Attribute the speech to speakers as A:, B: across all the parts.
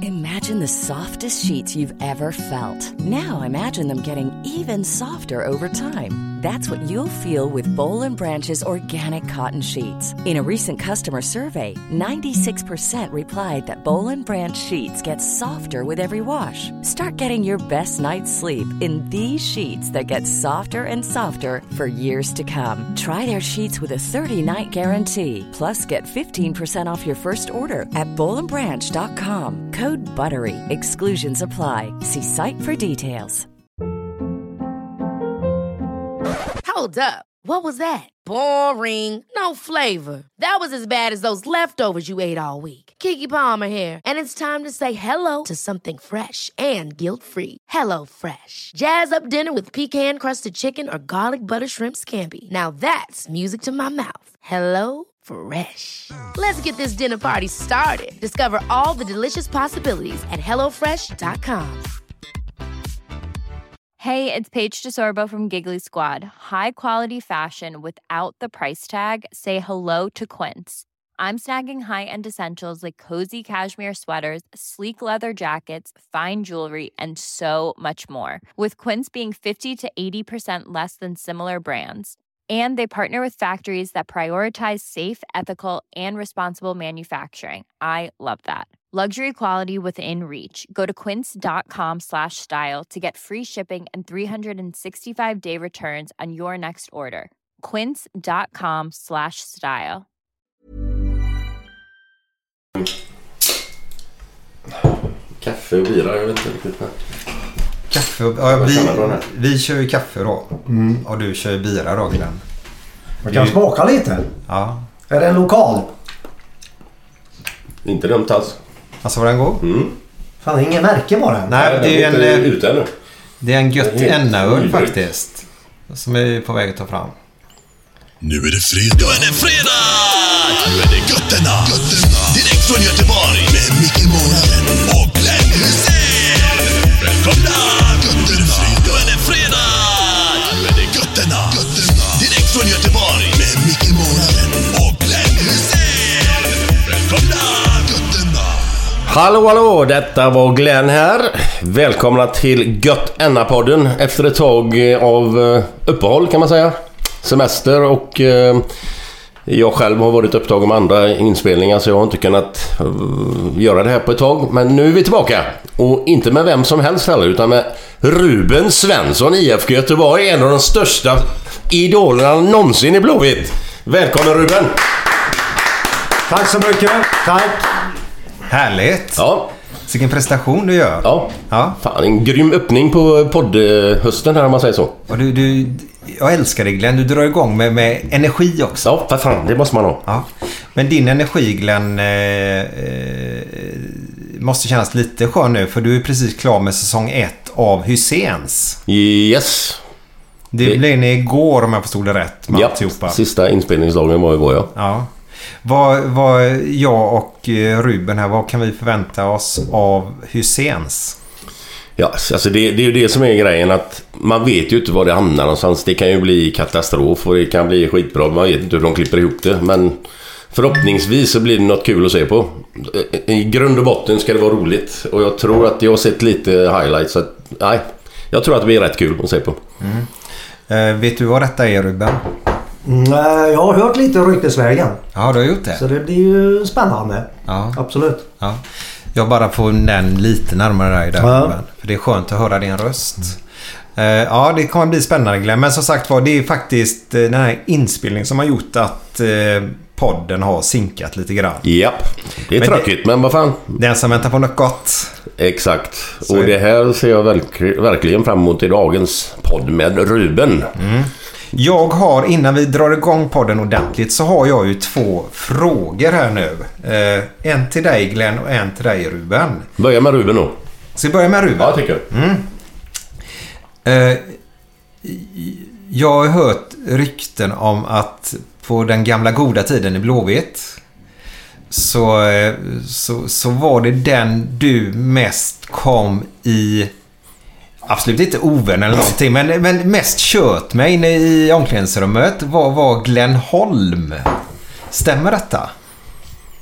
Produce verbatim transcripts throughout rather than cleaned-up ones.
A: Imagine the softest sheets you've ever felt. Now imagine them getting even softer over time. That's what you'll feel with Boll and Branch's organic cotton sheets. In a recent customer survey, ninety-six percent replied that Boll and Branch sheets get softer with every wash. Start getting your best night's sleep in these sheets that get softer and softer for years to come. Try their sheets with a thirty-night guarantee. Plus, get fifteen percent off your first order at boll and branch dot com. Code BUTTERY. Exclusions apply. See site for details.
B: Hold up. What was that? Boring. No flavor. That was as bad as those leftovers you ate all week. Keke Palmer here, and it's time to say hello to something fresh and guilt-free. Hello Fresh. Jazz up dinner with pecan-crusted chicken or garlic butter shrimp scampi. Now that's music to my mouth. Hello Fresh. Let's get this dinner party started. Discover all the delicious possibilities at hello fresh dot com.
C: Hey, it's Paige DeSorbo from Giggly Squad. High quality fashion without the price tag. Say hello to Quince. I'm snagging high-end essentials like cozy cashmere sweaters, sleek leather jackets, fine jewelry, and so much more. With Quince being fifty to eighty percent less than similar brands. And they partner with factories that prioritize safe, ethical, and responsible manufacturing. I love that. Luxury quality within reach. Go to quince.com slash style to get free shipping and three sixty-five day returns on your next order. Quince.com slash style.
D: Kaffe och bira, jag vet inte riktigt.
E: Kaffe och, ja, vi, vi kör ju kaffe då. Mm. Och du kör ju bira då, Glenn.
F: Man kan du... smaka lite.
E: Ja.
F: Är det en lokal?
D: Inte dumt alls.
E: Alltså var den god?
D: Mm.
F: Fan, det är ingen märke bara.
E: Nej, det är,
D: är
E: en
D: ute ännu.
E: Det är en gött enna-öl faktiskt. Som är på väg att ta fram.
G: Nu är det fredag. Nu är det fredag. Nu är det götterna. götterna. Direkt från Göteborg. Med Micke Månaden och Glenn Hysén. Välkomna. Götterna. Nu är det fredag. Nu är det götterna. götterna. Direkt från Göteborg. Med Micke Månaden och Glenn Hysén. Välkomna. Götterna.
D: Hallå, hallå, detta var Glenn här. Välkomna till Gött Enna-podden. Efter ett tag av uppehåll kan man säga. Semester och eh, jag själv har varit upptagen med andra inspelningar så jag har inte kunnat uh, göra det här på ett tag. Men nu är vi tillbaka. Och inte med vem som helst heller utan med Ruben Svensson, I F K Göteborg, en av de största idolerna någonsin i Blåvitt. Välkommen Ruben!
F: Tack så mycket, tack!
E: Härligt!
D: Ja.
E: Vilken prestation du gör.
D: Ja,
E: ja.
D: Fan, en grym öppning på poddhösten här om man säger så.
E: Och du, du, jag älskar dig Glenn, du drar igång med, med energi också.
D: Ja, för fan, det måste man ha.
E: Ja. Men din energi Glenn eh, eh, måste kännas lite skön nu för du är precis klar med säsong ett av Hyséns.
D: Yes.
E: Det, det... blev ni igår om jag förstod det rätt med
D: ja,
E: alltihopa.
D: Sista inspelningsdagen var igår, ja.
E: Ja. Vad, vad jag och Ruben här, vad kan vi förvänta oss av Hyséns?
D: Ja, alltså det, det är ju det som är grejen att man vet ju inte var det hamnar någonstans. Det kan ju bli katastrof och det kan bli skitbra. Man vet inte hur de klipper ihop det. Men förhoppningsvis så blir det något kul att se på. I grund och botten ska det vara roligt. Och jag tror att jag har sett lite highlights. Så att, nej, jag tror att det blir rätt kul att se på.
E: Mm. Uh, vet du vad detta är Ruben?
F: Mm, jag har hört lite ryktesvägen.
E: Ja, du har gjort det.
F: Så det blir ju spännande.
E: Ja.
F: Absolut.
E: Ja. Jag bara får den lite närmare dig där.
F: Ja.
E: För det är skönt att höra din röst. Mm. Uh, ja, det kommer bli spännande Glenn. Men som sagt var, det är faktiskt uh, den här inspelningen som har gjort att uh, podden har sinkat lite grann.
D: Japp, det är men tråkigt, det, men vad fan.
E: Den som väntar på något gott.
D: Exakt. Så och det här ser jag verk- verkligen fram emot i dagens podd med Ruben.
E: Mm. Jag har, innan vi drar igång podden ordentligt, så har jag ju två frågor här nu. Eh, en till dig Glenn och en till dig Ruben.
D: Börja med Ruben då.
E: Ska vi börja med Ruben?
D: Ja, tycker jag.
E: Mm. Eh, jag har hört rykten om att på den gamla goda tiden i Blåvitt så, så, så var det den du mest kom i... Absolut inte ovän eller någonting, men, men mest kört mig inne i omklädningsrummet var, var Glenn Holm. Stämmer detta?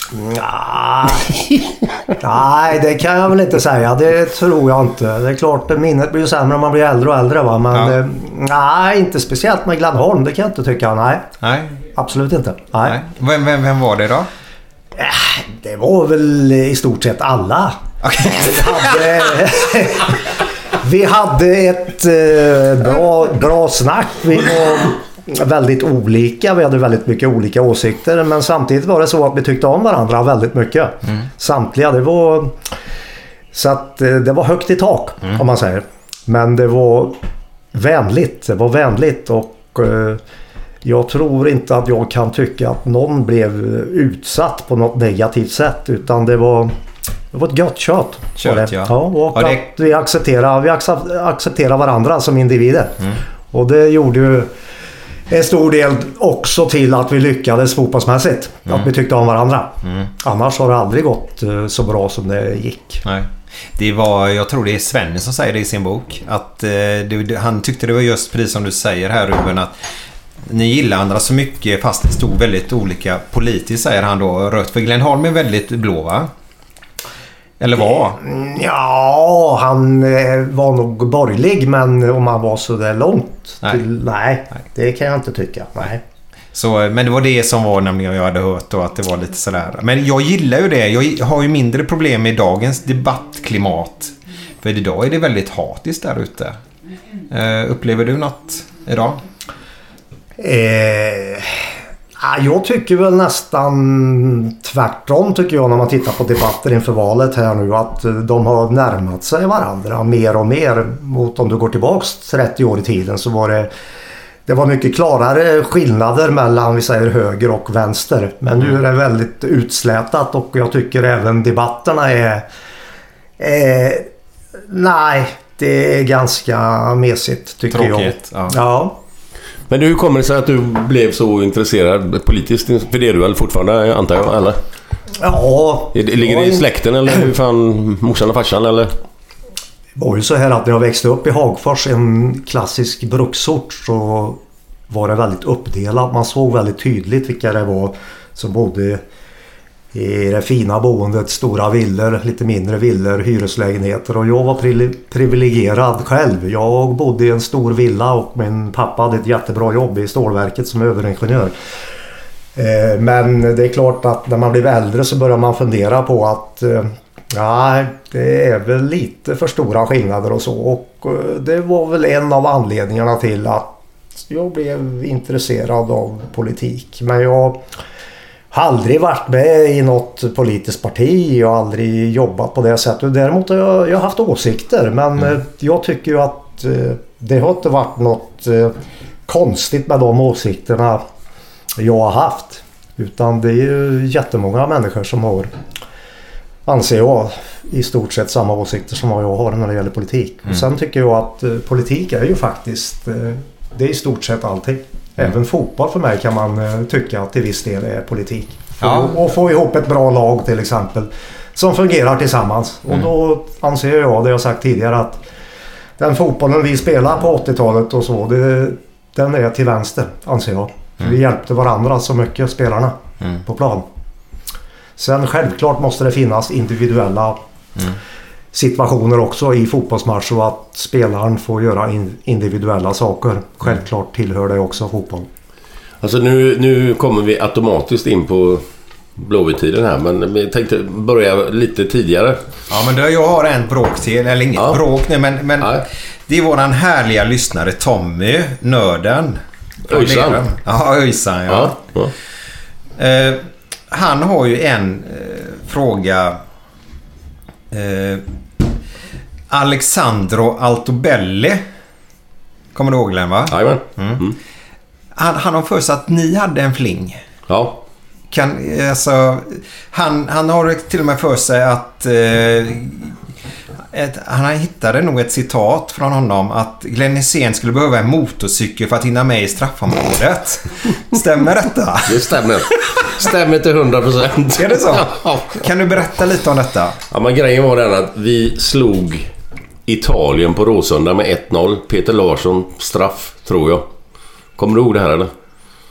F: Nej. Nej, det kan jag väl inte säga. Det tror jag inte. Det är klart att minnet blir ju sämre om man blir äldre och äldre. Va? Men
E: Ja.
F: eh, nej, inte speciellt med Glenholm. Det kan jag inte tycka. Nej,
E: Nej.
F: absolut inte. Nej.
E: Nej. Vem, vem, vem var det då?
F: Det var väl i stort sett alla.
E: Okay.
F: Vi hade, vi hade ett eh, bra, bra snack. Vi var väldigt olika. Vi hade väldigt mycket olika åsikter. Men samtidigt var det så att vi tyckte om varandra väldigt mycket. Mm. Samtliga. Det var, så att eh, det var högt i tak mm. om man säger. Men det var vänligt. Det var vänligt och... Eh, jag tror inte att jag kan tycka att någon blev utsatt på något negativt sätt, utan det var, det var ett gött kött.
E: Kött, ja.
F: Ja, och
E: ja, det...
F: att vi accepterar, vi accepterar varandra som individer. Mm. Och det gjorde ju en stor del också till att vi lyckades fotbollsmässigt. Mm. Att vi tyckte om varandra. Mm. Annars har det aldrig gått så bra som det gick.
E: Nej. Det var, jag tror det är Sven som säger det i sin bok. Att eh, det, han tyckte det var just precis som du säger här, Ruben, att ni gillar andra så mycket fast det stod väldigt olika politiskt, säger han då. Rött, för Glenholm är väldigt blå, va? Eller var?
F: Ja, han var nog borgerlig, men om han var så där långt
E: nej.
F: Till, nej, nej, det kan jag inte tycka. Nej.
E: Så, men det var det som var nämligen jag hade hört då, att det var lite sådär. Men jag gillar ju det. Jag har ju mindre problem med dagens debattklimat. För idag är det väldigt hatiskt där ute. Uh, upplever du något idag?
F: Eh, jag tycker väl nästan tvärtom, tycker jag, när man tittar på debatter inför valet här nu, att de har närmat sig varandra mer och mer. Mot om du går tillbaks trettio år i tiden, så var det det var mycket klarare skillnader mellan, vi säger, höger och vänster. Men nu är det väldigt utslätat, och jag tycker även debatterna är eh, nej, det är ganska mesigt, tycker
E: tråkigt,
F: jag.
E: Ja.
F: Ja.
D: Men hur kommer det sig att du blev så intresserad politiskt? För det är du väl fortfarande, antar jag, eller?
F: Ja.
D: Ligger det i släkten, eller hur fan, morsan och farsan, eller?
F: Det var ju så här att när jag växte upp i Hagfors, en klassisk bruksort, så var det väldigt uppdelat. Man såg väldigt tydligt vilka det var som bodde i det fina boendet, stora villor, lite mindre villor, hyreslägenheter. Och jag var privilegierad själv. Jag bodde i en stor villa och min pappa hade ett jättebra jobb i stålverket som överingenjör. Men det är klart att när man blir äldre så börjar man fundera på att ja, det är väl lite för stora skillnader och så. Och det var väl en av anledningarna till att jag blev intresserad av politik. Men jag har aldrig varit med i något politiskt parti. Jag har aldrig jobbat på det sättet. Däremot har jag, jag har haft åsikter. Men mm. jag tycker ju att det har inte varit något konstigt med de åsikterna jag har haft. Utan det är ju jättemånga människor som har, anser jag, i stort sett samma åsikter som jag har när det gäller politik. Mm. Och sen tycker jag att eh, politik är ju faktiskt, eh, det är i stort sett allting. Mm. Även fotboll för mig kan man eh, tycka att till viss del är politik. Ja. Och, och få ihop ett bra lag till exempel som fungerar tillsammans. Mm. Och då anser jag, det jag sagt tidigare, att den fotbollen vi spelar på åttiotalet och så, det, den är till vänster, anser jag. Mm. Vi hjälpte varandra så mycket, spelarna, mm. på plan. Sen självklart måste det finnas individuella mm. situationer också i fotbollsmatch, och att spelaren får göra in, individuella saker. Självklart tillhör det också fotboll.
D: Alltså nu, nu kommer vi automatiskt in på Blåvitt-tiden här, men jag tänkte börja lite tidigare.
E: Ja, men då, jag har en bråk till, eller inget ja. bråk nu, men, men ja. det är våran härliga lyssnare Tommy, nörden.
D: Öjsan.
E: Ja, Öjsan, ja. ja, ja. Eh, han har ju en eh, fråga. Eh, Alexandro Altobelli. Kommer du ihåg den, va?
D: Jajamän.
E: Mm. Mm. Han, han har för sig att ni hade en fling.
D: Ja.
E: Kan, alltså, han, han har till och med för sig att eh, ett, han hittade nog ett citat från honom att Glenn Hysén skulle behöva en motorcykel för att hinna med i straffområdet. Stämmer detta?
D: Det stämmer. Stämmer till hundra procent.
E: Är det så? Ja. Kan du berätta lite om detta?
D: Ja, men grejen var den att vi slog Italien på Råsunda med ett noll. Peter Larsson straff, tror jag. Kommer du ihåg det här, eller?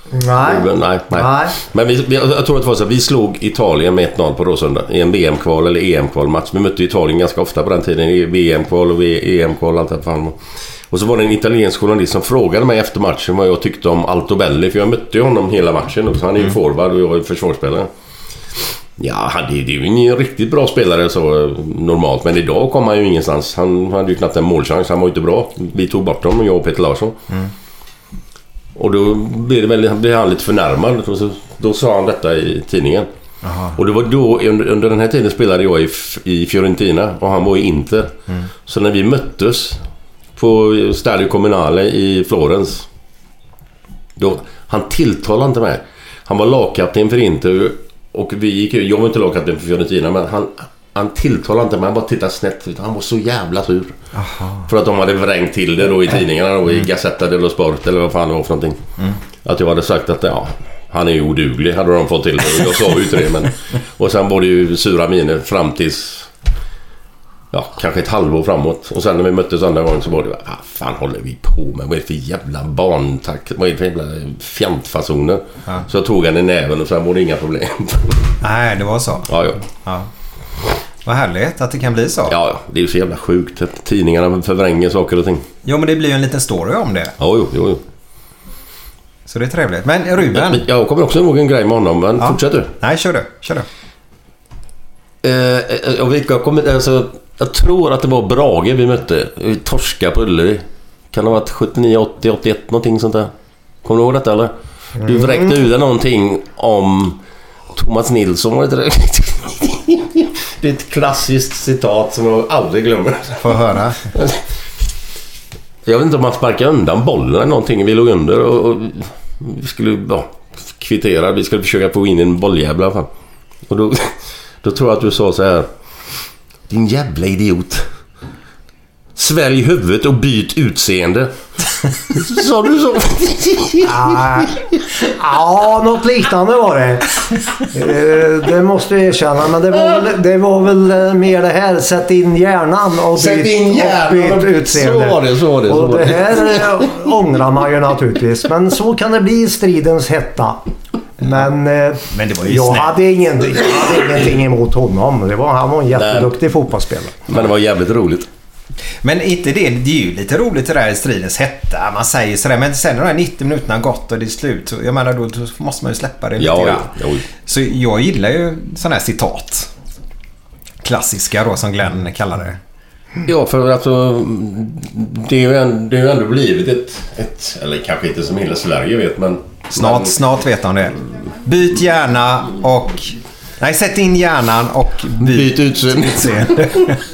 F: Nej.
D: Nej, nej.
F: Nej.
D: Men vi, vi, jag tror att det var så att vi slog Italien med ett noll på Råsunda i en V M-kval eller E M-kvalmatch. Vi mötte Italien ganska ofta på den tiden i V M-kval och E M-kval och allt det fan. Och så var det en italiensk journalist som frågade mig efter matchen vad jag tyckte om Altobelli, för jag mötte ju honom hela matchen också. Han är ju mm. forward och jag är försvarsspelare. Ja, det är ju en riktigt bra spelare så normalt, men idag kom han ju ingenstans. Han hade ju knappt en målchans, han var ju inte bra. Vi tog bort honom, jag och Peter Larsson. Mm. Och då blev, det väldigt, blev han lite förnärmad. Och så, då sa han detta i tidningen. Aha. Och det var då, under, under den här tiden spelade jag i, i Fiorentina och han var i Inter. Mm. Så när vi möttes på Stadio Comunale i Florens, då, han tilltalade inte mig. Han var lagkapten för Inter och vi gick, jag var inte lagkapten för Fiorentina, men han, han tilltalade inte mig, han bara tittade snett. Han var så jävla sur. Aha. För att de hade vrängt till det då i tidningarna då, i Gazzetta dello Sport eller vad fan det var för någonting. Mm. Att jag hade sagt att ja, han är ju oduglig, hade de fått till det. Jag sa ju inte det, men och sen var det ju sura miner fram tills ja, kanske ett halvår framåt. Och sen när vi möttes andra gången så var det vad fan håller vi på med? Vad är det för jävla barntack? Vad är det för jävla fjantfasoner? Ja. Så jag tog han i näven och sen var det inga problem.
E: Nej, det var så.
D: Ja, ja.
E: Ja. Vad härligt att det kan bli så.
D: Ja, det är ju så jävla sjukt att tidningarna förvränger saker och ting.
E: Jo, men det blir ju en liten story om det.
D: Ja, jo, jo, jo.
E: Så det är trevligt. Men Ruben...
D: Jag, jag kommer också ihåg en grej med honom, men ja. Fortsätt du.
E: Nej, kör du. Kör du.
D: Eh, jag, vet, jag, kommer, alltså, jag tror att det var Brage vi mötte. Vi torska på Ullevi. Kan det ha varit sjuttionio, åttio, åttioett någonting sånt där. Kommer du ihåg detta eller? Mm. Du vräkte ut någonting om Thomas Nilsson, var det det? Det är ett klassiskt citat som jag aldrig glömmer.
E: Får höra.
D: Jag vet inte om man sparkade undan bollen eller någonting. Vi låg under och, och vi skulle ja, kvittera. Vi skulle försöka få in en bolljävla i alla fall. Och då, då tror jag att du sa så här: din jävla idiot. Svälj huvudet och byt utseende. Sa du så?
F: ah, ja, något liknande var det. Det måste jag erkänna. Men det var väl, det var väl mer det här. Sätt in hjärnan och byt,
D: Sätt in hjärnan
F: och byt utseende.
D: Så var det, så var det, så
F: och
D: var det.
F: det här ångrar man ju naturligtvis. Men så kan det bli i stridens hetta. Men, men det var ju jag, hade ingen, jag hade ingenting emot honom. Det var, han var en jätteduktig fotbollsspelare.
D: Men det var jävligt roligt.
E: Men inte det, det är ju lite roligt det där i stridens hetta. Man säger sådär, men sen när de här nittio minuterna har gått och det är slut, så jag menar då, då måste man ju släppa det lite
D: ja,
E: grann.
D: Ja.
E: Så jag gillar ju sådana här citat. Klassiska då, som Glenn kallar det.
D: Ja, för alltså det är ju ändå, det är ju ändå blivit ett, ett, eller kanske inte som hela Sverige vet, men
E: snart, men, snart vet han det. Byt hjärna och nej, sätt in hjärnan och byt,
D: byt utseende.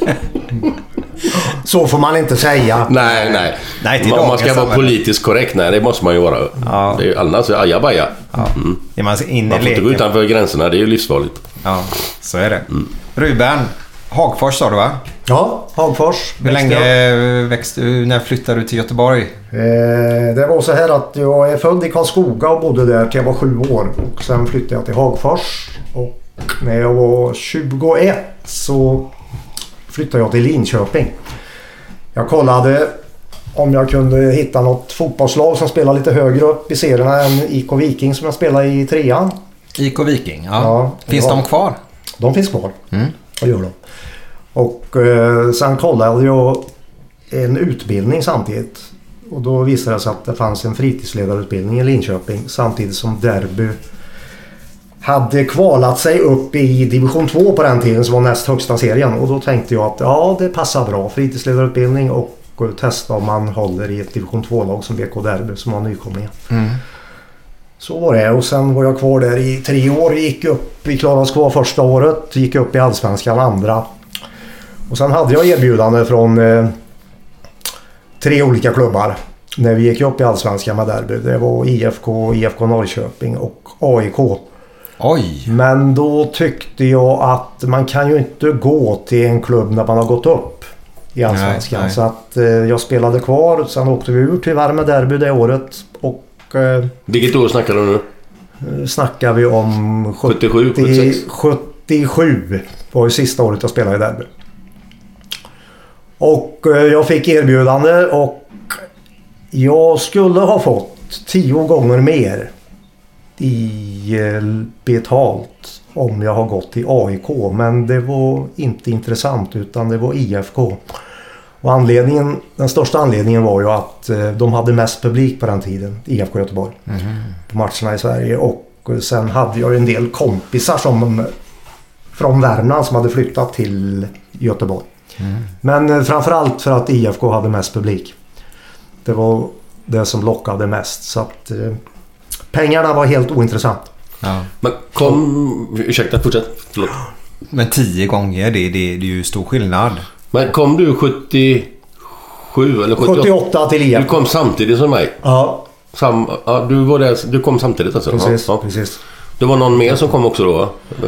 F: Så får man inte säga.
D: Nej, nej.
E: nej
D: man, man ska vara politiskt korrekt. Nej, det måste man ju vara.
E: Ja.
D: Det är ju annars ajabaja.
E: Ja. Mm. Är man in
D: man får inte gå utanför gränserna. Det är ju livsfarligt.
E: Ja, så är det. Mm. Ruben, Hagfors sa du va?
F: Ja, Hagfors.
E: Hur länge växte du? När flyttade du till Göteborg?
F: Eh, det var så här att jag är född i Karlskoga och bodde där till jag var sju år. Och sen flyttade jag till Hagfors. Och när jag var tjugoett så flyttade jag till Linköping. Jag kollade om jag kunde hitta något fotbollslag som spelar lite högre upp i serierna än I K Viking som jag spelar i trean.
E: I K Viking, ja.
F: ja
E: finns
F: ja.
E: de kvar?
F: De finns kvar.
E: Mm.
F: Vad gör de? Och eh, sen kollade jag en utbildning samtidigt. Och då visade det sig att det fanns en fritidsledarutbildning i Linköping samtidigt som Derby hade kvalat sig upp i division två på den tiden som var näst högsta serien. Och då tänkte jag att ja, det passar bra. Fritidsledarutbildning och testa om man håller i ett division två-lag som B K Derby som var nykomlingar. Mm. Så var det. Och sen var jag kvar där i tre år. Gick upp, vi klarade oss kvar första året. Gick upp i Allsvenskan andra. Och sen hade jag erbjudande från eh, tre olika klubbar när vi gick upp i Allsvenskan med Derby. Det var I F K, I F K Norrköping och A I K.
E: Oj.
F: Men då tyckte jag att man kan ju inte gå till en klubb när man har gått upp i Allsvenskan. Nej, nej. Så att eh, jag spelade kvar. Sen åkte vi ur tyvärr med Derby det året. Och, eh,
D: vilket år snackar du
F: nu? Snackar vi om
D: sjuttiosju, sjuttiosex
F: sjuttiosju var ju sista året jag spelade i Derby. Och eh, jag fick erbjudande och jag skulle ha fått tio gånger mer i betalt om jag har gått till A I K, men det var inte intressant utan det var I F K. Och anledningen, den största anledningen var ju att de hade mest publik på den tiden, I F K Göteborg, mm. på matcherna i Sverige. Och sen hade jag en del kompisar som, från Värmland som hade flyttat till Göteborg. Mm. Men framförallt för att I F K hade mest publik. Det var det som lockade mest. Så att eh, pengarna var helt ointressant.
E: Ja.
D: Men kom... Ursäkta, fortsätt. Förlåt.
E: Men tio gånger, det, det, det är ju stor skillnad.
D: Men kom du sjuttiosju eller sjuttioåtta?
F: sjuttioåtta till I F K.
D: Du kom samtidigt som mig?
F: Ja.
D: Sam, ja du, var där, du kom samtidigt alltså?
F: Precis,
D: ja, ja.
F: precis.
D: Det var någon mer som kom också då?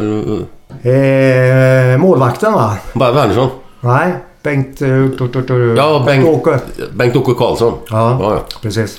F: Eh, målvakten va?
D: Bara Wernersson?
F: Nej, Bengt... Uh, tu, tu, tu,
D: ja, Bengt
F: Åke.
D: Bengt Åke Karlsson.
F: Ja,
D: ja, ja,
F: precis.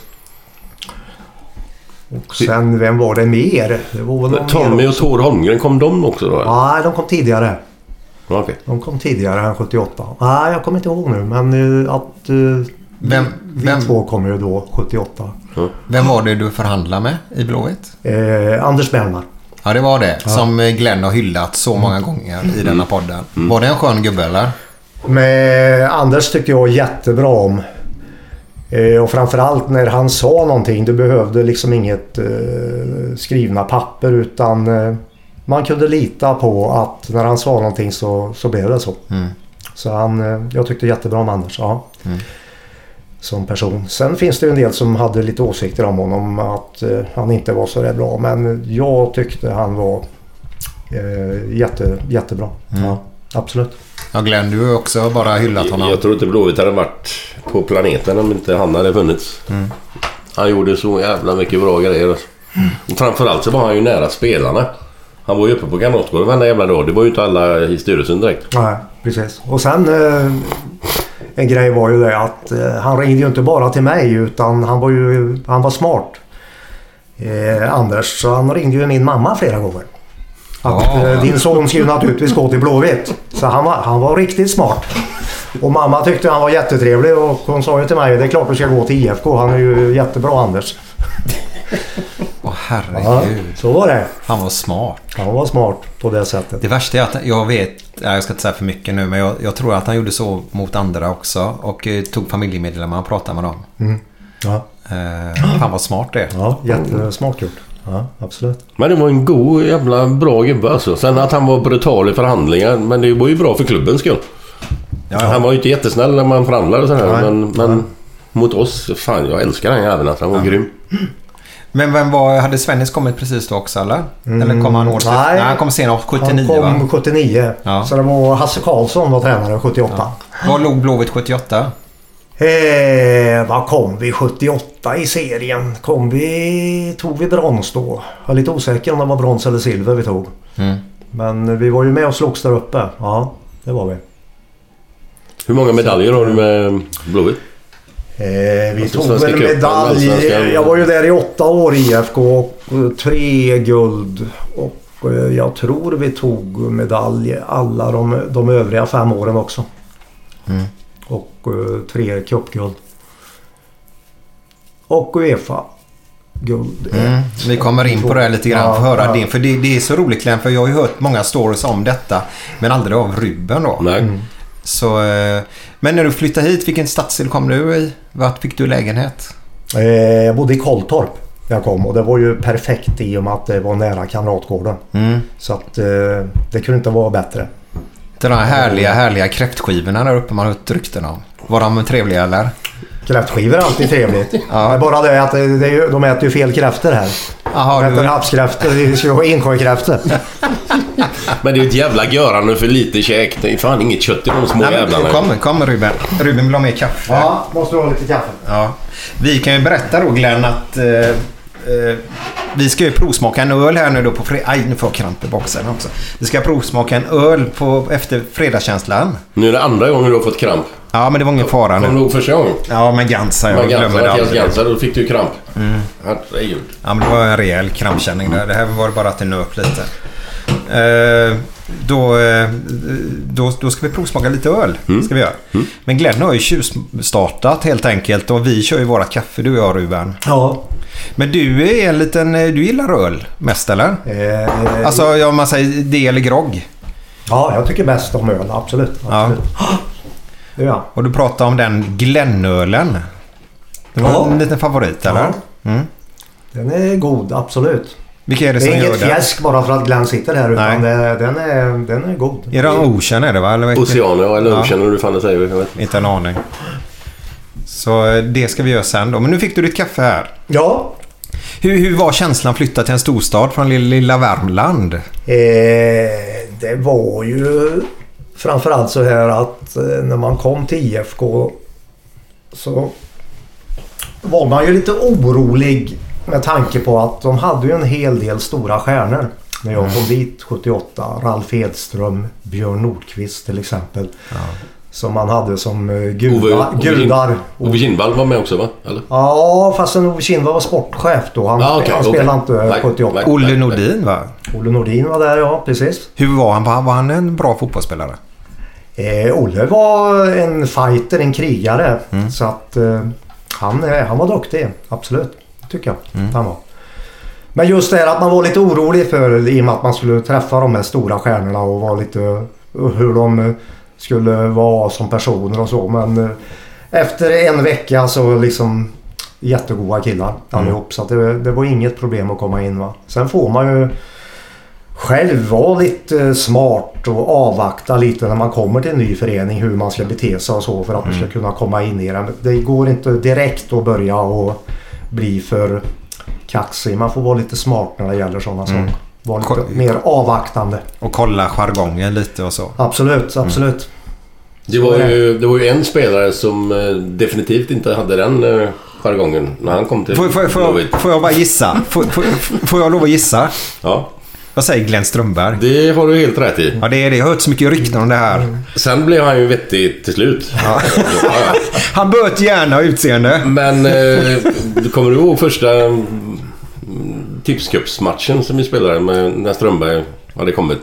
F: Och sen, vem var det mer? Det var väl
D: Tommy och Tor Holmgren, kom de också då?
F: Nej, de kom tidigare.
D: Okay.
F: De kom tidigare än sjuttioåtta. Nej, jag kommer inte ihåg nu, men att uh,
E: vem,
F: vi
E: vem,
F: två kom ju då, sjuttioåtta.
E: Mm. Vem var det du förhandlade med i Blåvitt?
F: Eh, Anders Bellmar.
E: Ja, det var det.
F: Ja.
E: Som Glenn har hyllat så många gånger i mm. denna podden. Mm. Var det en skön gubbe eller?
F: Men Anders tycker jag jättebra om. Eh, och framförallt när han sa någonting. Du behövde liksom inget eh, skrivna papper utan eh, man kunde lita på att när han sa någonting så, så blev det så. Mm. Så han, eh, jag tyckte jättebra om Anders. Ja. Mm. Som person. Sen finns det ju en del som hade lite åsikter om honom att eh, han inte var så där bra. Men jag tyckte han var eh, jätte, jättebra. Mm. Ja, absolut.
E: Ja, Glenn, du har också bara hyllat honom.
D: Jag tror inte Blåvitt hade varit på planeten om inte han hade funnits. Mm. Han gjorde så jävla mycket bra grejer. Mm. Och framförallt så var han ju nära spelarna. Han var ju uppe på Granatgården varenda jävla dag. Det var ju inte alla i styrelsen direkt.
F: Nej, precis. Och sen... Eh, en grej var ju det att eh, han ringde ju inte bara till mig utan han var ju han var smart. Eh, Anders, så han ringde ju min mamma flera gånger. Att oh. eh, din son skulle naturligtvis gå till Blåvitt. Så han var, han var riktigt smart. Och mamma tyckte han var jättetrevlig och hon sa ju till mig, det är klart du ska gå till I F K, han är ju jättebra Anders.
E: Åh oh, herregud.
F: Ja, så var det.
E: Han var smart.
F: Han var smart på det sättet.
E: Det värsta är att jag vet, jag ska inte säga för mycket nu, men jag, jag tror att han gjorde så mot andra också. Och eh, tog familjemedlemmar och pratade med dem.
F: Mm. Ja.
E: Eh, han var smart det.
F: Ja, jättesmart gjort. Ja, absolut.
D: Men det var en god jävla bra gubbe alltså. Sen att han var brutal i förhandlingar, men det var ju bra för klubbens skull. Ja, ja. Han var ju inte jättesnäll när man förhandlade så här, nej, men, men nej. Mot oss, fan jag älskar den jäveln alltså. Han var ja. grym.
E: Men vem var, hade Svennis kommit precis då också eller? Mm, eller kom han året? Nej, han kom senare sjuttionio va?
F: Han kom sjuttionio. Ja. Så det var Hasse Karlsson var tränare sjuttioåtta. Ja.
E: Var låg Blåvitt sjuttioåtta?
F: Eh, vad kom vi sjuttioåtta i serien? Kom vi, tog vi brons då? Jag är lite osäker om det var brons eller silver vi tog. Mm. Men vi var ju med och slogs där uppe. Ja, det var vi.
D: Hur många medaljer har du med Blåvitt?
F: Eh, vi tog väl medalj. Jag var ju där i åtta år i I F K och tre guld. Och eh, jag tror vi tog medalj alla de, de övriga fem åren också. Mm. Och uh, tre cupguld. Och UEFA guld.
E: Mm. Vi kommer in på det lite grann för att höra ja. det. För det, det är så roligt Glenn, för jag har ju hört många stories om detta. Men aldrig av Ruben då.
D: Nej. Mm.
E: Så, men när du flyttade hit, vilken stadsdel kom du i? Vart fick du lägenhet?
F: Eh, jag bodde i Kolltorp när jag kom. Och det var ju perfekt i och med att det var nära Kamratgården. Mm. Så att eh, det kunde inte vara bättre.
E: De här härliga, härliga kräftskivorna där uppe man har hört rykten om. Var de trevliga eller?
F: Kräftskivor är alltid trevligt. Ja. Det är bara det att det, det är ju, de äter ju fel kräfter här. Aha, de äter du... havskräfter, det ska ju ha insjökräfter.
D: Men det är ett jävla görande för lite käk. Det är fan inget kött i de små Nej, jävlarna.
E: Kom, kom Ruben. Ruben vill ha mer kaffe.
F: Ja, måste du ha lite kaffe.
E: Ja. Vi kan ju berätta då Glenn att eh, eh, vi ska ju provsmaka en öl här nu då på fredag. Aj, nu får jag kramp i boxen också. Vi ska provsmaka en öl på, efter fredagskänslan.
D: Nu är det andra gången du har fått kramp.
E: Ja, men det var ingen fara nu.
D: Kom du första gången?
E: Ja, men Gansa. Jag
D: men
E: glömmer
D: Gansa,
E: det aldrig.
D: Gansa, då fick du kramp. Mm.
E: Ja, men det var en rejäl krampkänning där. Det här var bara att det nöp lite. Uh, då, då, då ska vi provsmaka lite öl. Mm. Ska vi göra. Mm. Men Glenn har ju tjuvstartat helt enkelt. Och vi kör ju våra kaffe, du och jag Ruben.
F: Ja.
E: Men du är en liten... Du gillar öl mest, eller?
F: Eh,
E: Alltså, om man säger det eller grogg.
F: Ja, jag tycker bäst om öl. Absolut. absolut.
E: Ja.
F: Ja.
E: Och du pratade om den Glennölen. Det var
F: Ja.
E: en liten favorit, eller?
F: Ja.
E: Mm.
F: Den är god, absolut.
E: Vilka är det
F: Det
E: som
F: är
E: gör
F: inget
E: det?
F: fjäsk bara för att Glenn sitter här, utan det, den, är, den är god.
E: Är det Ocean är det, va? Eller
D: Oceano eller
E: Ja.
D: Ocean, eller hur fan det säger. Jag vet.
E: Inte en aning. Så eh, det ska vi göra sen då. Men nu fick du ditt kaffe här.
F: Ja,
E: Hur, hur var känslan att flytta till en storstad från lilla, lilla Värmland?
F: eh, det var ju framförallt så här att eh, när man kom till I F K så var man ju lite orolig med tanke på att de hade ju en hel del stora stjärnor. När jag kom dit sjuttioåtta, Ralf Edström, Björn Nordqvist till exempel.
E: Ja.
F: Som man hade som uh, gudar.
D: Ove, Ove,
F: gudar.
D: Ove Kindvall var med också, va? Eller?
F: Ja, fast Ove Kindvall var sportchef då. Han,
D: Ah, okay,
F: han
D: okay.
F: spelade inte
D: Nej,
F: sjuttioåtta.
D: nej.
E: Olle Nordin, va?
F: Olle Nordin var där, ja, precis.
E: Hur var han? Var han en bra fotbollsspelare?
F: Eh, Olle var en fighter, en krigare.
E: Mm.
F: Så att eh, han, eh, han var duktig, absolut. Tycker jag
E: Mm.
F: han var. Men just det här att man var lite orolig för i och med att man skulle träffa de här stora stjärnorna och var lite hur de eh, skulle vara som personer och så. Men eh, efter en vecka så liksom jättegoda killar allihop. Så att det, det var inget problem att komma in, va. Sen får man ju själv vara lite smart och avvakta lite när man kommer till en ny förening hur man ska bete sig och så för att du ska kunna komma in i den. Det går inte direkt att börja och bli för kaxig. Man får vara lite smart när det gäller sådana
E: Mm.
F: saker. Vara lite
E: Ko-
F: mer avvaktande.
E: Och kolla jargongen lite och så.
F: Absolut, absolut.
D: Det var, ju, det var ju en spelare som eh, definitivt inte hade den eh, jargongen när han kom till
E: Får, får, får,
D: Blåvitt.
E: jag, får jag bara gissa? Får, får, får jag lov att gissa?
D: Ja,
E: Vad säger Glenn Strömberg?
D: det har du helt rätt i.
E: Ja, det är det. Jag har hört så mycket rykten om det här.
D: Sen blev han ju vettig till slut.
E: Ja.
D: Ja, ja.
E: Han böt gärna utseende.
D: Men eh, du kommer du ihåg första mm, tipscupsmatchen som vi spelade med när Strömberg hade kommit?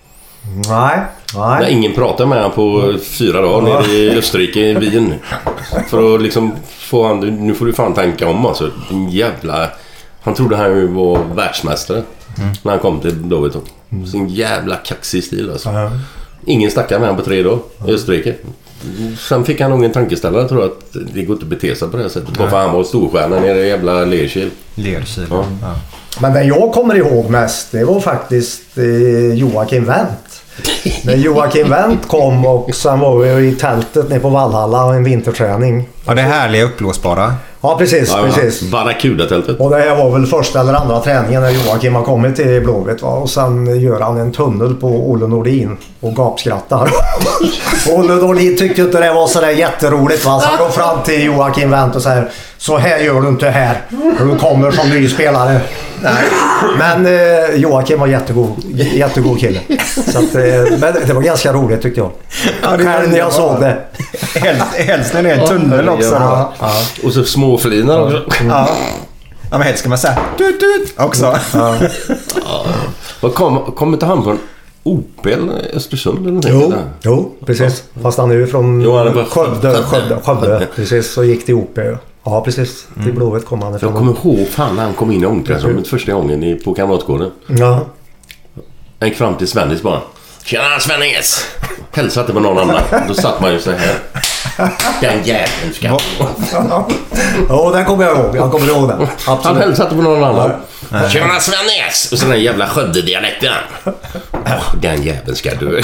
F: Nej,
D: När
F: nej.
D: ingen pratade med honom på fyra dagar nere i Österrike, i Wien. För att liksom få han, nu får du fan tänka om alltså. Din jävla... Han trodde han var världsmästare mm. när han kom till Blåvitt. Mm. Sin jävla kaxig stil alltså.
F: Ja.
D: Ingen snackade med honom på tre dagar i Österrike. Sen fick han nog en tankeställare, tror jag, att det går inte att bete sig på det här sättet. Bara för han var storstjärna nere i jävla Lerkil.
E: Lerkil.
D: Ja.
E: Ja.
F: Men det jag kommer ihåg mest, det var faktiskt eh, Joakim Wendt. När Joakim Wendt kom och sen var vi i tältet nere på Valhalla och en vinterträning.
E: Ja, det härliga uppblåsbara.
F: Ja, precis,
D: Ja,
F: precis.
D: Barracuda-tältet.
F: Och det här var väl första eller andra träningen när Joakim har kommit till Blåvitt, va? Och sen gör han en tunnel på Olle Nordin och gapskrattar. Olle Nordin tyckte inte det var så där jätteroligt, va? Så han går fram till Joakim Wendt och säger: så här gör du inte här när du kommer som ny spelare. Nej. Men eh, Joakim var jättegod, jättegod kille. Så att, eh, men det var ganska roligt tyckte jag.
E: Ja, det
F: Själv när jag såg det.
E: Helst, helst när det är en tunnel också då.
F: Ja, ja.
D: Och så småflinar också.
E: Ja. Ja, men helst ska man säga tut tut också.
F: Ja.
D: Vad kom, kom inte han från O P eller Östersund eller någonting?
F: Jo, jo, precis. Fast han är ju från
D: Jo, han är bara-
F: Skövde, Skövde, Skövde. Precis, så gick till O P. Ja, precis. Till Blåvitt kom han
D: Jag
F: ifrån.
D: kommer ihåg fan när han kom in i omklädningsrummet första gången i, på Kamratgården.
F: Ja.
D: Han gick fram till Svennis bara. Tjena Svennis! Hälsade på någon annan. Då satt man ju så här. Den jäveln ska...
F: Ja, den kommer jag ihåg. Jag kommer ihåg den.
D: Han
F: Absolut.
D: hälsade på någon annan. Tjena Svennis! Och så den jävla Skövde-dialekten. Oh, den jäveln ska dö.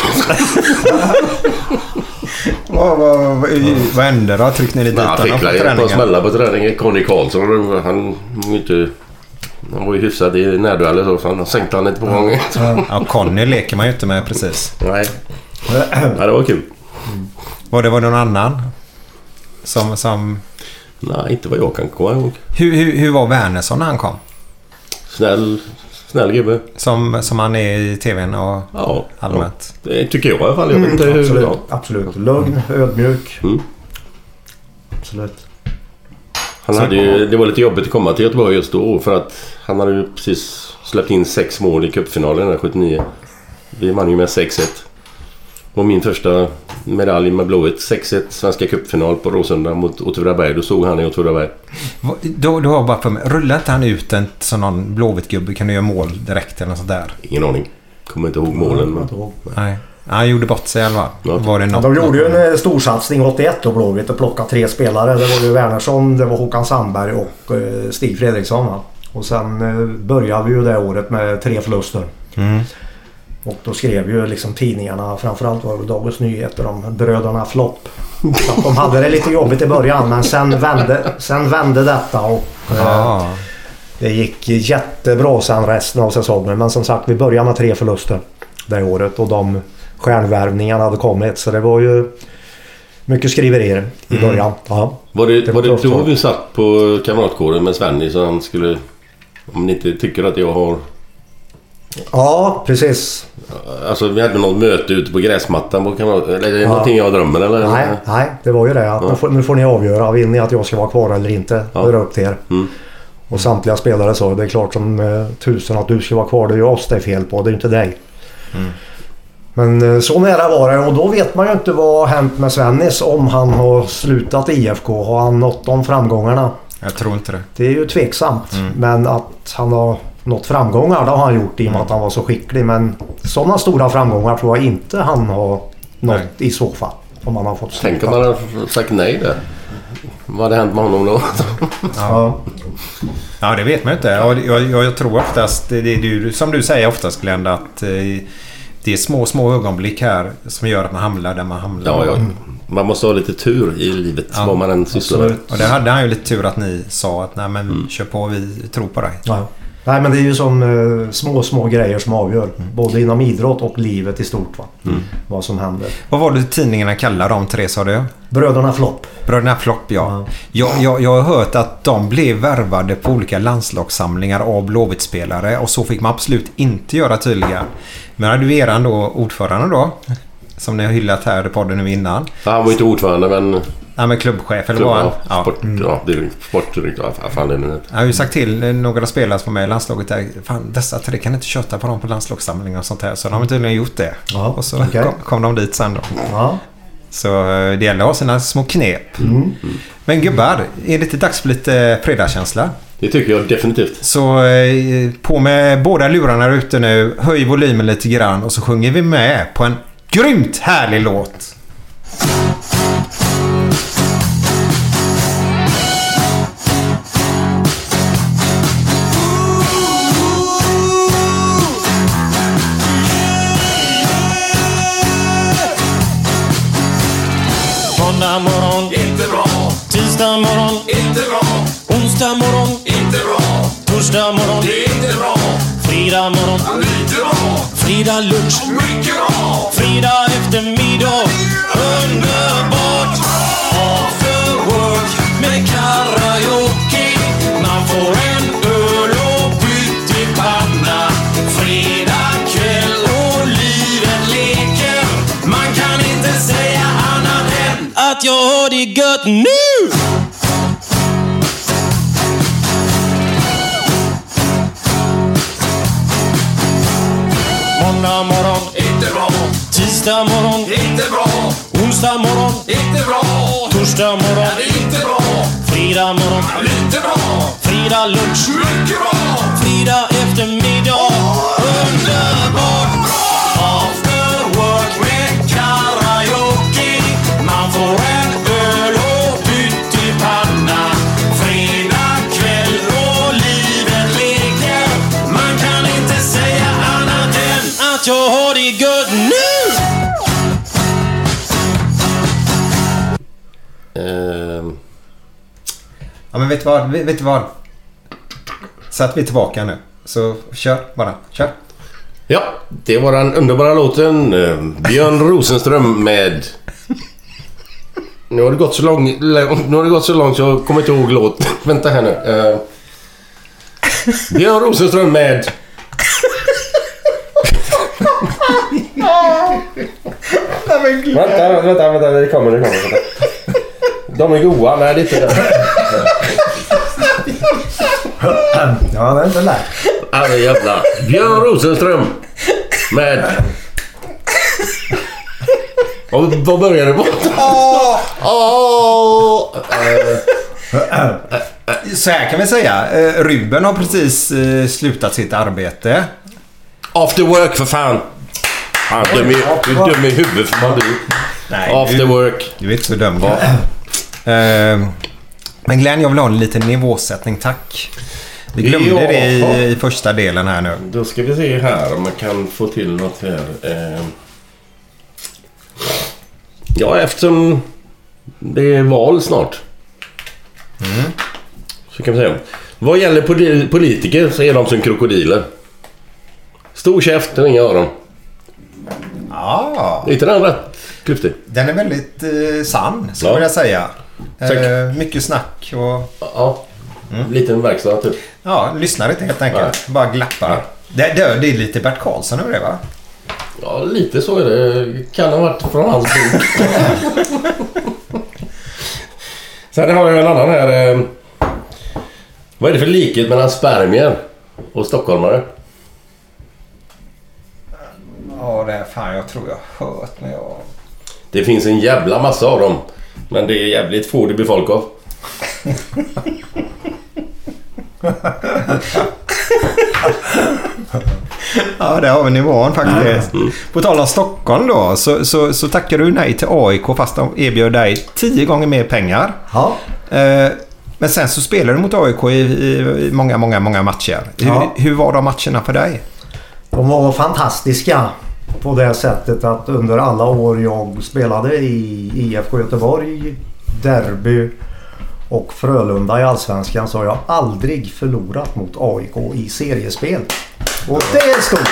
E: Vad, vad, vad, vad hände då? Tryckte ni dit
D: Han
E: honom
D: fick
E: på
D: ett par
E: träningen?
D: smällar på träningen. Conny Karlsson, han var ju inte... Han var ju hyfsad i närdueller så han sänkte han lite på gången.
E: Ja, Conny leker man ju inte med precis.
D: Nej. Ja, det var kul.
E: Var det var någon annan? Som, som...
D: Nej, inte vad jag kan komma ihåg.
E: Hur, hur, hur var Wernersson när han kom?
D: Snäll, snäll gubbe.
E: Som, som han är i tvn och
D: Ja,
E: allmänt.
D: ja, det tycker jag i alla fall. Jag vet inte hur...
F: Absolut.
D: Ja.
F: Absolut. Lugn, ödmjuk.
D: Mm.
F: Absolut.
D: Han hade ju, det var lite jobbigt att komma till Göteborg just då för att han hade ju precis släppt in sex mål i cupfinalen där sjuttionio. Vi vann ju med sex ett. Och min första medalj med Blåvitt. sex ett svenska cupfinal på Råsunda mot Åtvidaberg. Då såg han i Åtvidaberg.
E: Då, då har bara för mig. Rullar inte han ut en sån någon Blåvitt-gubbe? Kan du göra mål direkt eller något sånt där?
D: Ingen aning. Kommer inte ihåg målen. Men...
E: Nej. Han gjorde bort sig i alla fall.
D: Ja.
E: Var det något,
F: ja, de gjorde
E: något...
F: ju en storsatsning åttioett och Blåvitt och plockade tre spelare. Det var ju Wernersson, det var Håkan Sandberg och uh, Stig Fredriksson. Va? Och sen uh, började vi ju det året med tre förluster.
E: Mm.
F: Och då skrev ju liksom tidningarna, framförallt var det Dagens Nyheter, om bröderna Flopp. Så att de hade det lite jobbigt i början, men sen vände, sen vände detta och
E: ah.
F: uh, det gick jättebra sen resten av säsongen. Men som sagt, vi började med tre förluster det året och de stjärnvärvningarna hade kommit. Så det var ju mycket skriverier i början. Mm. Ja.
D: Var det,
F: det
D: var
F: var
D: det då vi satt på kamratkåren med Svenny så han skulle... Om ni inte tycker att jag har...
F: Ja, precis.
D: Alltså vi hade något möte ute på gräsmattan på kamrat... Eller är det ja. någonting jag drömmer eller?
F: Nej, nej, det var ju det. Att ja. nu, får, nu får ni avgöra. Vill ni att jag ska vara kvar eller inte? Ja. Det är upp till er. Mm. Och samtliga spelare sa det är klart som eh, tusen att du ska vara kvar. Det är ju oss det är fel på. Det är inte dig. Mm. Men så nära var det och då vet man ju inte vad har hänt med Svennis om han har slutat i I F K. Har han nått de framgångarna?
E: Jag tror inte det.
F: Det är ju tveksamt. Mm. Men att han har nått framgångar det har han gjort i och med att han var så skicklig. Men sådana stora framgångar tror jag inte han har nått nej. I så fall. Om han har fått sluta.
D: Tänk om man hade sagt nej där. Vad hade hänt med honom då?
E: Ja. Ja, det vet man inte. Jag, jag, jag tror oftast, det är du, som du säger oftast Glenn, att det är små, små ögonblick här som gör att man hamnar där man hamnar.
D: Ja, ja. Man måste ha lite tur i livet, ja, vad man än sysslar med.
E: Och det hade han ju lite tur att ni sa att nej men mm. kör på, vi tror på dig.
F: Ja. Nej, men det är ju som uh, små, små grejer som avgör. Mm. Både inom idrott och livet i stort, va? Mm. Vad som händer.
E: Vad var det tidningarna kallade de tre, sa du?
F: Bröderna Flopp.
E: Bröderna Flopp, ja. Mm. Jag, jag, jag har hört att de blev värvade på olika landslagssamlingar av Blåvitt-spelare. Och så fick man absolut inte göra tydliga. Men hade du eran då, ordförande då, som ni har hyllat här i podden nu innan.
D: Ja, han var inte ordförande, men...
E: Ja, men klubbchef, eller vad han?
D: Ja, sport, mm. ja, det är sportdirektör. Fan, det är nu.
E: Jag har ju sagt till några spelare som är med i landslaget där, fan, dessa tre kan inte köta på dem på landslagssamlingar och sånt här. Så de har tydligen gjort det. Ja, och så okay. kom, kom de dit sen då. Ja. Så det gäller att ha sina små knep. Mm. Mm. Men gubbar, är det inte dags för lite fredagskänsla?
D: Det tycker jag definitivt.
E: Så eh, på med båda lurarna ute nu. Höj volymen lite grann och så sjunger vi med på en grymt härlig låt.
H: Måndag morgon, inte bra. Tisdag morgon, inte bra. Onsdag morgon, inte bra. Torsdag morgon, det är inte bra. Fredag morgon, lite bra. Fredag lunch, mycket bra. Fredag eftermiddag, underbart. After work med karaoke. Man får en öl och pyttipanna. Fredag kväll och livet leker. Man kan inte säga annat än att jag har det gött nu. Måndag morgon, inte bra. Tisdag morgon, inte bra. Onsdag morgon, inte bra. Torsdag morgon, inte bra. Fredag morgon, lite bra. Fredag lunch, mycket bra. Fredag eftermiddag, underbart bra. After work med karaoke. Man får en öl och pyttipanna. Fredag kväll och livet leker. Man kan inte säga annat än att jag har det gött nu.
E: Uh. Ja, men vet du vad? Vet du vad? Så att vi är tillbaka nu. Så kör bara, kör.
D: Ja, det var den underbara låten Björn Rosenström med... Nu har det gått så långt, nu har det gått så långt så jag kommer inte ihåg låt. Vänta här nu. Uh... Björn Rosenström med... vänta, vänta, vänta, det kommer, det kommer. Vänta. De är goa, nej det är inte det.
F: Ja, det är inte lätt.
D: Alla jävla Björn Rosenström med Och vad börjar det på?
E: Åh!
D: Åh!
E: Så här kan vi säga. Eh, Ruben har precis eh, slutat sitt arbete.
D: After work för fan. Han är dum i, du är dum i huvudet för man du.
E: Nej,
D: After
E: du,
D: work.
E: Du är inte så dum. eh, Men Glenn, jag vill ha en liten nivåsättning, tack. Vi glömde
D: Ja.
E: det i, i första delen här nu.
D: Då ska vi se här om man kan få till något här. Eh, Ja, eftersom det är val snart.
E: Mm.
D: Så kan vi säga. Vad gäller poli- politiker så är de som krokodiler. Stor käft och inga öron.
E: Ja,
D: Är inte den rätt klyftig?
E: den är väldigt eh, sann, skulle
D: Ja.
E: jag säga.
D: Tack.
E: Eh, mycket snack och
D: Ja. Liten verkstad typ.
E: ja, lyssnar inte helt enkelt. Bara glappar. Det, det, det är lite Bert Karlsson över det, va?
D: Ja, lite så är det. Kan ha varit från hans bok. Sen har jag en annan här. eh, Vad är det för likhet mellan spermier och stockholmare?
E: Ja, det är fan, jag tror jag har hört, men jag...
D: Det finns en jävla massa av dem. Men det är jävligt få det blir folk av.
E: Ja, där har vi nivån faktiskt. Mm. På tal om Stockholm då, så, så, så tackar du nej till A I K fast de erbjöd dig tio gånger mer pengar.
F: Ja.
E: Eh, men sen så spelar du mot A I K i, i, i många, många, många matcher. Hur,
F: Ja.
E: hur var de matcherna för dig?
F: De var fantastiska på det sättet att under alla år jag spelade i I F K Göteborg, Derby och Frölunda i Allsvenskan så har jag aldrig förlorat mot A I K i seriespel. Och det är stort.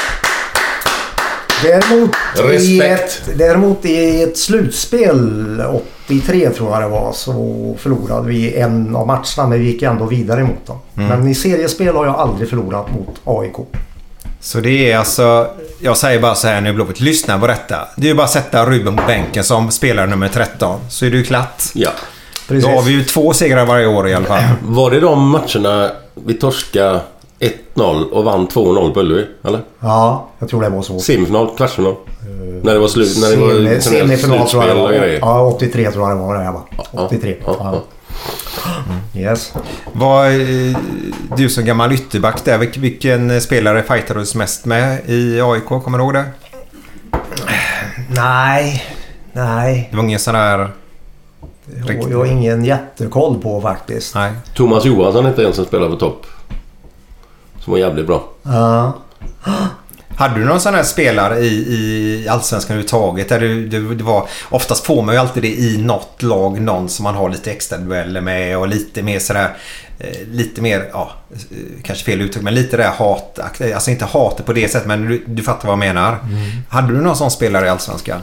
F: Däremot i, ett, däremot i ett slutspel åttiotre tror jag det var så förlorade vi en av matcherna men vi gick ändå vidare mot dem. Mm. Men i seriespel har jag aldrig förlorat mot A I K.
E: Så det är alltså, jag säger bara så här nu Blåvitt, lyssna på detta. Det är ju bara att sätta Ruben på bänken som spelar nummer tretton så är du klatt.
D: Ja.
F: Precis.
E: Då har vi ju två segrar varje år i alla fall.
D: Var det de matcherna vi torskade ett noll och vann två noll på Ullevi, eller?
F: Ja, jag tror det var så.
D: Semifinal, kvartsfinal. Uh, när det var slut, när det var
F: Semi, semifinal tror jag det var.
D: Ja,
F: ja, åttiotre tror jag det var det här va. åttiotre.
D: Ja, ja,
F: ja. Mm. Yes.
E: Vad, du som gammal ytterback där, vilken spelare fightades mest med i A I K? Kommer du ihåg det?
F: Nej, nej.
E: Det var ingen sån där...
F: Jag, jag har ingen jättekoll på faktiskt.
E: Nej.
D: Thomas Johansson är inte en som spelar på topp. Som var jävligt bra.
F: Ja.
E: Hade du någon sån här spelare i, i Allsvenskan överhuvudtaget? Där du, det, det var, oftast får man ju alltid det i något lag, någon som man har lite extra dueller med och lite mer sådär, eh, lite mer, ja, kanske fel uttryck, men lite där hat, alltså inte hat på det sättet, men du, du fattar vad jag menar. Mm. Hade du någon sån spelare i Allsvenskan?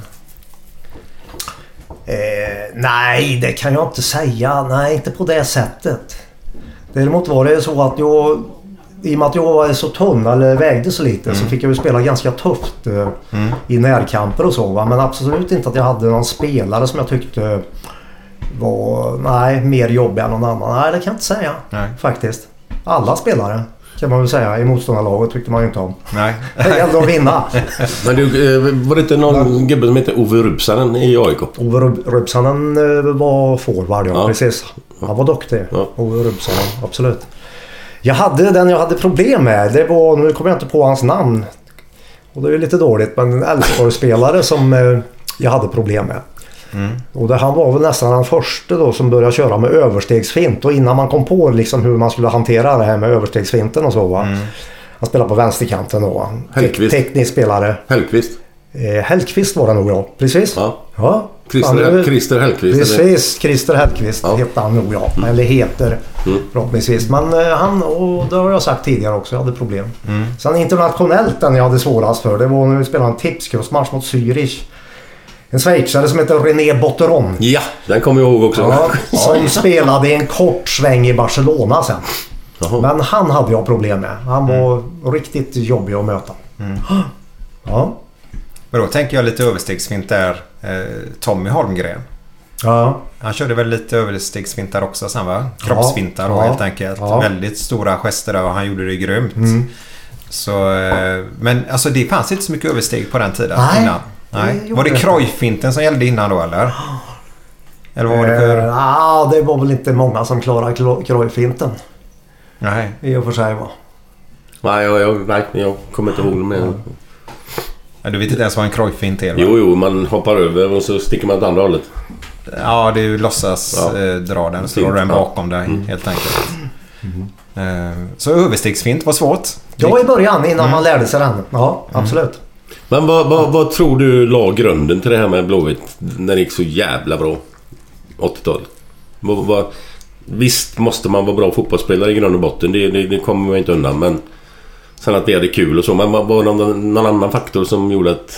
F: Eh, nej, det kan jag inte säga. Nej, inte på det sättet. Däremot var det så att jag, i och med att jag var så tunn eller vägde så lite mm. så fick jag ju spela ganska tufft eh, mm. i närkamper och så. Va? Men absolut inte att jag hade någon spelare som jag tyckte var nej, mer jobbig än någon annan. Nej, det kan jag inte säga nej. Faktiskt. Alla spelare kan man väl säga i motståndarlaget tyckte man ju inte om.
E: Nej.
F: Det gällde att vinna.
D: Men du, var det inte någon gubbe som heter Ove Rubsanen i A I K?
F: Ove Rubsanen var forward, ja, ja. Precis. Han var duktig. Ja. Ove Rubsanen, absolut. Jag hade den jag hade problem med. Det var, nu kommer jag inte på hans namn. Och det är ju lite dåligt, men en Elfsborgsspelare som eh, jag hade problem med. Mm. Och det, han var väl nästan den första då som började köra med överstegsfint. Och innan man kom på liksom hur man skulle hantera det här med överstegsfinten och så va. Mm. Han spelade på vänsterkanten då.
D: Hellqvist.
F: Teknisk spelare.
D: Hellqvist.
F: Eh, Hellqvist var det nog, ja. Precis.
D: Ja.
F: Ja.
D: Christer, Christer Hellqvist.
F: Precis, Christer Hellqvist ja. Heter han nog, ja. Mm. Eller heter mm. förhoppningsvis. Men eh, han, och det har jag sagt tidigare också, jag hade problem. Mm. Sen internationellt den jag hade svårast för, det var när vi spelade en tipskursmatch mot Zürich. En schweizare som heter René Botteron.
D: Ja, den kommer jag ihåg också.
F: Ja, som spelade en kort sväng i Barcelona sen. Jaha. Men han hade jag problem med. Han var mm. riktigt jobbig att möta. Mm. Ja.
E: Men då tänker jag lite överstegsfint där. Eh, Tommy Holmgren.
F: Ja.
E: Han körde väl lite överstegsfintar också sen va? Kroppsfintar
F: ja.
E: då helt enkelt. Ja. Väldigt stora gester där och han gjorde det grymt. Mm. Så, eh, men alltså det fanns inte så mycket översteg på den tiden.
F: Nej.
E: Innan. Nej.
F: Det
E: Var det Cruyff-finten som gällde innan då eller? Eller vad var det för?
F: Ja, eh, ah, det var väl inte många som klarade Cruyff-finten.
E: Nej.
F: I och för sig va.
D: Nej, jag, jag, nej, jag kommer inte ihåg det med.
E: Ja, du vet inte ens vad en Cruyff-fint är, va?
D: Jo, jo, man hoppar över och så sticker man åt andra hållet.
E: Ja, det är ju låtsas ja. eh, dra den. Så drar den bakom dig mm. helt enkelt. Mm. Eh, så överstegsfint var svårt.
F: Ja, i början innan mm. man lärde sig den. Ja, absolut. Mm.
D: Men vad, vad, vad tror du la grunden till det här med Blåvitt när det gick så jävla bra åttiotalet? Vad, vad, visst måste man vara bra fotbollsspelare i grund och botten. Det, det, det kommer man inte undan. Men sen att vi hade kul och så. Men vad var någon, någon annan faktor som gjorde att...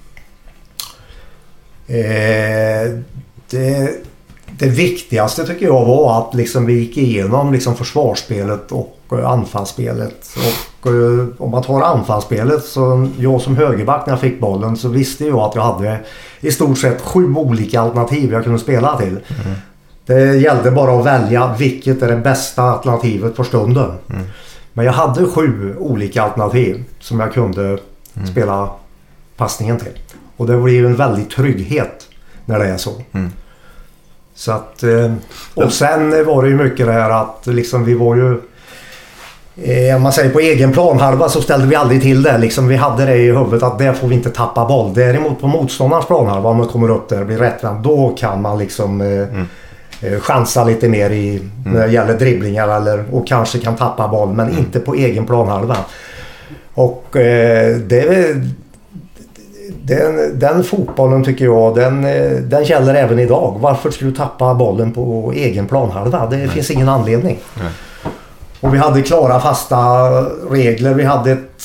F: Eh, det, det viktigaste tycker jag var att liksom vi gick igenom liksom försvarsspelet och anfallsspelet. Och uh, om man tar anfallsspelet så jag som högerback när jag fick bollen så visste jag att jag hade i stort sett sju olika alternativ jag kunde spela till. Mm. Det gällde bara att välja vilket är det bästa alternativet för stunden. Mm. Men jag hade sju olika alternativ som jag kunde mm. spela passningen till. Och det blir ju en väldig trygghet när det är så. Mm. Så att, och sen var det ju mycket det här att liksom vi var ju om man säger på egen planhalva så ställde vi aldrig till det. Liksom vi hade det i huvudet att där får vi inte tappa boll. Däremot på motståndarens planhalva om man kommer upp där och blir rättvänd, då kan man liksom mm. eh, chansa lite mer i, mm. när det gäller dribblingar eller, och kanske kan tappa boll men mm. inte på egen planhalva. Och eh, det Den, den fotbollen tycker jag den, den gäller även idag. Varför skulle du tappa bollen på egen planhalva? Det Nej. finns ingen anledning. Nej. Och vi hade klara fasta regler. Vi hade ett,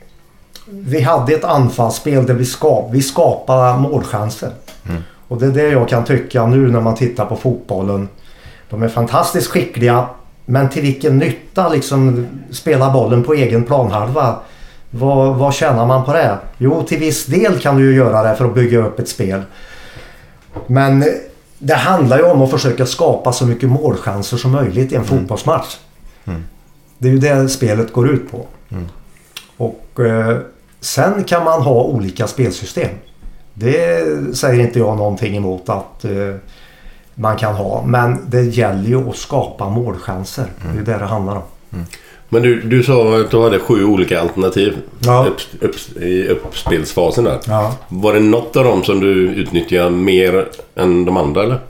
F: vi hade ett anfallsspel där vi, skap, vi skapade målchanser. Mm. Och det är det jag kan tycka nu när man tittar på fotbollen. De är fantastiskt skickliga. Men till vilken nytta liksom spela bollen på egen planhalva? Vad, vad tjänar man på det? Jo, till viss del kan du ju göra det för att bygga upp ett spel. Men det handlar ju om att försöka skapa så mycket målchanser som möjligt i en mm. fotbollsmatch. Mm. Det är ju det spelet går ut på. Mm. Och eh, sen kan man ha olika spelsystem. Det säger inte jag någonting emot att eh, man kan ha. Men det gäller ju att skapa målchanser. Mm. Det är det det handlar om. Mm.
D: Men du, du sa att du hade sju olika alternativ ja. upp, upp, i uppspelsfasen där. Ja. Var det något av dem som du utnyttjade mer än de andra eller?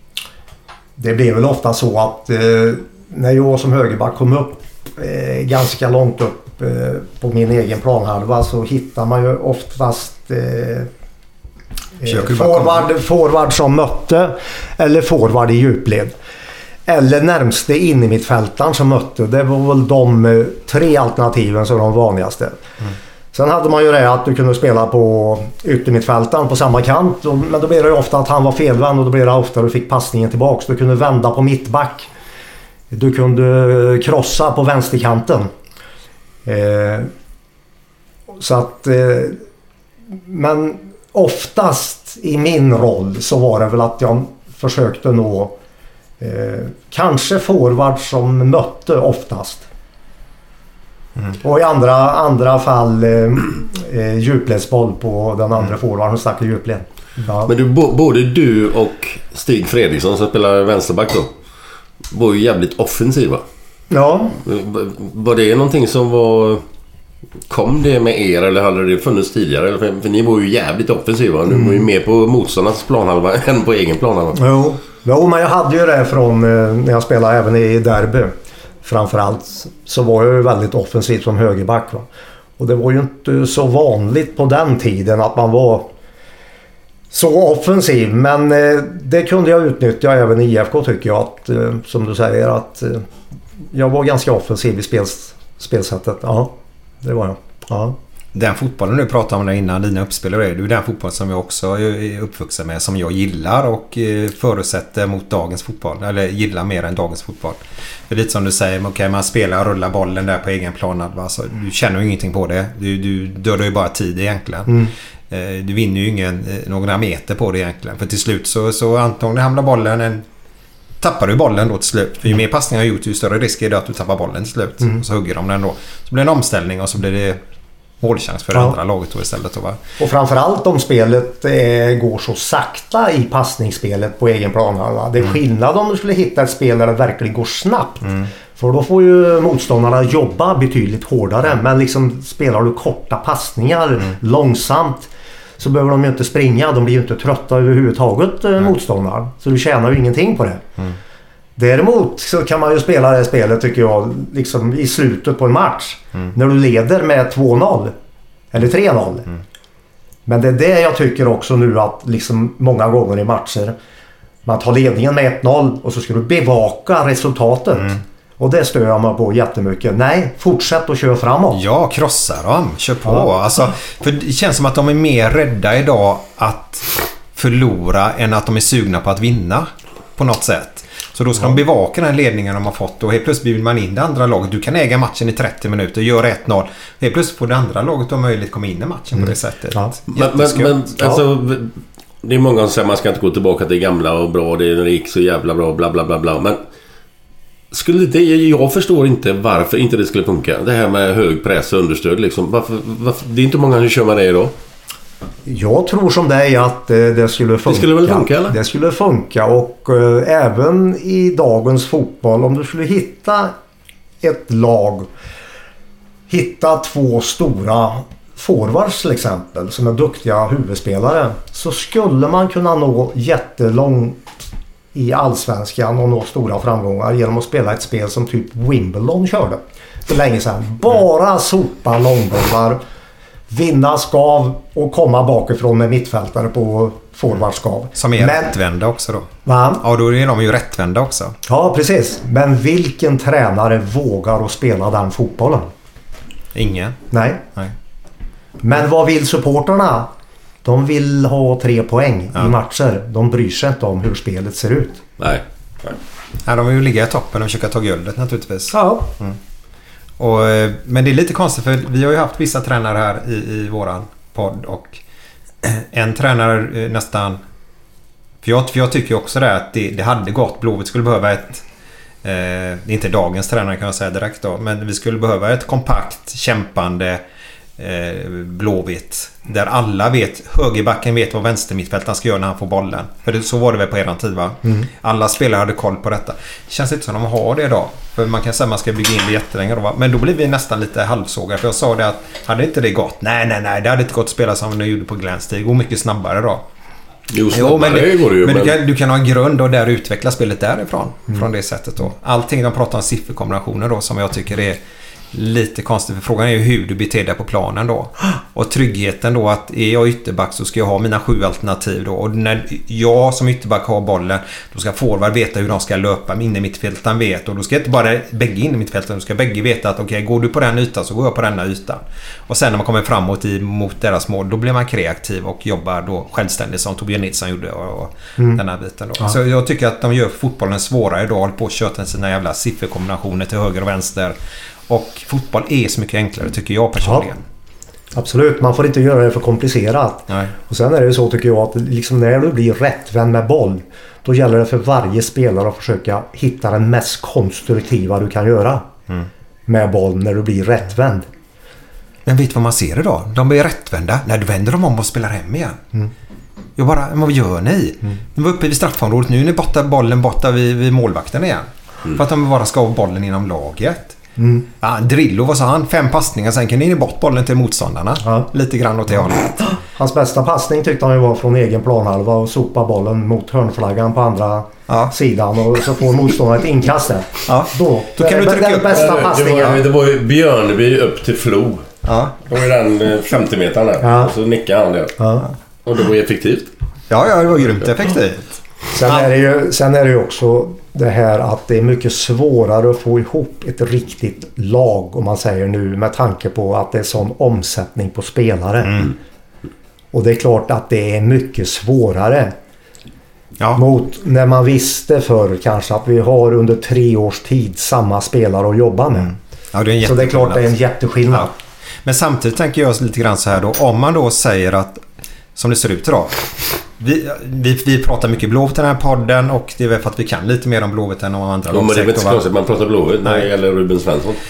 F: Det blev väl ofta så att eh, när jag som högerback kom upp eh, ganska långt upp eh, på min egen planhalva så hittar man ju oftast eh, eh, forward, forward som mötte eller forward i djupled. Eller närmste in i mittfältaren som mötte. Det var väl de tre alternativen som var de vanligaste. Mm. Sen hade man ju det att du kunde spela på yttermittfältaren på samma kant. Och, men då blev det ju ofta att han var felvänd och då blev det ofta att du fick passningen tillbaka. Du kunde vända på mittback. Du kunde krossa på vänsterkanten. Eh, så att... Eh, men oftast i min roll så var det väl att jag försökte nå Eh, kanske forward som mötte oftast. Mm. Och i andra, andra fall eh, eh, djupledsboll på den andra mm. forwarden och stack i djupled. Ja.
D: Men du, både du och Stig Fredriksson som spelar vänsterback då var ju jävligt offensiva.
F: Ja.
D: Var det någonting som var... Kom det med er eller hade det funnits tidigare? För, för ni var ju jävligt offensiva. Ni mm. var ju mer på motståndarnas planhalva än på egen planhalva.
F: Jo. Jo, men jag hade ju det från eh, när jag spelade även i derby. Framförallt så var jag ju väldigt offensiv som högerback. Va? Och det var ju inte så vanligt på den tiden att man var så offensiv. Men eh, det kunde jag utnyttja även i I F K tycker jag. Att, eh, som du säger att eh, jag var ganska offensiv i spels, spelsättet. Ja, det var jag. Ja.
E: Den fotbollen du pratade om där innan, dina uppspelare, är det den fotboll som jag också är uppvuxen med, som jag gillar och förutsätter mot dagens fotboll, eller gillar mer än dagens fotboll. Det är lite som du säger, okay, man spelar och rullar bollen där på egen plan, alltså, du känner ju ingenting på det, du, du dödar ju bara tid egentligen. Mm. Du vinner ju ingen, några meter på det egentligen, för till slut så, så antagligen hamnar bollen en tappar du bollen då till slut. För ju mer passningar har gjort, ju större risk är det att du tappar bollen till slut. Mm. Och så hugger de den då. Så blir det en omställning och så blir det målchans för
F: Ja.
E: andra laget då istället. Då, va?
F: Och framförallt om spelet eh, går så sakta i passningsspelet på egen planhalva. Det är skillnad om du skulle hitta ett spel där det verkligen går snabbt. Mm. För då får ju motståndarna jobba betydligt hårdare. Men liksom spelar du korta passningar mm. långsamt så behöver de ju inte springa. De blir ju inte trötta överhuvudtaget eh, motståndare. Så du tjänar ju ingenting på det. Mm. Däremot så kan man ju spela det här spelet tycker jag liksom i slutet på en match. Mm. När du leder med två noll. Eller tre noll. Mm. Men det är det jag tycker också nu att liksom många gånger i matcher man tar ledningen med ett noll och så ska du bevaka resultatet. Mm. Och det stör man på jättemycket. Nej, fortsätt att köra framåt.
E: Ja, krossa dem. Kör på.
F: Ja.
E: Alltså, för det känns som att de är mer rädda idag att förlora än att de är sugna på att vinna på något sätt. Så då ska ja. de bevaka den ledningen de har fått och helt plötsligt vill man in det andra laget. Du kan äga matchen i trettio minuter, gör ett noll. Helt plötsligt får det andra laget ha möjlighet att komma in i matchen mm. på det sättet. Ja.
D: Men, men, men alltså, det är många som säger att man ska inte gå tillbaka till gamla och bra, det gick så jävla bra, bla bla bla bla. Men skulle det, jag förstår inte varför inte det skulle funka. Det här med hög press och understöd liksom. Varför, varför, det är inte många som kör med det idag.
F: Jag tror som dig att det skulle funka.
D: Det skulle väl funka eller?
F: Det skulle funka och äh, även i dagens fotboll om du skulle hitta ett lag, hitta två stora forwards till exempel som är duktiga huvudspelare, så skulle man kunna nå jättelångt i allsvenskan och nå stora framgångar genom att spela ett spel som typ Wimbledon körde för länge sedan. Bara sopa långbollar, vinna skav och komma bakifrån med mittfältare på forwardskav.
E: Som är Men, rättvända också då.
F: Va?
E: Ja, då är de ju rättvända också.
F: Ja, precis. Men vilken tränare vågar att spela den fotbollen?
E: Ingen.
F: Nej.
E: Nej.
F: Men vad vill supporterna? De vill ha tre poäng ja. i matcher. De bryr sig inte om hur spelet ser ut.
D: Nej. Nej.
E: Ja, de vill ju ligga i toppen och försöka ta guldet naturligtvis.
F: Ja.
E: Mm. Och, men det är lite konstigt för vi har ju haft vissa tränare här i, i våran podd och en tränare nästan för jag, för jag tycker också det att det, det hade gått. Blåvitt skulle behöva ett eh, det är inte dagens tränare kan jag säga direkt då, men vi skulle behöva ett kompakt, kämpande eh, Blåvitt där alla vet, högerbacken vet vad vänstermittfältaren ska göra när han får bollen. För det, så var det väl på eran tid va? Mm. Alla spelare hade koll på detta. Det känns inte som de har det idag. För man kan säga att man ska bygga in det jättelänge då, va? Men då blir vi nästan lite halvsågar. För jag sa det att hade inte det gått? Nej, nej, nej. Det hade inte gått att spela som vi gjorde på Glänsstig. Gå mycket snabbare då.
D: Jo, snabbare
E: jo, men, det,
D: går det ju,
E: men,
D: men...
E: Du, kan, du kan ha en grund och där utveckla spelet därifrån.
F: Mm.
E: Från det sättet då. Allting de pratar om sifferkombinationer då som jag tycker är lite konstigt, för frågan är ju hur du beter dig på planen då. Och tryggheten då att är jag ytterback så ska jag ha mina sju alternativ då. Och när jag som ytterback har bollen, då ska forward veta hur de ska löpa. Inne i mittfältaren vet. Och då ska inte bara bägge in i mittfältaren, då ska bägge veta att okej, okay, går du på den ytan så går jag på denna ytan. Och sen när man kommer framåt i, mot deras mål, då blir man kreativ och jobbar då självständigt som Tobias Nilsson gjorde och, och mm. den här biten då. Ja. Så jag tycker att de gör fotbollen svårare idag, håller på att köta sina jävla sifferkombinationer till höger och vänster. Och fotboll är så mycket enklare tycker jag personligen.
F: Ja, absolut, man får inte göra det för komplicerat.
E: Nej.
F: Och sen är det så tycker jag att liksom när du blir rättvänd med boll, då gäller det för varje spelare att försöka hitta den mest konstruktiva du kan göra mm. med boll när du blir rättvänd.
E: Men vet vad man ser idag? De blir rättvända. När du vänder dem om och spelar hem igen. Mm. Jag bara, men vad gör ni? Mm. De var uppe vid straffområdet. Nu är ni borta bollen borta vid, vid målvakten igen. Mm. För att de bara ska ha bollen inom laget. Mm. Ja, Drillo, vad sa han? Fem passningar, sen kan ni bort bollen till motståndarna. Ja. Lite grann åt det hållet.
F: Hans bästa passning tyckte han ju var från egen planhalva och sopa bollen mot hörnflaggan på andra ja. sidan och så får motståndaren ett inkast där.
E: Ja.
F: Då,
E: Då kan
F: det,
E: du trycka
F: den
E: upp.
F: bästa
D: det,
F: passningen.
D: var, det var ju Björneby upp till Flo.
E: Ja.
D: Då var den femtio meter där. Ja. Och så nickade han där.
F: Ja.
D: Och det var effektivt.
E: Ja, ja, det var grymt effektivt.
F: Sen är det ju, sen är det ju också det här att det är mycket svårare att få ihop ett riktigt lag om man säger nu med tanke på att det är sån omsättning på spelare. Mm. Och det är klart att det är mycket svårare ja. mot när man visste för kanske att vi har under tre års tid samma spelare att jobba med. Mm. Ja, det är en så det är klart det är en jätteskillnad. Ja.
E: Men samtidigt tänker jag lite grann så här då, om man då säger att som det ser ut idag. Vi, vi, vi pratar mycket Blåvitt i den här podden och det är väl för att vi kan lite mer om Blåvitt än om andra.
D: Ja, men det är inte så konstigt man pratar Blåvitt när det gäller Ruben Svensson.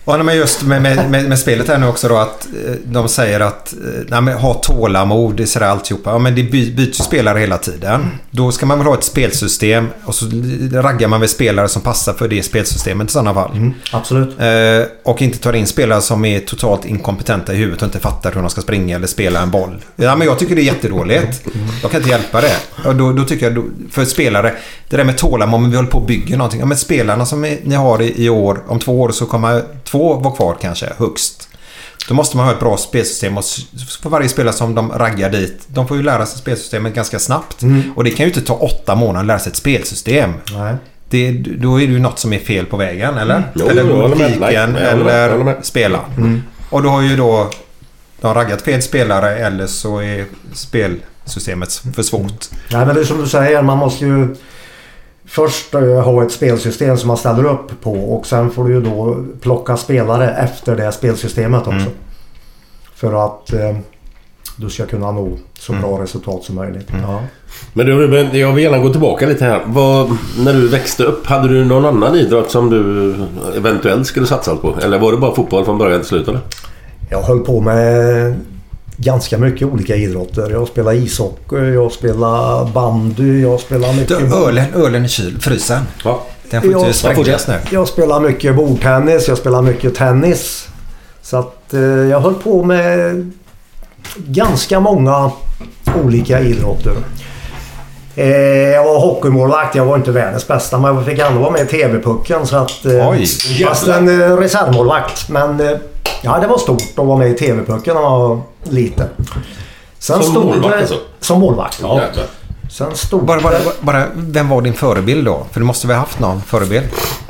E: Och men just med, med, med, med spelet här nu också då att de säger att nej, men, ha tålamod, det ser alltihopa. Ja, men det by, byter spelare hela tiden. Då ska man väl ha ett spelsystem och så raggar man väl spelare som passar för det spelsystemet i sådana fall.
F: Mm, absolut.
E: Eh, och inte tar in spelare som är totalt inkompetenta i huvudet och inte fattar hur de ska springa eller spela en boll. Ja, men jag tycker det är jättedåligt. Mm. Jag kan inte hjälpa det. Och då, då tycker jag, då, för spelare, det där med tålamod, om vi håller på att bygga någonting. Ja, men spelarna som ni har i, i år, om två år så kommer två vara kvar kanske, högst. Då måste man ha ett bra spelsystem och för varje spelare som de raggar dit, de får ju lära sig spelsystemet ganska snabbt. Mm. Och det kan ju inte ta åtta månader att lära sig ett spelsystem. Nej. Det, då är det ju något som är fel på vägen, eller?
D: Mm.
E: Eller
D: logiken,
E: eller spela. Mm. Och då har ju då de raggat fel spelare eller så är spelsystemet för svårt.
F: Nej, men det är som du säger, man måste ju först uh, ha ett spelsystem som man ställer upp på och sen får du ju då plocka spelare efter det spelsystemet också. Mm. För att uh, du ska kunna nå så bra mm. resultat som möjligt. Mm. Ja.
D: Men du, jag vill gärna gå tillbaka lite här. Vad, när du växte upp, hade du någon annan idrott som du eventuellt skulle satsa på? Eller var det bara fotboll från början till slut? Eller?
F: Jag höll på med ganska mycket olika idrotter. Jag spelar ishockey, jag spelar bandy, jag spelar mycket...
E: Du, ölen, ölen i kyl, frysen. Ja. Den får inte sprängas nu.
F: Jag spelar mycket bordtennis, jag spelar mycket tennis. Så att eh, jag höll på med ganska många olika idrotter. Eh, jag var hockeymålvakt, jag var inte världens bästa, men jag fick ändå vara med i T V-pucken så att... Eh,
E: Oj!
F: Fast en eh, reservmålvakt, men... Eh, ja, det var stort att vara med i T V-pucken när man var liten.
D: Sen som stod målvakt alltså?
F: Som målvakt, ja.
D: ja.
F: Sen stod
E: bara, bara, bara, vem var din förebild då? För du måste väl ha haft någon förebild?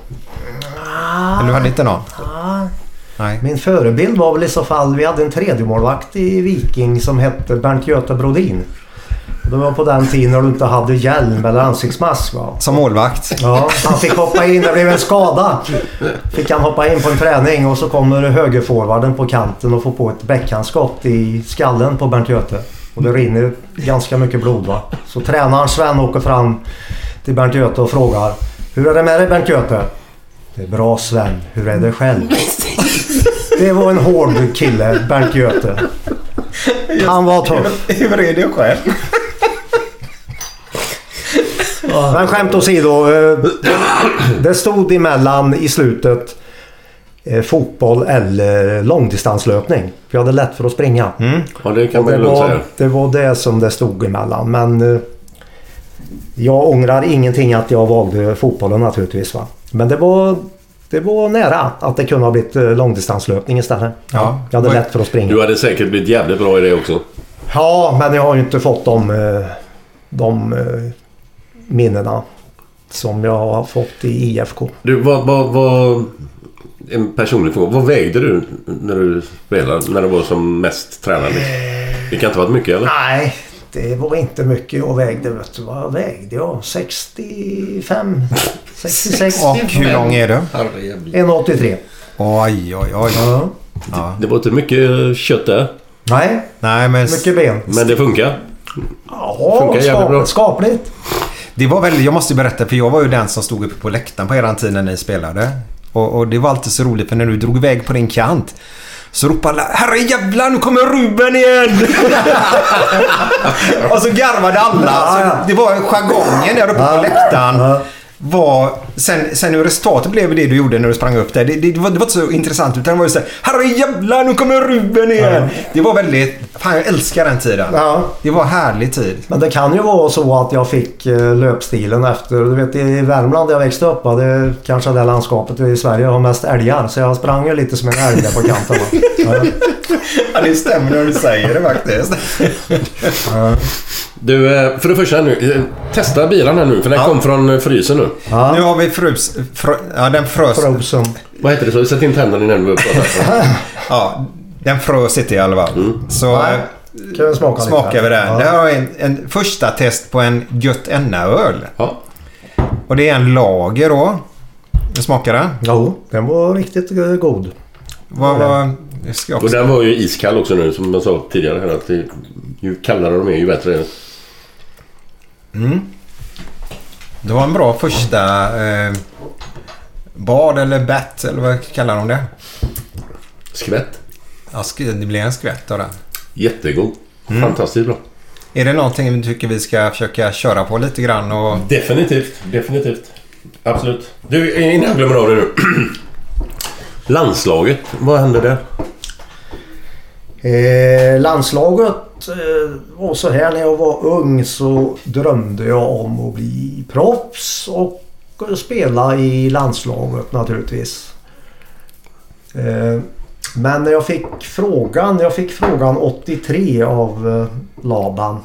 E: Ah, Eller du hade inte någon?
F: Ah, Nej. Min förebild var väl i så fall, vi hade en tredje målvakt i Viking som hette Bernt Göte Brodin. Det var på den tiden när du inte hade hjälm eller ansiktsmask, va?
E: Som målvakt?
F: Ja, han fick hoppa in, det blev en skada. Fick han hoppa in på en träning och så kommer högerforwarden på kanten och får på ett bäckhandskott i skallen på Bernt Göte. Och det rinner ganska mycket blod, va? Så tränaren Sven åker fram till Bernt Göte och frågar: hur är det med dig, Bernt Göte? Det är bra, Sven. Hur är det själv? Det var en hård kille, Bernt Göte. Han var tuff.
E: Hur är det själv?
F: Men skämt åsido, det stod emellan i slutet fotboll eller långdistanslöpning. För jag hade lätt för att springa.
D: Mm. Ja, det kan man
F: det,
D: ju
F: var,
D: säga.
F: Det var det som det stod emellan. Men jag ångrar ingenting att jag valde fotbollen naturligtvis, va? Men det var, det var nära att det kunde ha blivit långdistanslöpning istället.
E: Ja.
F: Jag hade lätt för att springa.
D: Du hade säkert blivit jävligt bra i det också.
F: Ja, men jag har ju inte fått de, de minnena som jag har fått i I F K.
D: Du, vad, vad, vad en personlig fråga. Vad vägde du när du spelade, när du var som mest tränad? Det kan inte vara mycket, eller?
F: Nej, det var inte mycket jag vägde. Vet du. Vad vägde jag? sextiofem sextiosex.
E: Och hur lång är du?
F: en komma åttiotre.
E: Oj, oj, oj.
F: Ja.
D: Ja. Det var inte mycket kött där.
F: Nej,
E: Nej men...
F: mycket ben.
D: Men det funkar.
F: Ja,
D: funkar jävligt bra.
F: Skapligt.
E: Det var väl, jag måste berätta, för jag var ju den som stod uppe på läktaren på eran tid när ni spelade. Och, och det var alltid så roligt, för när du drog iväg på din kant så ropade alla: herre jävlar, nu kommer Ruben igen! Och så garvade alla. Så det var jargongen där uppe på läktaren. Var, sen, sen hur resultatet blev det du gjorde när du sprang upp där, det, det, var, det var inte så intressant, utan det var ju så här: herre jävlar, nu kommer Ruben igen. Ja. Det var väldigt, fan, jag älskar den tiden. Ja. Det var härlig tid.
F: Men det kan ju vara så att jag fick uh, löpstilen efter, du vet, i Värmland där jag växte upp, det är kanske det landskapet i Sverige har mest älgar, så jag sprang ju lite som en älg där på kanten. Ja.
E: Ja, det stämmer när du säger det faktiskt.
F: Ja.
D: Du, för det första nu, testa bilen här nu, för den ja. kom från frysen nu.
E: Ja. Nu har vi frus, frö, ja, den frös.
F: Frozen.
D: Vad heter det så? Sätt in tänderna innan vi upp.
E: Ja, den frös inte i alla fall. Mm. Så
F: ja. Kan vi smaka
E: smakar vi den. Ja. Det här är en, en första test på en Gött Enna-öl.
D: Ja.
E: Och det är en lager då. Du smakar den?
F: Jo, den var riktigt god.
E: Vad var...
D: Och den var ju iskall också nu, som jag sa tidigare här, att det, ju kallare de är ju bättre är det.
E: Mm. Det var en bra första eh, bad eller bett, eller vad kallar de det?
D: Skvätt.
E: Ja, det blir en skvätt av den.
D: Jättegod. Mm. Fantastiskt bra.
E: Är det någonting vi tycker vi ska försöka köra på lite grann? Och...
D: Definitivt, definitivt. Absolut. Du, innan jag glömmer av det nu. Landslaget, vad hände där?
F: Eh, landslaget eh, var så här, när jag var ung så drömde jag om att bli proffs och spela i landslaget naturligtvis. Eh, men när jag fick frågan, jag fick frågan åttiotre av eh, Laban.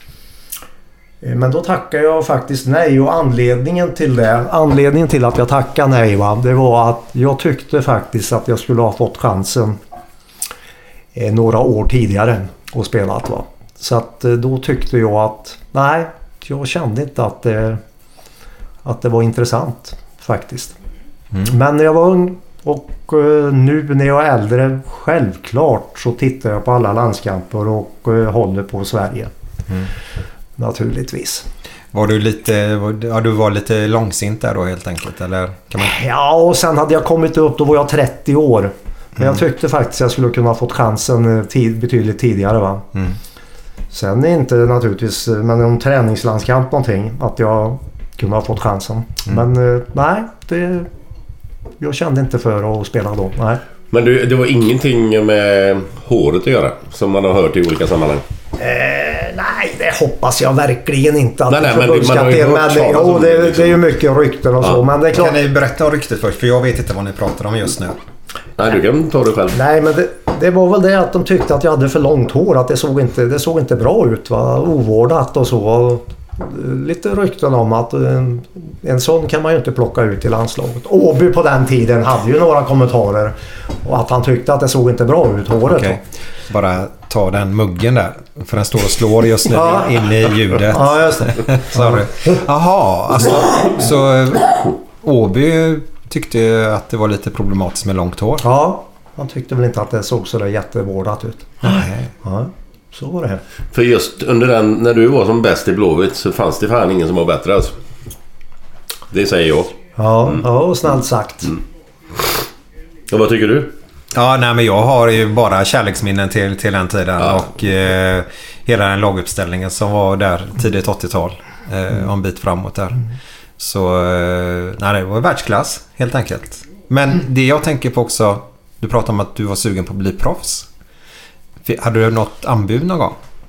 F: Eh, men då tackade jag faktiskt nej, och anledningen till det, anledningen till att jag tackade nej, va, det var att jag tyckte faktiskt att jag skulle ha fått chansen eh, några år tidigare och spelat, va. Så att eh, då tyckte jag att nej, jag kände inte att det, att det var intressant faktiskt. Mm. Men när jag var ung och uh, nu när jag är äldre, självklart så tittar jag på alla landskamper och uh, håller på Sverige. Mm. Naturligtvis.
E: Var du lite, ja, du var lite långsint där då helt enkelt, eller? Kan man...
F: Ja, och sen hade jag kommit upp, då var jag trettio år. Men mm. jag tyckte faktiskt att jag skulle kunna ha fått chansen tid, betydligt tidigare, va. Mm. Sen är inte naturligtvis, men om träningslandskamp någonting, att jag kunde ha fått chansen. Mm. Men uh, nej, det... Jag kände inte för att spela då, nej.
D: Men du, det var ingenting med håret att göra, som man har hört i olika sammanhang?
F: Eh, nej, det hoppas jag verkligen inte. Att
D: nej, nej, men det, man har ju
F: det,
D: hört
F: men, jo, det,
D: liksom.
F: det är ju mycket rykten och ja. så. Men det är klart...
E: Kan ni berätta om ryktet först? För jag vet inte vad ni pratar om just nu.
D: Nej, du kan ta det själv.
F: Nej, men det, det var väl det att de tyckte att jag hade för långt hår. Att det såg inte, det såg inte bra ut, va? Ovårdat och så. Lite rykten om att en, en sån kan man ju inte plocka ut i landslaget. Åby på den tiden hade ju några kommentarer och att han tyckte att det såg inte bra ut, håret.
E: Okay. Bara ta den muggen där, för den står och slår just nu ja. in i ljudet.
F: Ja, just det.
E: Sorry. Jaha, alltså, så Åby tyckte att det var lite problematiskt med långt hår.
F: Ja, han tyckte väl inte att det såg så där jättevårdat ut.
E: Nej.
F: Ja. Så var det här.
D: För just under den, när du var som bäst i Blåvitt, så fanns det fan ingen som var bättre alltså. Det säger jag.
F: Ja, mm. ja, snällt sagt. Mm.
D: Och vad tycker du?
E: Ja, nej, men jag har ju bara kärleksminnen till, till den tiden ja. och eh, hela den laguppställningen som var där tidigt åttiotal eh, mm. en bit framåt där. Mm. Så eh, nej, det var världsklass helt enkelt. Men mm. det jag tänker på också, du pratade om att du var sugen på att bli proffs. Hade du något anbud någon gång?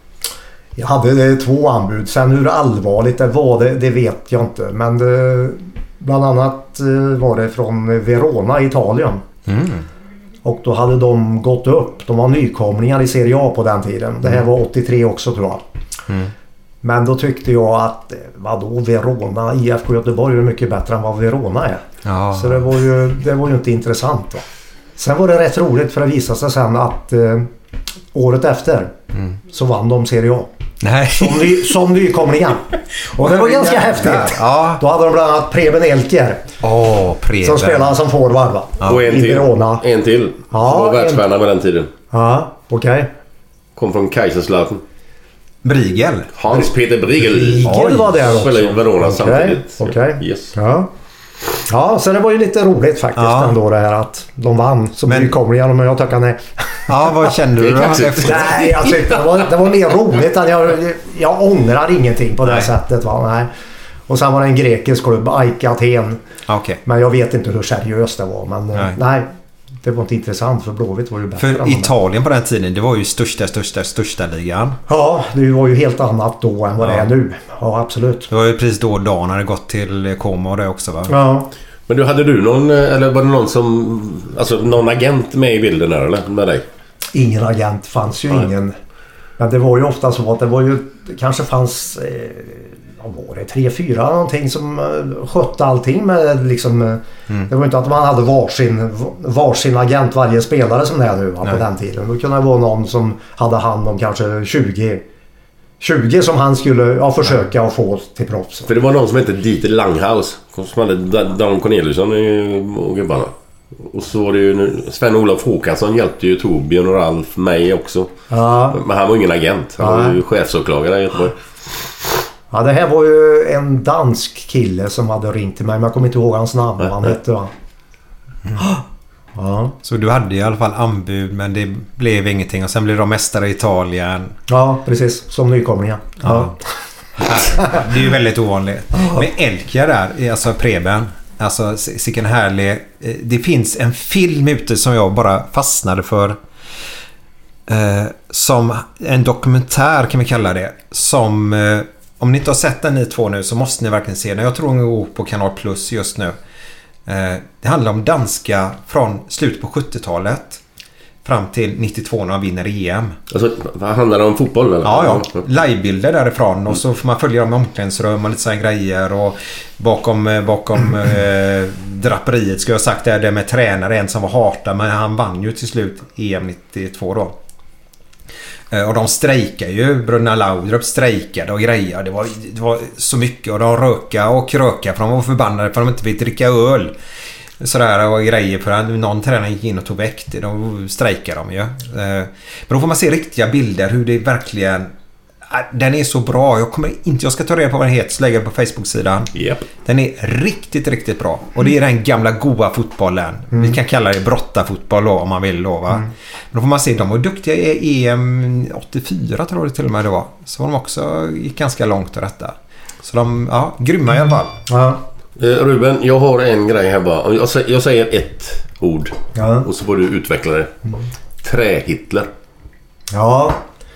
F: Jag hade två anbud. Sen hur allvarligt det var, det, det vet jag inte. Men det, bland annat var det från Verona i Italien. Mm. Och då hade de gått upp. De var nykomlingar i Serie A på den tiden. Det här var åttiotre också, tror jag. Mm. Men då tyckte jag att vadå, Verona, I F K Göteborg är mycket bättre än vad Verona är. Ja. Så det var ju, det var ju inte intressant då. Sen var det rätt roligt, för det visade sig sen att eh, året efter mm. så vann de Serie A.
E: Nej.
F: Som, ny, som nykomlingar. Och det var ganska ja, häftigt. Ja. Då hade de bland annat Preben Elker.
E: Oh, Preben.
F: Som spelade som forward, va?
D: Ja. Och en till. Verona. En till. Ja, som var världsstjärna med den tiden.
F: Ja, okej. Okay.
D: Kom från Kaiserslautern.
E: Brigel.
D: Hans-Peter Brigel.
F: Brigel var det också.
D: Spelade i Verona
F: okay.
D: samtidigt.
F: Okej. Okay.
D: Yes.
F: Ja. Ja, så det var ju lite roligt faktiskt ja. ändå det här att de vann som men... nykomlingar, men jag tackade nej.
E: Ja, vad kände du då?
F: Nej, jag tyckte det var, det var mer roligt än jag, jag ångrar ingenting på det nej. sättet, va? Nej. Och sen var det en grekisk klubb, AEK Aten.
E: Okay.
F: Men jag vet inte hur seriöst det var, men nej. nej. Det var inte intressant, för Blåvitt var ju bättre.
E: För Italien på den tiden, det var ju största, största, största ligan.
F: Ja, det var ju helt annat då än vad ja. det är nu. Ja, absolut.
E: Det var ju precis då Dan hade gått till Como och det också, va?
F: Ja.
D: Men du, hade du någon, eller var det någon som, alltså någon agent med i bilden där, eller? Med dig?
F: Ingen agent, fanns ju ja. ingen. Men det var ju ofta så att det var ju, det kanske fanns... Eh, var det tre, fyra någonting som uh, skötte allting med liksom, uh, mm. det var inte att man hade varsin, varsin agent varje spelare som det är nu, va, på den tiden. Då kunde det vara någon som hade hand om kanske tjugo, tjugo som han skulle ja, försöka att få till proffs.
D: För det var någon som hette Dieter Langhaus som hade Dan Corneliusson och gubbarna. Och så var det ju Sven-Olof Håkansson hjälpte ju Torbjörn och Ralf mig också. Ja. Men han var ingen agent, han ja. var ju chefsåklagare i Göteborg.
F: Ja, det här var ju en dansk kille som hade ringt till mig, men jag kommer inte ihåg hans namn. Nej, han hette va? Mm. Ja.
E: Så du hade i alla fall anbud, men det blev ingenting. Och sen blev de mästare i Italien.
F: Ja, precis. Som nykomlingar. Ja.
E: Ja. Det är ju väldigt ovanligt. Men Elkia där, alltså Preben, alltså sicken härlig. Det finns en film ute som jag bara fastnade för. Eh, som en dokumentär kan vi kalla det. Som, eh, om ni inte har sett den ni två nu så måste ni verkligen se den. Jag tror den går på Kanal Plus just nu. Eh, det handlar om danska från slutet på sjuttiotalet fram till nittiotvå när de vinner E M.
D: Alltså, vad handlar det om fotboll? Eller?
E: Ja, ja. Livebilder därifrån och så får man följa dem i omklädningsrum och lite sådana grejer och bakom, bakom eh, draperiet ska jag ha sagt det, det med tränare, en som var harta, men han vann ju till slut E M nittiotvå då. Och de strejkar ju, bröderna Laudrup strejkade och grejer. Det var, det var så mycket och de röka och kröka för de var förbannade för de inte fick dricka öl. Sådär och grejer för att någon tränare gick in och tog väck det. Då strejkade de ju. Men då får man se riktiga bilder hur det verkligen... Den är så bra. Jag kommer inte, jag ska ta reda på vad den heter så lägger jag på Facebook-sidan. Yep. Den är riktigt, riktigt bra. Och det är den gamla goa fotbollen. Mm. Vi kan kalla det brottafotboll då, om man vill då, va? Mm. Men då får man se, de var duktiga i E M åttiofyra tror jag det till och med det var. Så var de också gick ganska långt i detta. Så de, ja, grymma i alla fall.
F: Ja.
D: Ruben, jag har en grej här bara. Jag säger, jag säger ett ord.
F: Ja.
D: Och så får du utveckla det. Mm. Trä-Hitler.
F: Ja.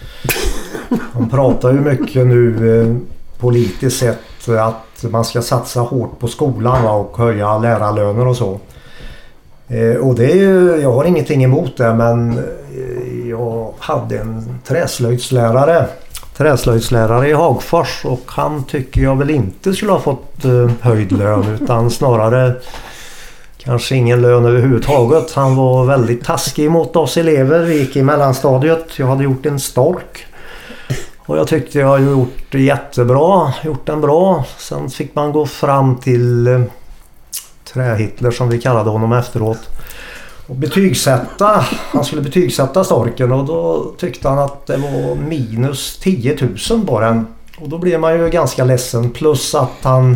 F: Man pratar ju mycket nu eh, politiskt sett att man ska satsa hårt på skolan och höja lärarlöner och så. Eh, och det är ju, jag har ingenting emot det, men eh, jag hade en träslöjdslärare träslöjdslärare i Hagfors och han tycker jag väl inte skulle ha fått eh, höjd lön utan snarare kanske ingen lön överhuvudtaget. Han var väldigt taskig mot oss elever. Vi gick i mellanstadiet. Jag hade gjort en stork. Och jag tyckte jag hade gjort det jättebra. Gjort den bra. Sen fick man gå fram till eh, Trä-Hitler som vi kallade honom efteråt. Och betygsätta. Han skulle betygsätta storken och då tyckte han att det var minus tio tusen på den. Och då blev man ju ganska ledsen. Plus att han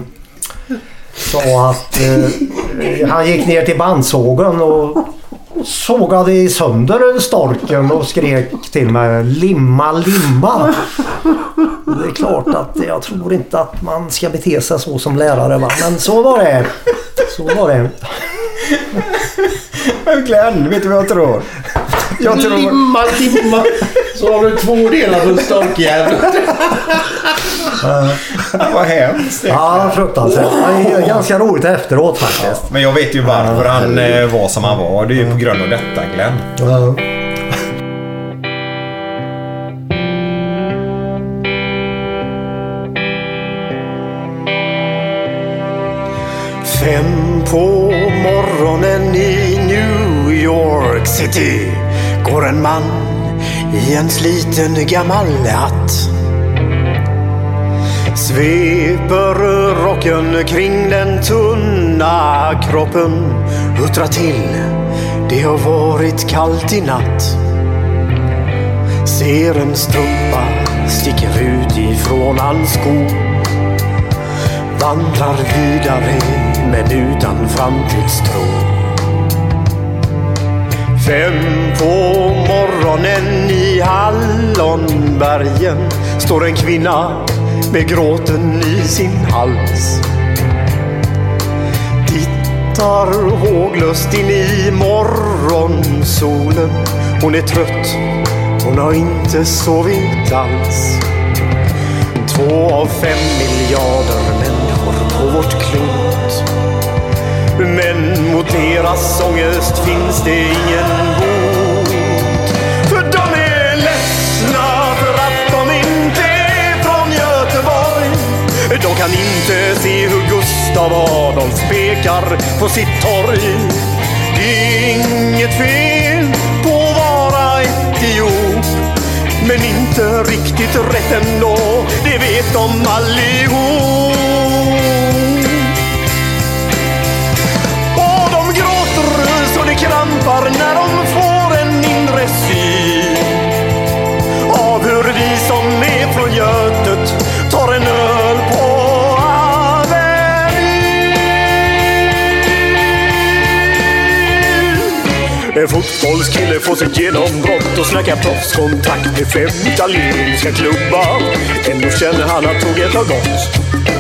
F: sa att eh, han gick ner till bandsågen och sågade i sönder storken och skrek till mig limma, limma. Och det är klart att jag tror inte att man ska bete sig så som lärare, va? Men så var det. Så var det.
E: Verkligen, vet du vad jag tror?
D: Jag tror... Limma, limma. Så har du två delar för storkjävel.
E: Vad hemskt.
F: Ja, fruktansvärt. Det är ganska roligt efteråt faktiskt.
E: Ja, men jag vet ju varför han eh, var som han var. Det är ju på grund av detta, Glenn.
F: Ja.
I: Fem på morgonen i New York City går en man i en sliten gammal hatt. Sveper rocken kring den tunna kroppen, huttrar till, det har varit kallt i natt. Ser en strumpa sticker ut ifrån hans sko, vandrar vidare men utan framtidstro. Fem på morgonen i Hallonbergen står en kvinna med gråten i sin hals. Tittar håglöst in i morgonsolen. Hon är trött, hon har inte sovit alls. Två av fem miljarder människor på vårt klot. Men mot deras ångest finns det ingen bot. För de är ledsna för att de inte är från Göteborg. De kan inte se hur Gustav Adolf pekar på sitt torg. Det är inget fel på att vara etiop, men inte riktigt rätt ändå, det vet de allihop. Och de gråter så det krampar när de får en inre syn av hur vi som är från Götet tar en öl på Avenyn. En fotbollskille får sitt genombrott och snackar proffskontakt med fem italienska klubbar. Ändå känner han att tåget har gått.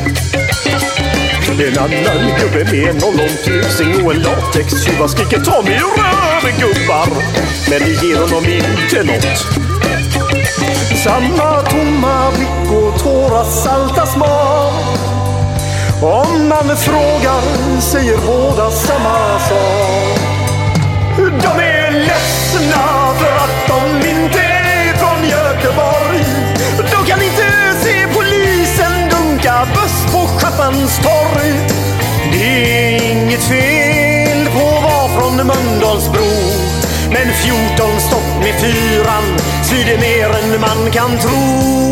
I: En annan gubbe med en ollontusing och en latextjuva skriker ta mig och röver gubbar. Men det ger honom inte något. Samma tomma blick och tårar salta smak. Om man frågar säger båda samma sak. De är ledsna för att de inte är från Göteborg. De kan inte se polisen dunka buss på Schappans torg. Det är inget fel på att vara från Mölndalsbro. Men fjorton stopp med fyran svider mer än man kan tro.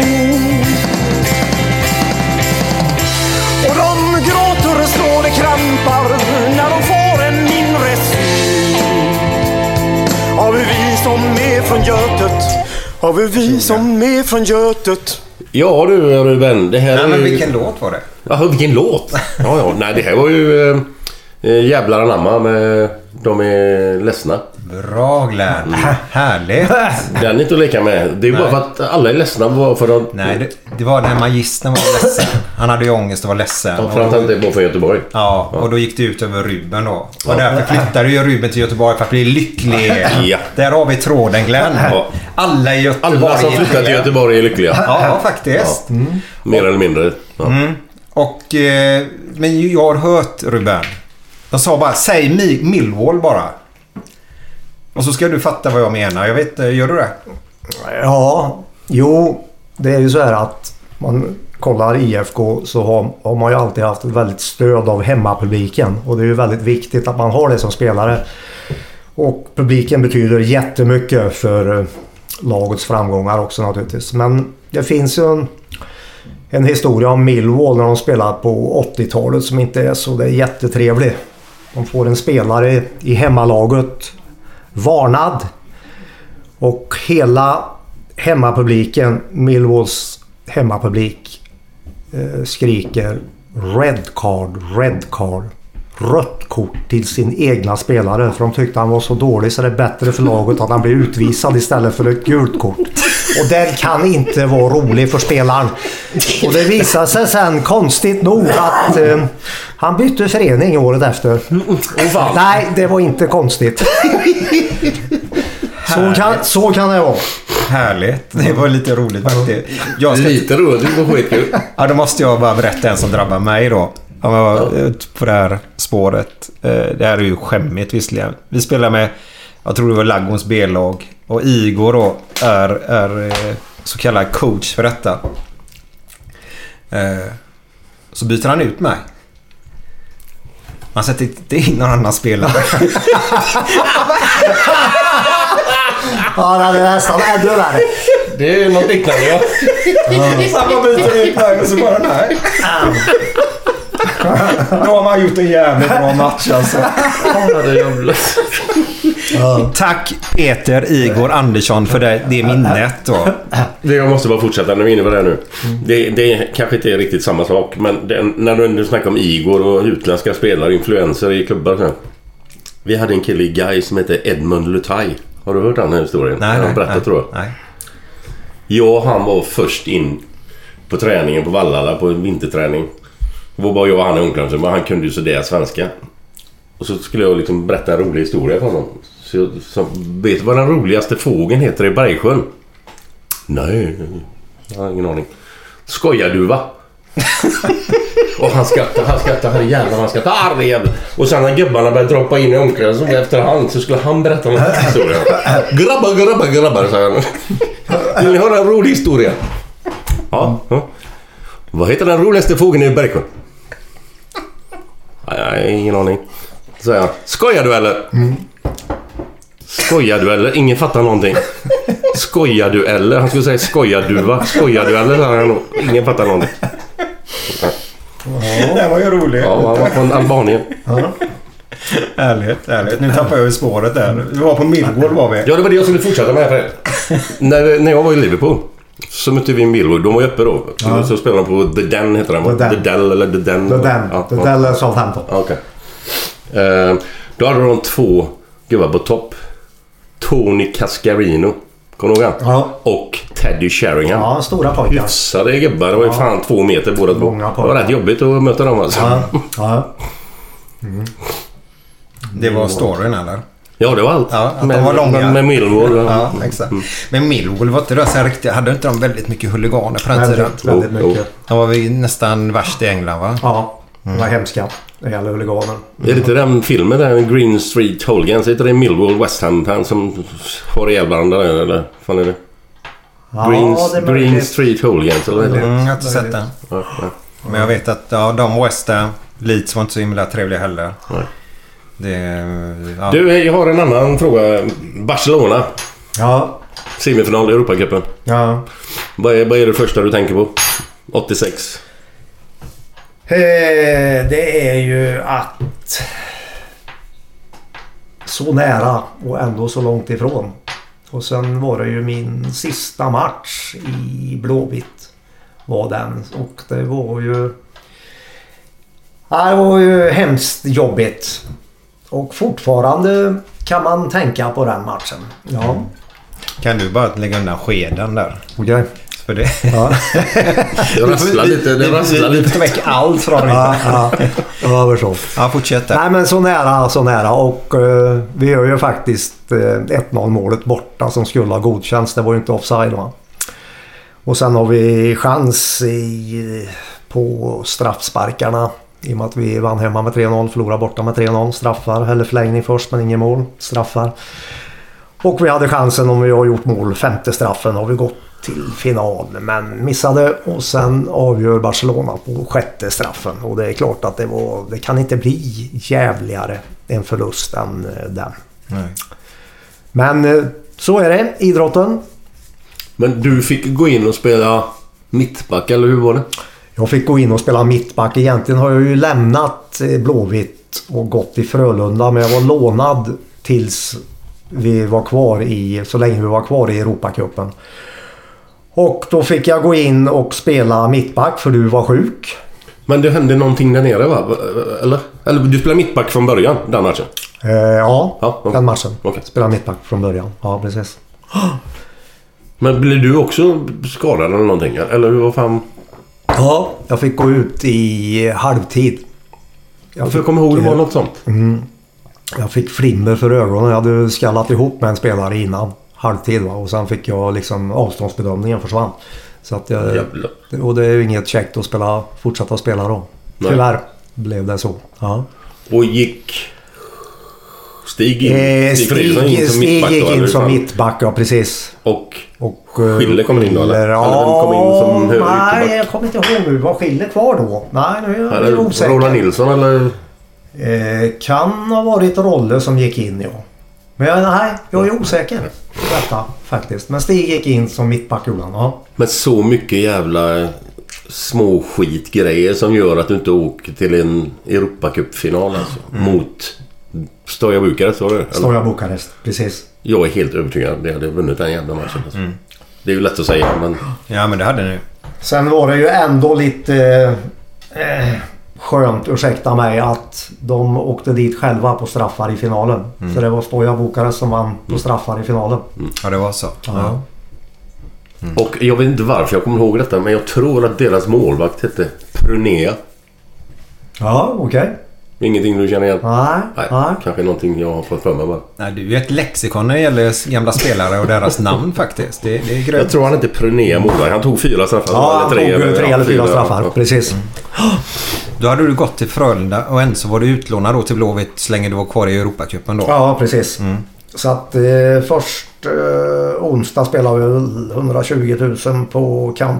I: Och de gråter och slår det krampar när de får en mindre syn. Har vi vi som är från Götet? Har vi vi som är från Götet?
D: Ja du Ruben, det här.
E: Nej,
D: är
E: men
D: ju...
E: vilken låt var det?
D: Ja, vilken låt? Ja, ja, nej det här var ju äh, jävlar anamma med de är ledsna.
E: Bra Glenn, mm. Härligt.
D: Den är inte att leka med. Det är ju bara för att alla är ledsna var för att...
E: Nej, det, det var när magistern var ledsen. Han hade ju ångest och var ledsen.
D: Ja, för att han inte var från Göteborg.
E: Ja, och då gick det ut över Ruben då. Och ja. Därför flyttade ju Ruben till Göteborg för att bli lycklig. Ja. Där har vi tråden Glenn. Ja. Alla i Göteborg.
D: Alla som flyttar till Göteborg är lyckliga.
E: Ja, faktiskt.
D: Ja. Mm. Mer eller mindre. Ja.
E: Mm. Och, eh, men jag har hört Ruben. De sa bara, säg Millwall bara. Och så ska du fatta vad jag menar. Jag vet, gör du det?
F: Ja, jo, det är ju så här att man kollar I F K så har, har man ju alltid haft ett väldigt stöd av hemmapubliken. Och det är ju väldigt viktigt att man har det som spelare. Och publiken betyder jättemycket för lagets framgångar också naturligtvis. Men det finns ju en, en historia om Millwall när de spelar på åttiotalet som inte är så det är jättetrevlig. De får en spelare i hemmalaget varnad och hela hemmapubliken, Millwalls hemmapublik eh, skriker red card, red card, rött kort till sin egna spelare för de tyckte han var så dålig så det är bättre för laget att han blir utvisad istället för ett gult kort. Och den kan inte vara rolig för spelaren. Och det visade sig sen konstigt nog att eh, han bytte förening året efter. Oh, nej, det var inte konstigt. så, kan, så kan det vara.
E: Härligt, det var lite roligt faktiskt.
D: Jag ska... Lite roligt, det var skitkul.
E: Ja, då måste jag bara berätta en som drabbar mig då. På det här spåret. Det här är ju skämmigt visserligen. Vi spelar med, jag tror det var Laggons B-lag. Och Igor då är, är så kallad coach för detta. Så byter han ut mig. Man sätter inte in någon annan spelare.
F: Ja, det är nästan ännu värre.
D: Det är något liknande, ja.
E: Samma byter ut mig och så bara nej. Då har man gjort en jävligt bra match alltså. Ja. Tack Peter Igor Andersson för det, det minnet då.
D: Det jag måste bara fortsätta när vi är inne på det nu. Det, det kanske inte är riktigt samma sak, men det, när du, du snackar om Igor och utländska spelare, influenser i klubbar så. Vi hade en kille i Guy som heter Edmund Lutai. Har du hört den här historien?
E: Nej,
D: jag
E: nej,
D: berättat,
E: nej,
D: tror jag.
E: nej.
D: Ja, han var först in på träningen på Vallala på en vinterträning. Det var bara jag och han i omklädningsrummet, men han kunde ju sådär svenska. Och så skulle jag liksom berätta en rolig historia för honom. Så jag så, vet du vad den roligaste fågeln heter i Bergsjön? Nej, jag har ingen aning. Skojarduva. Och han skrattar, han skrattar, här jävlar, han skrattar, arg jävlar. Och sen när gubbarna började droppa in i omklädningsrummet efterhand så skulle han berätta om den här historien. Grabbar, grabbar, grabbar, sa han. Vill ni höra en rolig historia? Ja, ja. Vad heter den roligaste fågeln i Bergsjön? Nej, ingen aning. Så säger han, skojar du eller? Mm. Skojar du eller? Ingen fattar någonting. Skojar du eller? Han skulle säga skojar du va? Skojar du eller? Han, ingen fattar någonting.
E: Ja, det var ju roligt.
D: Ja, han var från Albanien.
E: Ja. Ärligt, ärligt. Nu tappar jag ju spåret där. Vi var på Millwall var vi.
D: Ja, det var det jag skulle fortsätta med här. när, när jag var i Liverpool så mötte vi Millwall. De var uppe då. Ja. Så spelade de på The Den heter den. The, The Dell eller The Den.
F: The Den. Ja, The Dell är Southampton.
D: Okej. Okay. Uh, då hade de två gubbar på topp. Tony Cascarino. Kommer du ihåg han?
F: Ja.
D: Och Teddy Sheringham.
F: Ja, stora pojkar.
D: Hyfsade gubbar. Det var ju
F: Ja.
D: fan två meter båda två.
F: Många
D: Det
F: pojkar.
D: var rätt jobbigt att möta dem alltså.
F: Ja. Ja.
E: Det var storyn eller?
D: Ja, det var allt.
E: Ja, att de
D: med,
E: var långa.
D: Med, med Millwall.
E: Ja, exakt. Men Millwall var inte det så här riktigt. Hade inte de väldigt mycket huliganer på den tiden?
F: Väldigt, väldigt
D: Jo,
F: mycket.
E: De var väl nästan värst i England va?
F: Ja, de var hemska. Det gäller huliganer.
D: Är det inte den filmen där, Green Street Hooligans? Är det det Millwall West Ham fan som har ihjäl varandra där, eller? Fan är det?
F: Ja,
D: Green,
F: det är
D: Green
F: möjligt.
D: Street Hooligans, eller vad heter det?
E: Mm, jag har inte sett den.
D: Ja, ja.
E: Men jag vet att ja, de West Ham, Leeds var inte så himla trevliga heller.
D: Nej.
E: Det, ja.
D: Du, jag har en annan fråga. Barcelona,
F: Ja,
D: semifinal i Europacupen.
F: ja.
D: Vad är, vad är det första du tänker på? åttiosex.
F: Eh, det är ju att så nära och ändå så långt ifrån. Och sen var det ju min sista match i Blåvitt var den. Och det var ju... Ja, det var ju hemskt jobbigt. Och fortfarande kan man tänka på den matchen. Ja,
E: Kan du bara lägga undan skeden där?
F: okej.
E: För det.
F: Ja.
D: Det rasslar lite. Det rasslar
E: Vi
D: lite.
E: tar väck allt från
F: Ja,
E: det.
F: ja. Ja, det så.
E: Ja, fortsätt där.
F: Nej, men så nära, så nära. Och eh, vi gör ju faktiskt eh, ett noll målet borta som skulle ha godkänts. Det var ju inte offside va. Och sen har vi chans i, på straffsparkarna. I och med att vi vann hemma med tre noll, förlorade borta med tre noll. Straffar, eller förlängning först men ingen mål. Straffar. Och vi hade chansen om vi har gjort mål. Femte straffen har vi gått till final men missade. Och sen avgör Barcelona på sjätte straffen. Och det är klart att det, var, det kan inte bli jävligare en förlust än den.
E: Nej.
F: Men eh, så är det, idrotten.
D: Men du fick gå in och spela mittback, eller hur var det?
F: Jag fick gå in och spela mittback. Egentligen har jag ju lämnat eh, Blåvitt och gått i Frölunda. Men jag var lånad tills vi var kvar i, så länge vi var kvar i Europacupen. Och då fick jag gå in och spela mittback för du var sjuk.
D: Men det hände någonting där nere va? Eller? Eller du spelade mittback från början, den matchen?
F: Eh, ja,
D: Ja, okej.
F: den matchen.
D: Okej.
F: Spela mittback från början. Ja, precis.
D: Men blev du också skadad eller någonting? Eller hur var fan?
F: Ja, jag fick gå ut i halvtid.
D: Jag får komma ihåg det var något sånt.
F: Mm, jag fick flimmer för ögonen. Jag hade skallat ihop med en spelare innan halvtid va? Och sen fick jag liksom avståndsbedömningen försvann. Så att jag,
D: Jävlar.
F: och det är ju inget käckt att spela, fortsätta spela då.
D: Nej.
F: Tyvärr blev det så. Ja.
D: Och gick Stig in,
F: Eh,
D: Stig
F: Stig,
D: Fredriksson in som
F: Stig
D: mittback då,
F: gick
D: eller
F: in
D: hur
F: som
D: fan?
F: mittback, ja precis.
D: Och
F: Och, eh,
D: Schiller kom in då, eller?
F: Schiller,
D: Eller vem kom in som höger
F: nej,
D: ytterback?
F: jag kommer inte ihåg nu. Var Schiller kvar då? Nej, nu är jag
D: eller
F: osäker.
D: Roland Nilsson eller?
F: Eh, kan ha varit Rolle som gick in, ja. Men jag, nej, jag är osäker på detta faktiskt. Men Stig gick in som mittback, ja.
D: Med så mycket jävla små skitgrejer som gör att du inte åker till en Europacup-final alltså.
F: Mm.
D: Mot Stoja Bukarest, var det? Eller?
F: Stoja Bukarest, precis.
D: Jag är helt övertygad att det hade vunnit den jävla matchen alltså.
E: Mm.
D: Det är ju lätt att säga men...
E: Ja, men det hade ni.
F: Sen var det ju ändå lite eh, skönt, ursäkta mig, att de åkte dit själva på straffar i finalen.
E: Mm.
F: Så det var Stoja Bukarest som vann på straffar i finalen.
E: Ja, det var så.
F: Ja.
E: Mm.
D: Och jag vet inte varför jag kommer ihåg detta, men jag tror att deras målvakt hette Prunea.
F: Ja, okej. Okay.
D: Ingenting du känner igen?
F: Nej,
D: Nej,
F: nej.
D: kanske någonting jag har fått för mig bara.
E: Nej, du är ett lexikon när det gäller gamla spelare och deras namn faktiskt. Det, det är
D: Jag
E: grönt.
D: tror han inte Prunea målvakt. Han tog fyra straffar.
F: Ja, han tog tre
D: ja,
F: eller fyra straffar.
D: ja.
F: Precis.
E: Då hade du gått till Frölunda och än så var du utlånad då till Blåvitt så länge du var kvar i Europacupen då.
F: Ja, precis.
E: Mm.
F: Så att eh, först eh, onsdag spelade vi väl hundratjugo tusen på kamp.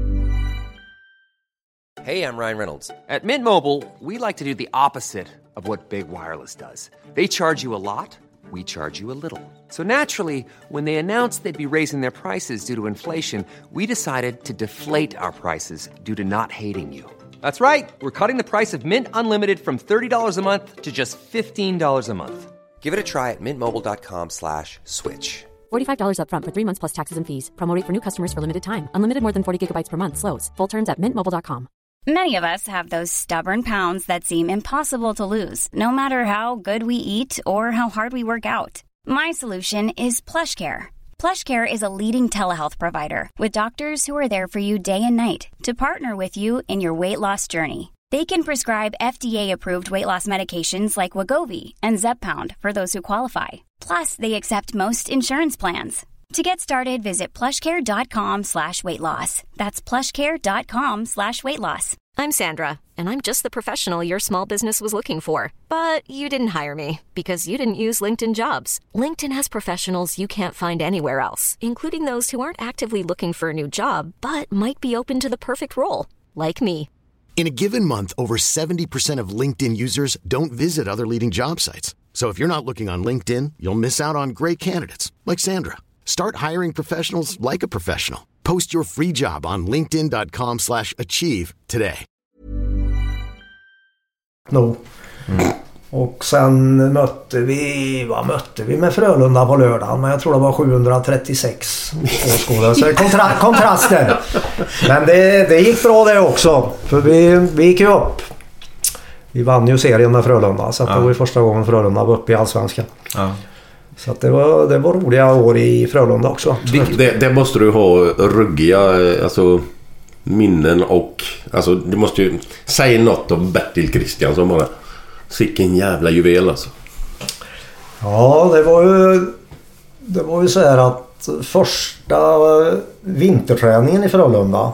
J: Hey, I'm Ryan Reynolds. At Mint Mobile, we like to do the opposite of what Big Wireless does. They charge you a lot, we charge you a little. So naturally, when they announced they'd be raising their prices due to inflation, we decided to deflate our prices due to not hating you. That's right. We're cutting the price of Mint Unlimited from thirty dollars a month to just fifteen dollars a month. Give it a try at mintmobile.com slash switch.
K: forty-five dollars up front for three months plus taxes and fees. Promo rate for new customers for limited time. Unlimited more than forty gigabytes per month slows. Full terms at mint mobile dot com.
L: Many of us have those stubborn pounds that seem impossible to lose, no matter how good we eat or how hard we work out. My solution is PlushCare. PlushCare is a leading telehealth provider with doctors who are there for you day and night to partner with you in your weight loss journey. They can prescribe F D A-approved weight loss medications like Wegovy and Zepbound for those who qualify. Plus, they accept most insurance plans. To get started, visit plushcare.com slash weight loss. That's plushcare.com slash weight loss.
M: I'm Sandra, and I'm just the professional your small business was looking for. But you didn't hire me because you didn't use LinkedIn Jobs. LinkedIn has professionals you can't find anywhere else, including those who aren't actively looking for a new job, but might be open to the perfect role, like me.
N: In a given month, over seventy percent of LinkedIn users don't visit other leading job sites. So if you're not looking on LinkedIn, you'll miss out on great candidates like Sandra. Start hiring professionals like a professional. Post your free job on linkedin.com slash achieve today.
F: No. Mm. Och sen mötte vi, vad mötte vi med Frölunda på lördagen? Men jag tror det var sjuhundratrettiosex åskådare. Så kontra- kontraster. Men det, det gick bra det också. För vi, vi gick ju upp. Vi vann ju serien med Frölunda. Så att ja. Det var ju första gången Frölunda var uppe i Allsvenskan. Ja. Så att det, var, det var roliga år i Frölunda också.
D: Det, det måste du ha ruggiga alltså, minnen och alltså, du måste ju säga något om Bertil Kristiansson bara. Sicken jävla juvel alltså.
F: Ja, det var ju det var ju så här att första vinterträningen i Frölunda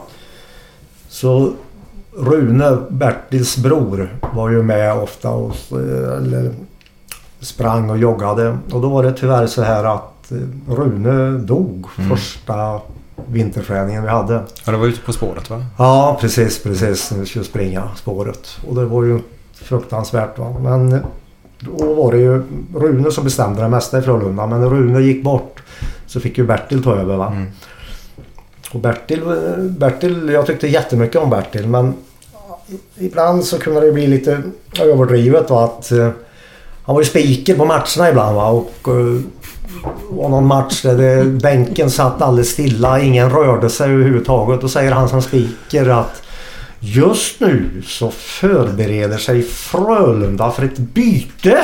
F: så Rune, Bertils bror, var ju med ofta och eller, sprang och joggade. Och då var det tyvärr så här att Rune dog mm. första vinterträningen vi hade.
E: Ja, det var ute på spåret va?
F: Ja, precis, precis. Vi skulle springa spåret. Och det var ju fruktansvärt va. Men då var det ju Rune som bestämde det mesta i Frölunda. Men när Rune gick bort så fick ju Bertil ta över va. Mm. Och Bertil, Bertil, jag tyckte jättemycket om Bertil. Men ibland så kunde det bli lite överdrivet va. Att han var ju speaker på matcherna ibland va. Och uh, var någon match där det, bänken satt alldeles stilla. Ingen rörde sig överhuvudtaget. Och säger han som speaker att just nu så förbereder sig Frölunda för ett byte.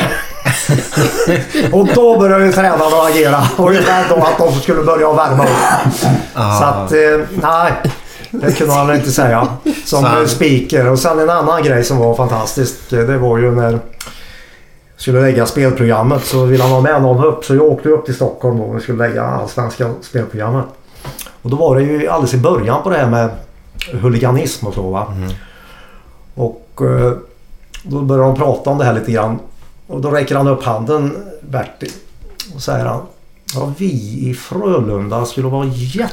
F: Och då började ju tränarna att agera. Och det var då att de skulle börja värma upp. Ah. Så att, eh, nej. Det kunde han inte säga. Som Fan. speaker. Och sen en annan grej som var fantastisk. Det var ju när skulle lägga spelprogrammet så ville han ha med någon upp. Så jag åkte upp till Stockholm då och skulle lägga allsvenska spelprogrammet. Och då var det ju alldeles i början på det här med huliganism och så va. Mm. Och eh, då började de prata om det här lite grann. Och då räcker han upp handen, Bertil. Och säger han, ja, vi i Frölunda skulle vara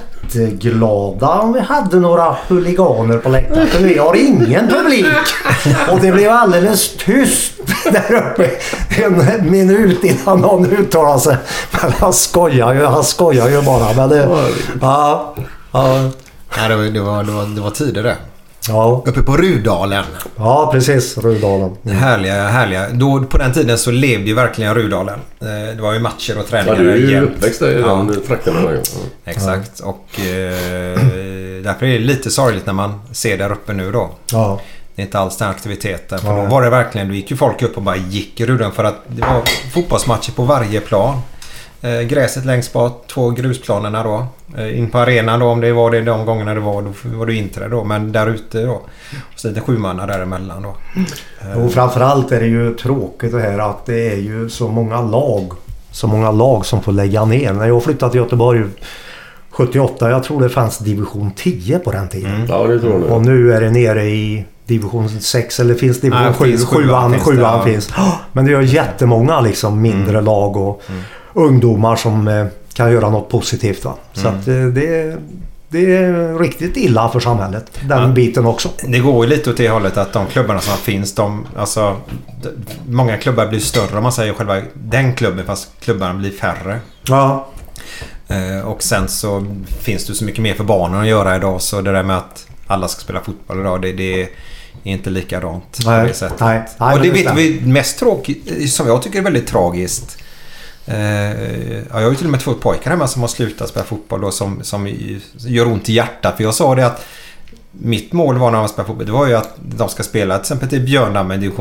F: jätteglada om vi hade några huliganer på läktaren. För vi har ingen publik. Och det blev alldeles tyst där uppe en minut innan någon uttalade sig. Men han skojar ju, han skojar ju bara. Men det, ja, ja.
E: Nej, det var, det var, det var, det var tider det.
F: Ja.
E: Uppe på Rudalen.
F: Ja, precis. Rudalen.
E: Mm. Härliga, härliga. Då, på den tiden så levde ju verkligen Rudalen. Det var ju matcher och träningar. Ja, du är ju
D: uppväxt i
E: ja.
D: den trakten. Ja.
E: Exakt. Ja. Och eh, därför är det lite sorgligt när man ser där uppe nu då. Ja. Det är inte alls den aktiviteten. För ja. Då var det verkligen, då gick ju folk upp och bara gick i Rudalen. För att det var fotbollsmatcher på varje plan. Eh, gräset längst bort, två grusplanerna då. Eh, in på arenan då, om det var det de gångerna det var, då var det inte det då. Men där ute då. Och så lite sjumanna däremellan då.
F: Mm. Och framförallt är det ju tråkigt det här att det är ju så många lag. Så många lag som får lägga ner. När jag flyttade till Göteborg sjuttioåtta, jag tror det fanns division tio på den tiden.
D: Mm. Ja, det tror jag.
F: Och nu är det nere i division sex, eller finns division Nej, sju, finns sjuan, finns, sjuan ja. finns. Men det är jättemånga liksom mindre mm. lag och mm. ungdomar som eh, kan göra något positivt va. Så mm. att eh, det, det är riktigt illa för samhället, den ja. biten också.
E: Det går ju lite åt det hållet att de klubbarna som finns, de, alltså, de, många klubbar blir större om man säger själva den klubben, fast klubbarna blir färre.
F: Ja.
E: Eh, och sen så finns det så mycket mer för barnen att göra idag, så det där med att alla ska spela fotboll idag, det, det är inte likadant på det sättet. Nej, nej, och det vet vi mest tråkigt, som jag tycker är väldigt tragiskt. Eh, ja, jag har ju till och med två pojkar hemma som har slutat spela fotboll då, som, som gör ont i hjärtat. För jag sa det att mitt mål var när man spelar fotboll, det var ju att de ska spela till exempel till Björndammen division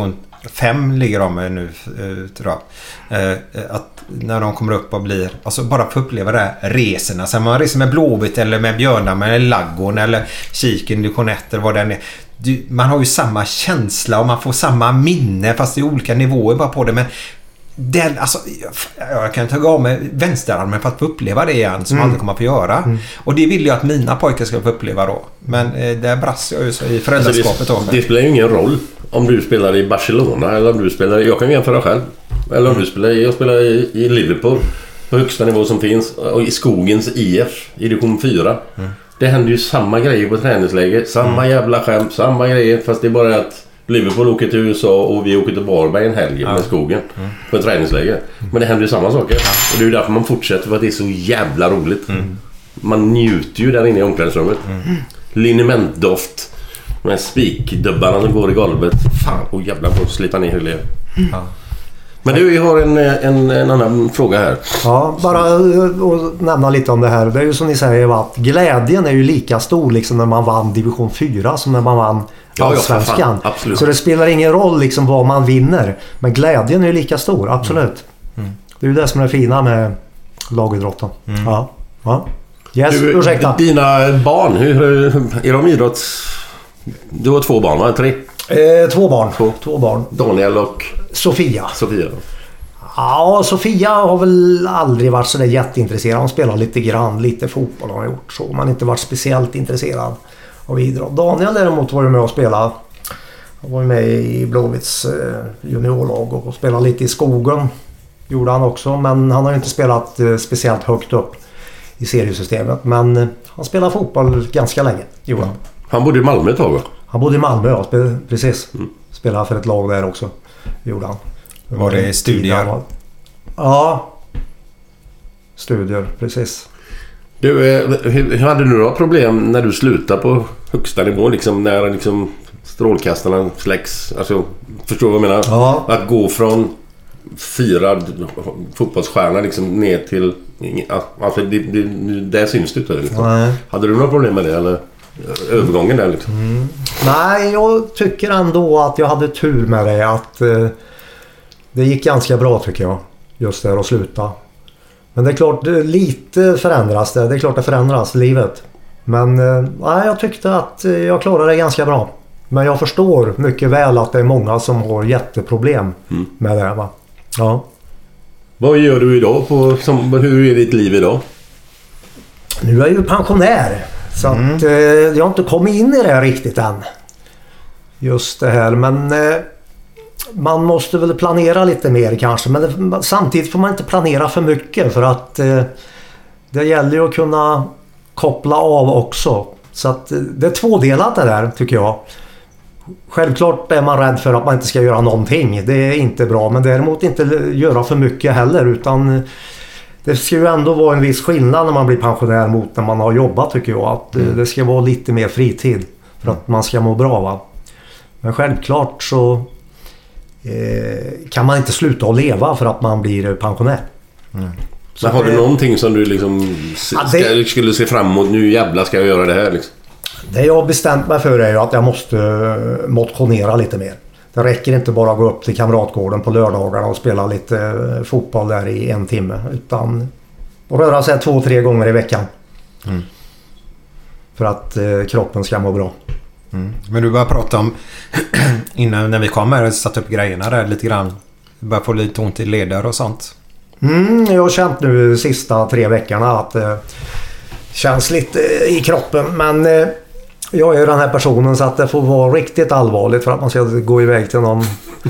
E: fem ligger de nu, tror jag. Att när de kommer upp och blir, alltså bara få uppleva det här resorna. Sen man reser med Blåvitt eller med Björnarmen eller Laggården eller Kiken, Dukonetter, vad den är. Du, man har ju samma känsla och man får samma minne, fast det är olika nivåer bara på det. Men den, alltså, jag kan ta av med vänsterarmen för att få uppleva det igen, som mm. aldrig kommer att få göra. Mm. Och det vill jag att mina pojkar ska få uppleva då. Men eh, där brast jag ju så i föräldraskapet.
D: Alltså det, det spelar ju ingen roll om du spelar i Barcelona eller om du spelar, jag kan jämföra själv. Eller om mm. du spelar, jag spelar i, i Liverpool på högsta nivå som finns, och i Skogens I F i division fyra. Mm. Det händer ju samma grejer på träningsläger, samma mm. jävla skämt, samma grejer, fast det är bara att Liverpool åker till U S A och vi åker till Varberg en helg ja. med Skogen mm. på en träningsläger. Mm. Men det händer ju samma saker. Ja. Och det är ju därför man fortsätter, för att det är så jävla roligt. Mm. Man njuter ju där inne i omklädningsrummet. Mm. Linementdoft med spikdubbarna som går i golvet. Fan, oh jävla på att slita ner hela. Mm. Ja. Men du, vi har en, en, en annan fråga här.
F: Ja, bara att nämna lite om det här. Det är ju som ni säger att glädjen är ju lika stor liksom när man vann division fyra som när man vann Allsvenskan. Ja, ja, så det spelar ingen roll liksom vad man vinner. Men glädjen är ju lika stor, absolut. Mm. Mm. Det är ju det som är fina med lagidrotten. Mm. Ja. Ja. Yes,
D: du,
F: ursäkta.
D: Dina barn, hur är de idrotts... Du har två barn, va? Tre?
F: Eh, två barn. Två. två barn.
D: Daniel och...
F: Sofia.
D: Sofia.
F: Ja, Sofia har väl aldrig varit så där jätteintresserad. Hon spelar lite grann, lite fotboll har hon gjort. Så man har inte varit speciellt intresserad av idrott. Daniel däremot var ju med och spela. Han var ju med i Blåvitts juniorlag och spelade lite i Skogen. Gjorde han också, men han har ju inte spelat speciellt högt upp i seriesystemet. Men han spelar fotboll ganska länge, gjorde han.
D: Han bodde i Malmö ett tag, va?
F: Han bodde i Malmö, ja, precis. Mm. Spelade för ett lag där också, gjorde han.
E: Var det studier?
F: Ja, studier, precis.
D: Du, hur hade du några problem när du slutade på högsta nivå, liksom när liksom strålkastarna släcks? Alltså, förstår du vad jag menar?
F: Ja.
D: Att gå från fyra fotbollsstjärnor liksom ner till... Alltså, det, det, det syns det inte. Liksom. Nej. Hade du några problem med det, eller övergången där liksom?
F: Mm. Nej, jag tycker ändå att jag hade tur med det. Att eh, det gick ganska bra, tycker jag. Just där att sluta. Men det är klart, lite förändras det. Det är klart det förändras, livet. Men eh, nej, jag tyckte att jag klarade det ganska bra. Men jag förstår mycket väl att det är många som har jätteproblem mm. med det, va? Ja.
D: Vad gör du idag? På, som, hur är ditt liv idag?
F: Nu är jag ju pensionär. Så mm. att eh, jag har inte kommit in i det här riktigt än. Just det här. Men eh, man måste väl planera lite mer kanske. Men det, samtidigt får man inte planera för mycket. För att eh, det gäller ju att kunna koppla av också. Så att eh, det är tvådelat det där, tycker jag. Självklart är man rädd för att man inte ska göra någonting. Det är inte bra. Men däremot inte göra för mycket heller. Utan det ska ju ändå vara en viss skillnad när man blir pensionär mot när man har jobbat, tycker jag. Att mm. det ska vara lite mer fritid för att man ska må bra, va. Men självklart så eh, kan man inte sluta att leva för att man blir pensionär.
D: Mm. Så har du det, någonting som du liksom ska, ja, det, skulle se fram emot? Nu jävla ska jag göra det här liksom.
F: Det jag har bestämt mig för är ju att jag måste motionera lite mer. Det räcker inte bara att gå upp till Kamratgården på lördagarna och spela lite fotboll där i en timme. Utan att röra sig två, tre gånger i veckan. Mm. För att eh, kroppen ska må bra.
E: Mm. Men du började prata om innan när vi kom här och satt upp grejerna där lite grann. Du började få lite ont i leder och sånt.
F: Mm, jag har känt nu de sista tre veckorna att det eh, känns lite i kroppen. Men eh, jag är den här personen så att det får vara riktigt allvarligt för att man ska gå iväg till någon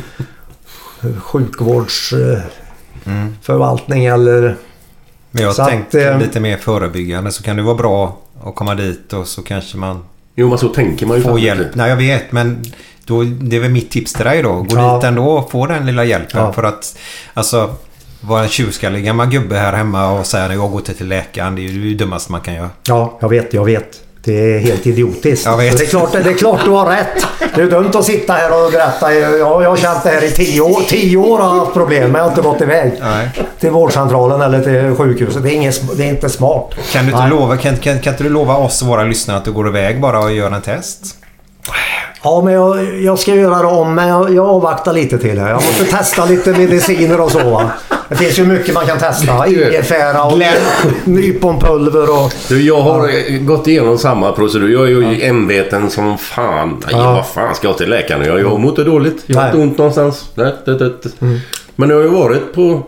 F: sjukvårdsförvaltning eh, mm. eller...
E: Men jag tänkte att, lite mer förebyggande, så kan det vara bra att komma dit och så kanske man...
D: Jo, men så tänker man ju.
E: Få hjälp. Nej, jag vet, men då, det är väl mitt tips till dig då. Gå ja. dit ändå och få den lilla hjälpen. Ja. För att, alltså, vara en tjuskallig gammal gubbe här hemma och säga att jag går till läkaren, det är ju det dummaste man kan göra.
F: Ja, jag vet, jag vet. Det är helt idiotiskt. Jag vet. Det är klart, det är klart du har rätt. Det är dumt att sitta här och berätta. Jag, jag har känt det här i tio år. Tio år har jag haft problem, men jag har inte gått iväg. Nej. Till vårdcentralen eller till sjukhuset. Det är, inget, det är inte smart.
E: Kan du inte lova, kan, kan, kan inte du lova oss och våra lyssnare att du går iväg bara och gör en test?
F: Ja, men jag, jag ska göra det om, men jag, jag avvaktar lite till här. Jag måste testa lite mediciner och så, va. Det finns ju mycket man kan testa. Ingefära och nyponpulver och...
D: Du, jag har ja. gått igenom samma procedur. Jag är ju ja. enveten som fan. Nej, ja. vad fan ska jag till läkaren? Jag, jag mår inte dåligt. Jag har inte ont någonstans. Nej, det, det, det. Mm. Men jag har ju varit på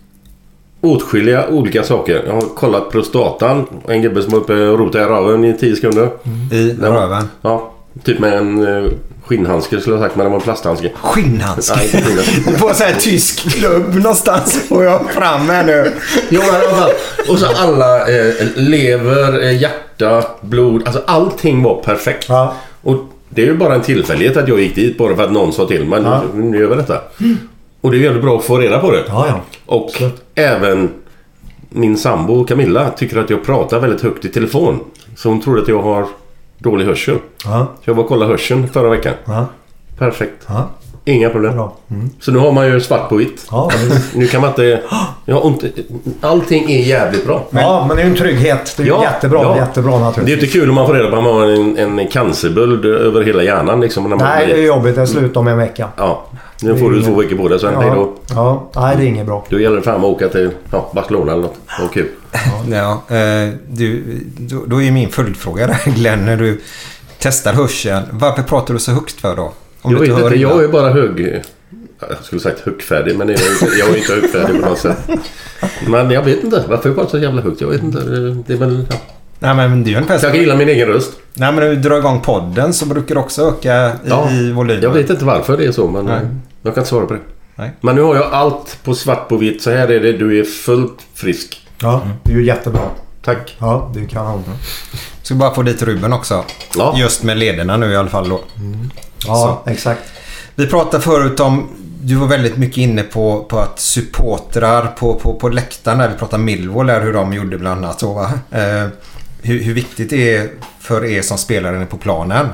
D: åtskilliga olika saker. Jag har kollat prostatan. En gubbe som var uppe och rotade i röven i tio sekunder.
E: Mm. I röven?
D: Ja. Typ med en uh, skinnhandske skulle jag sagt, men det var en plasthandske.
E: Skinnhandske? Nej, inte du får säga tysk klubb någonstans och jag fram här nu.
D: Jo, men i alla fall. Och så alla eh, lever, eh, hjärta, blod, alltså allting var perfekt. Ja. Och det är ju bara en tillfällighet att jag gick dit bara för att någon sa till mig, ja. nu, nu gör vi detta. Mm. Och det är väldigt bra att få reda på det.
F: Ja, ja.
D: Och så. Även min sambo Camilla tycker att jag pratar väldigt högt i telefon. Så hon tror att jag har dålig hörsel. Ja. Så jag var och kollade hörseln förra veckan. Ja. Perfekt. Ja. Inga problem. Mm. Så nu har man ju svart på vitt. Ja, nu kan man inte... Ja, inte allting är jävligt bra.
F: Men, ja, men det är ju en trygghet. Det är ja, jättebra, ja. jättebra naturligtvis.
D: Det är inte kul om man får reda på att man har en, en cancerböld över hela hjärnan. Liksom, när man
F: nej,
D: blir...
F: det är jobbigt. Det slutar om en vecka.
D: Ja, nu får du två veckor på det. Sen
F: ja.
D: hej då.
F: Ja, nej, det är inget bra.
D: Då gäller det fram att åka till ja, Barcelona eller något. Vad kul.
E: Ja, eh, du, då, då är min följdfråga där, Glenn, när du testar hörseln. Varför pratar du så högt för då?
D: Om jag vet inte, jag är bara hög... Jag skulle sagt högfärdig, men jag är, inte, jag är inte högfärdig på något sätt. Men jag vet inte, varför jag pratar så jävla högt? Jag vet inte, det är väl... Ja.
E: Nej, men det är ju ungefär...
D: Jag gillar min egen röst.
E: Nej, men när du drar igång podden så brukar det också öka i, ja, i volym.
D: Jag vet inte varför det är så, men nej. Jag kan inte svara på det. Nej. Men nu har jag allt på svart på vitt, så här är det, du är fullt frisk.
F: Ja, det är ju jättebra.
D: Tack.
F: Ja, du kan ha.
E: Ska bara få dit Ruben också. Ja. Just med lederna nu i alla fall då.
F: Mm. Ja, så. Exakt.
E: Vi pratade förut om, du var väldigt mycket inne på, på att supportrar på, på, på läktaren, när vi pratade Millwall där, hur de gjorde bland annat så, va? Eh, hur, hur viktigt det är för er som spelare på planen.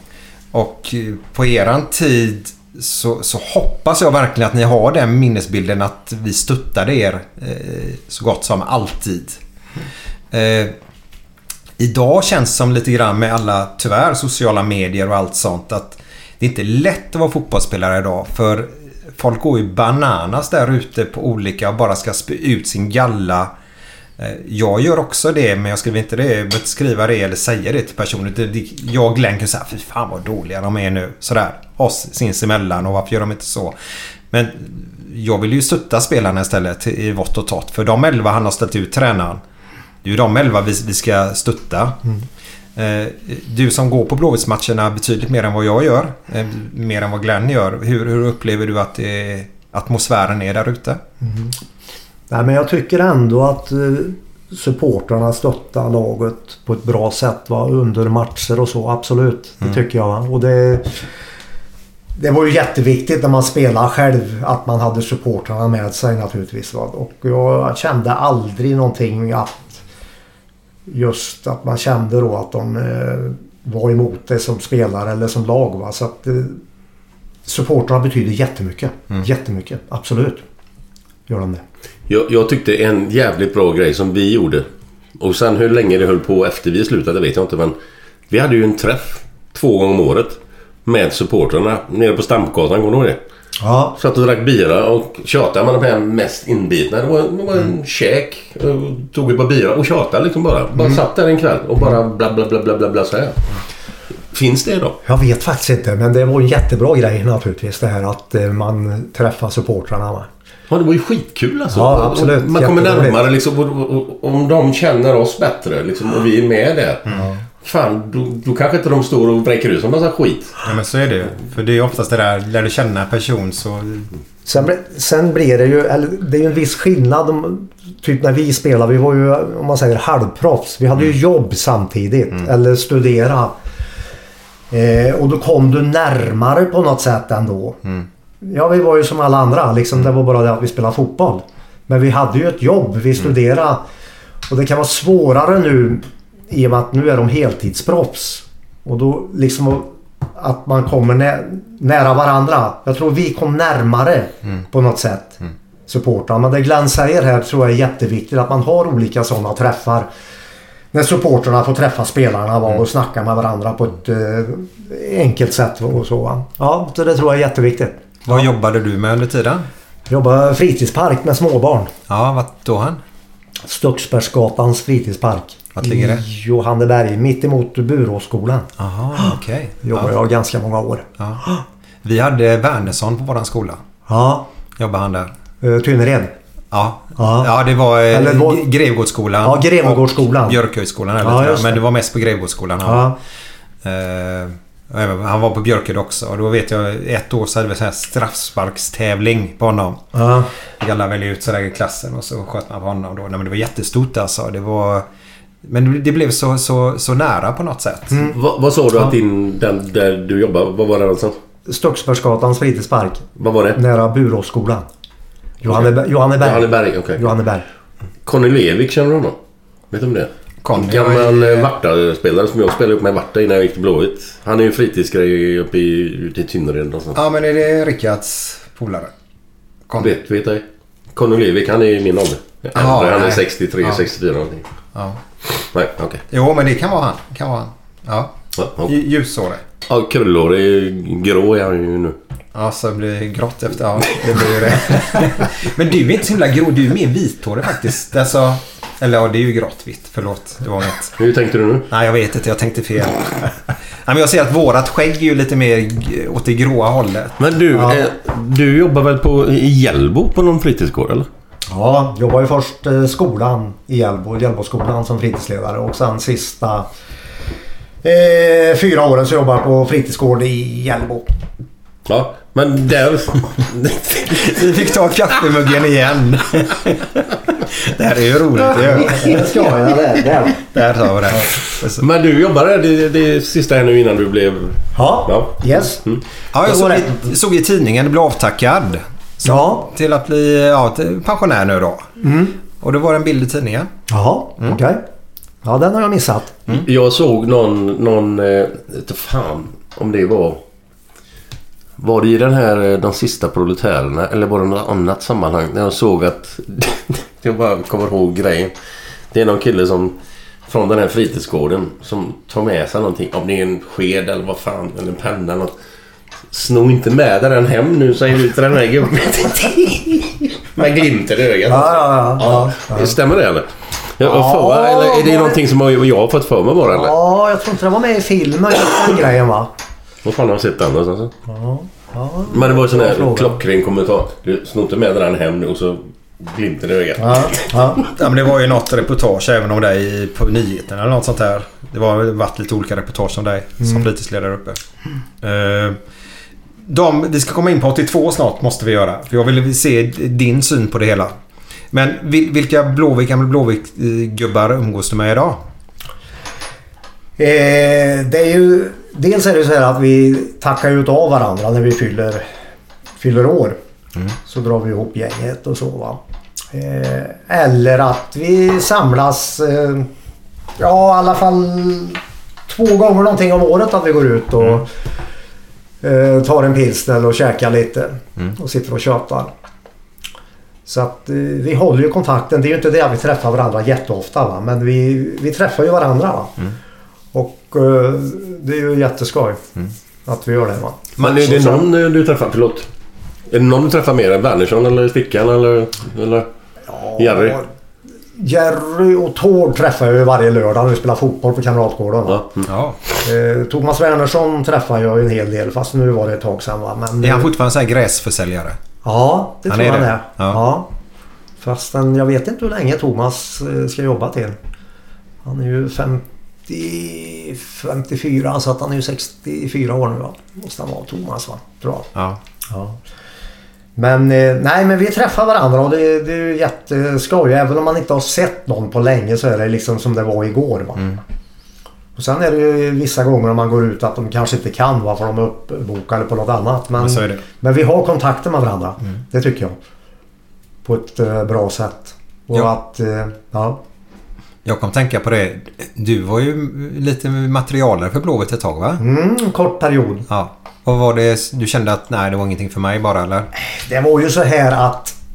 E: Och på eran tid så, så hoppas jag verkligen att ni har den minnesbilden att vi stöttade er eh, så gott som alltid. Eh, idag känns det som lite grann med alla, tyvärr, sociala medier och allt sånt, att det är inte lätt att vara fotbollsspelare idag, för folk går ju bananas där ute på olika och bara ska spy ut sin galla. Jag gör också det, men jag skriver inte det, jag behöver skriva det eller säga det till personen. Jag och Glenn kan säga, fy fan vad dåliga de är nu, sådär, oss sinsemellan, och varför gör de inte så? Men jag vill ju stötta spelarna istället i vått och torrt, för de elva han har ställt ut tränaren, det är ju de elva vi, vi ska stötta. Mm. Du som går på Blåvittsmatcherna betydligt mer än vad jag gör, mer än vad Glenn gör, hur, hur upplever du att det, atmosfären är där ute?
F: Mm. Nej, men jag tycker ändå att supporterna stöttar laget på ett bra sätt, va? Under matcher och så, absolut, det mm. tycker jag, va? Och det, det var ju jätteviktigt när man spelar själv att man hade supporterna med sig naturligtvis, va? Och jag kände aldrig någonting att just att man kände då att de eh, var emot det som spelare eller som lag, va? Så att eh, supporterna betyder jättemycket. Mm. Jättemycket, absolut. Gör de det.
D: Jag, jag tyckte en jävligt bra grej som vi gjorde. Och sen hur länge det höll på efter vi slutade vet jag inte, men vi hade ju en träff två gånger om året med supporterna nere på Stampgatan, går nog det?
F: Ja.
D: Satt och drack bira och tjatade med de här mest inbitna. Det var, det var en mm. käk, tog ett par bira och tjatade liksom bara. Bara mm. satt där en kväll och bara bla bla bla bla bla bla så här. Finns det då?
F: Jag vet faktiskt inte, men det var en jättebra grej naturligtvis, det här att man träffar supportrarna, va?
D: Ja, det var ju skitkul alltså.
F: Ja, absolut.
D: Man kommer närmare liksom, och, och, om de känner oss bättre liksom, och vi är med där. Mm. Fan, då, då kanske inte de står och bräcker ut som massa skit.
E: Ja, men så är det ju. För det är oftast det där, när du känner en person så...
F: Sen, sen blir det ju, eller det är ju en viss skillnad om, typ när vi spelar, vi var ju, om man säger, halvproffs. Vi hade mm. ju jobb samtidigt, mm. eller studera. Eh, och då kom du närmare på något sätt ändå. Mm. Ja, vi var ju som alla andra, liksom, mm. det var bara det att vi spelade fotboll. Men vi hade ju ett jobb, vi studerade. Mm. Och det kan vara svårare nu i och med att nu är de heltidsproffs. Och då liksom att man kommer nä- nära varandra. Jag tror vi kom närmare mm. på något sätt. Mm. Supportrarna. Men det Glenn säger här tror jag är jätteviktigt. Att man har olika sådana träffar. när supporterna får träffa spelarna va, och snacka med varandra på ett eh, enkelt sätt och så va. Ja, så det tror jag är jätteviktigt.
E: Vad
F: ja.
E: jobbade du med under tiden?
F: Jag jobbade fritidspark med småbarn.
E: Ja, vad då han?
F: Stöcksbergsgatans fritidspark.
E: Vart ligger det?
F: I Johanneberg, mitt emot Buråsskolan.
E: Aha, okej. Okay.
F: Jobbade
E: ja.
F: jag ganska många år.
E: Ja. Vi hade Wernersson på våran skola.
F: Ja.
E: Jobbade han där?
F: Uh, Tynnered.
E: Ja. Ja. Ja, det var, eller var... Grevgårdsskolan.
F: Ja, Grevgårdsskolan.
E: Björköjsskolan.
F: Ja,
E: det. Men det var mest på Grevgårdsskolan. Ja. Uh, han var på Björkö också. Och då vet jag, ett år så hade vi så här straffsparkstävling på honom.
F: Ja.
E: Alla väljer ut sådär i klassen och så sköt man på honom då. Nej, men det var jättestort alltså. Det var... Men det blev så, så, så nära på något sätt.
D: Mm. Vad, vad sa du att din, den, där du jobbar, vad var det alltså?
F: Stöcksbergsgatans fritidspark.
D: Vad var det?
F: Nära Buråsskolan. Johanneberg. Johanneberg,
D: Johanneberg okej. Okay.
F: Johanneberg.
D: Conny Levik, känner du honom? Vet du om det?
E: Conny
D: gammal är... Varta-spelare som jag spelade upp med Varta innan jag gick till Blåvitt. Han är ju fritidsgrej uppe i, ute i Tynnered och sånt.
E: Ja, men är det Rickards polare?
D: Conny. Vet, vet jag. Conny Levik, han är i min ålder.
E: Aha,
D: han är
E: nej.
D: sextiotre,
E: ja.
D: sextiofyra någonting.
E: Ja.
D: Nej, okej. Okay.
E: Jo, men det kan vara han. Kan vara han. Ja.
D: ja okay.
E: Ljushårig.
D: Ja, krullhårig. Grå är han ju nu.
E: Ja, så blir det grått efter. Ja, det blir ju det. Men du är inte så himla grå. Du är mer vithårig faktiskt. Alltså, eller ja, det är ju grått vitt. Förlåt, det var inget.
D: Hur tänkte du nu?
E: Nej, jag vet inte. Jag tänkte fel. Nej, men jag ser att vårat skägg är ju lite mer åt det gråa hållet.
D: Men du, ja. eh, du jobbar väl på, i Hjällbo på någon fritidsgård, eller?
F: Ja, jag var ju först eh, skolan i Hjällbo, Hjällboskolan som fritidsledare. Och sen sista eh, fyra åren så jobbar jag på fritidsgård i Hjällbo.
D: Ja, men där...
E: Vi fick ta kaffemuggen igen. Det här är ju roligt.
F: Det ska jag det. Där.
E: Där tar vi det.
D: Men du jobbade det, det sista här nu innan du blev...
F: Ja, ja. Yes.
E: Mm. Ja, jag såg i, såg i tidningen, du blev avtackad. Så, ja. Till att bli ja, pensionär nu då.
F: Mm.
E: Och då var det en bild i tidningen.
F: Jaha, mm. okej. Okay. Ja, den har jag missat.
D: Mm. Jag såg någon... någon eh, inte fan om det var... Var det i den här de sista proletärerna eller var det något annat sammanhang när jag såg att jag bara kommer ihåg grejen. Det är någon kille som från den här fritidsgården som tar med sig någonting, om det är en sked eller vad fan eller en penna eller något. Sno inte med den hem nu, säger du till den här gubben. Man glimter i ögat.
F: Ja, ja, ja, ja, ja.
D: Stämmer det eller? Jag, ja, för, eller är det någonting som jag har fått för mig bara eller?
F: Ja, jag tror inte det var med i filmen den grejen va?
D: Vad fan har jag sett den alltså?
F: Ja. Ja,
D: men det var ju sån här klockren kommentar. Du snor inte med den hem nu och så glimter det ögat.
F: Ja, ja.
E: Ja, men det var ju något reportage även om dig på nyheterna eller något sånt där. Det var varit lite olika reportage om dig mm. som fritidsledare uppe. Mm. De, vi ska komma in på åttiotvå snart måste vi göra. För jag vill se din syn på det hela. Men vilka Blåvik, gamla Blåvik-gubbar umgås du med idag?
F: Eh, det är ju... Dels är det så här att vi tackar ut av varandra när vi fyller, fyller år. Mm. Så drar vi ihop gänget och så va. Eh, eller att vi samlas eh, ja i alla fall två gånger någonting om året att vi går ut och mm. eh, tar en pilsner och käkar lite. Mm. Och sitter och tjatar. Så att eh, vi håller ju kontakten. Det är ju inte det att vi träffar varandra jätteofta va. Men vi, vi träffar ju varandra va. Mm. Och uh, det är ju jätteskoj mm. att vi gör det va.
D: Men är det någon du träffar, förlåt? Är det någon du träffar mer än Wernersson eller Stickan eller, eller
F: ja,
D: Jerry?
F: Jerry och Tord träffar jag ju varje lördag när vi spelar fotboll på Kamratgården.
D: Ja. Mm.
E: Ja.
F: Eh, Thomas Wernersson träffar jag ju en hel del fast nu var det ett tag sedan va. Men,
E: är han fortfarande så här gräsförsäljare?
F: Ja, det
E: han
F: tror jag han är.
E: Ja.
F: Ja. Fast den, jag vet inte hur länge Thomas ska jobba till. Han är ju femtio femtiofyra så att han är ju sextiofyra år nu va. Måste han vara Thomas va? Bra.
E: Ja.
F: Ja. Men eh, nej men vi träffar varandra och det, det är ju jätteskoj. Även om man inte har sett någon på länge så är det liksom som det var igår va. Mm. Och sen är det ju vissa gånger om man går ut att de kanske inte kan va för de är uppbokade på något annat. Men,
E: men, så är det.
F: Men vi har kontakter med varandra. Mm. Det tycker jag. På ett eh, bra sätt. Och ja. att, eh, ja.
E: Jag kom tänka på det. Du var ju lite materialare för Blåvitt ett tag va?
F: Mm, en kort period.
E: Ja. Och var det, du kände att nej det var ingenting för mig bara eller?
F: Det var ju så här att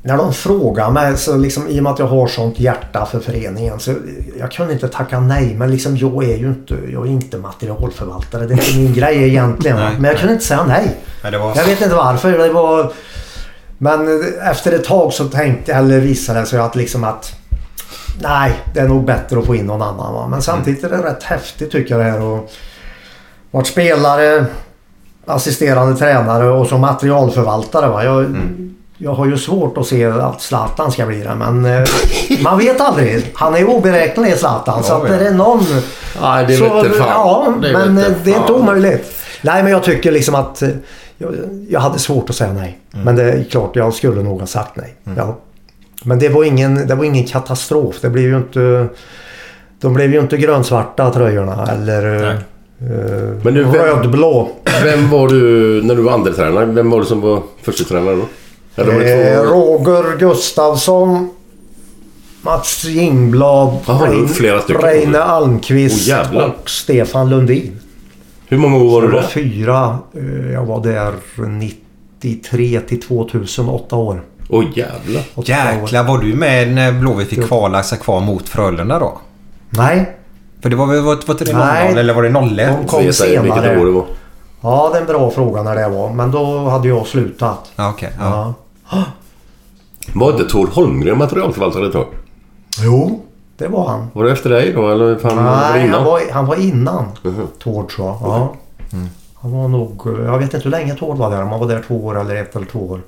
F: när de frågar mig så liksom, i och med att jag har sånt hjärta för föreningen så jag kunde inte tacka nej, men liksom jag är ju inte jag är inte materialförvaltare, det är inte min grej egentligen. Men jag kunde inte säga nej.
E: nej det var...
F: Jag vet inte varför det var, men efter ett tag så tänkte eller visade det sig att liksom att nej, det är nog bättre att få in någon annan, va? Men samtidigt är det rätt häftigt tycker jag det här och vart spelare, assisterande tränare och som materialförvaltare, va? Jag mm. Jag har ju svårt att se att Zlatan ska bli det, men eh, man vet aldrig. Han är oberäknelig, Zlatan, så att det är någon...
D: Ja, det är
F: så,
D: lite fan.
F: Ja,
D: det
F: men
D: lite
F: det är inte
D: fan.
F: omöjligt. Nej, men jag tycker liksom att jag, jag hade svårt att säga nej. Mm. Men det är klart, jag skulle nog ha sagt nej. Mm. Ja. Men det var ingen, det var ingen katastrof. Det blev ju inte... De blev ju inte grönsvarta tröjorna eller... Eh,
D: men du,
F: rödblå.
D: Vem var du när du var andra tränare? Vem var du som var första tränare då?
F: Eh, Roger Gustafsson, Mats Jingblad, Reine Almqvist
D: oh,
F: och Stefan Lundin.
D: Hur många år var du
F: där?
D: där?
F: Fyra. Jag var där nittiotre till tvåtusen, åtta år.
D: Åh oh, jävlar.
E: Jäklar, var du med när Blåvitt fick kvala sig kvar mot Frölunda då?
F: Nej.
E: För det var väl var, var det noll eller var det noll ett?
F: De kom senare. År det var. Ja, det är en bra fråga när det var. Men då hade jag slutat.
E: Ja, okej. Okay, ja.
F: Ja.
D: Var inte Tor Holmgren materialförvaltare ett tag?
F: Jo, det var han.
D: Var det efter dig då? Eller fan,
F: nej,
D: var
F: han, var, han var innan
D: uh-huh.
F: Tord, tror jag. Ja. Mm. Han var nog... Jag vet inte hur länge Tord var där. Om han var där två år eller ett eller två år.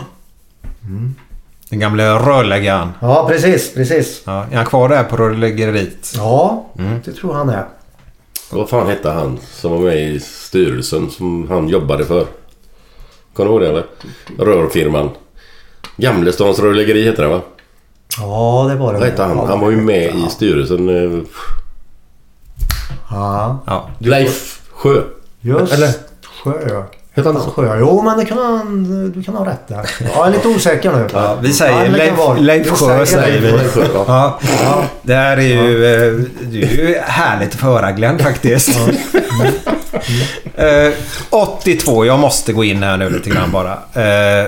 E: Mm. Den gamla rörläggaren.
F: Ja, precis, precis.
E: Ja, är han kvar där på rörläggeriet?
F: Ja, mm. det tror han är.
D: Vad fan hette han som var med i styrelsen som han jobbade för? Kan du ihåg det eller? Rörfirman. Gamlestans rörläggeri heter det, va?
F: Ja, det var det.
D: Vad hette han? Han var ju med ja. i styrelsen.
F: Ja.
D: ja. Leif Sjö.
F: Just
D: eller?
F: Sjö.
D: Heter han så?
F: Sjö. Jo, men det kan han, du kan ha rätt där. Jag är lite osäker nu.
E: Ja, vi säger ja, Leif, Leif Sjö säger vi. Ja. Ja. Det här är ju, ja. det är ju härligt att höra, Glenn, faktiskt. Ja. Mm. uh, åttiotvå, jag måste gå in här nu lite grann bara. Uh,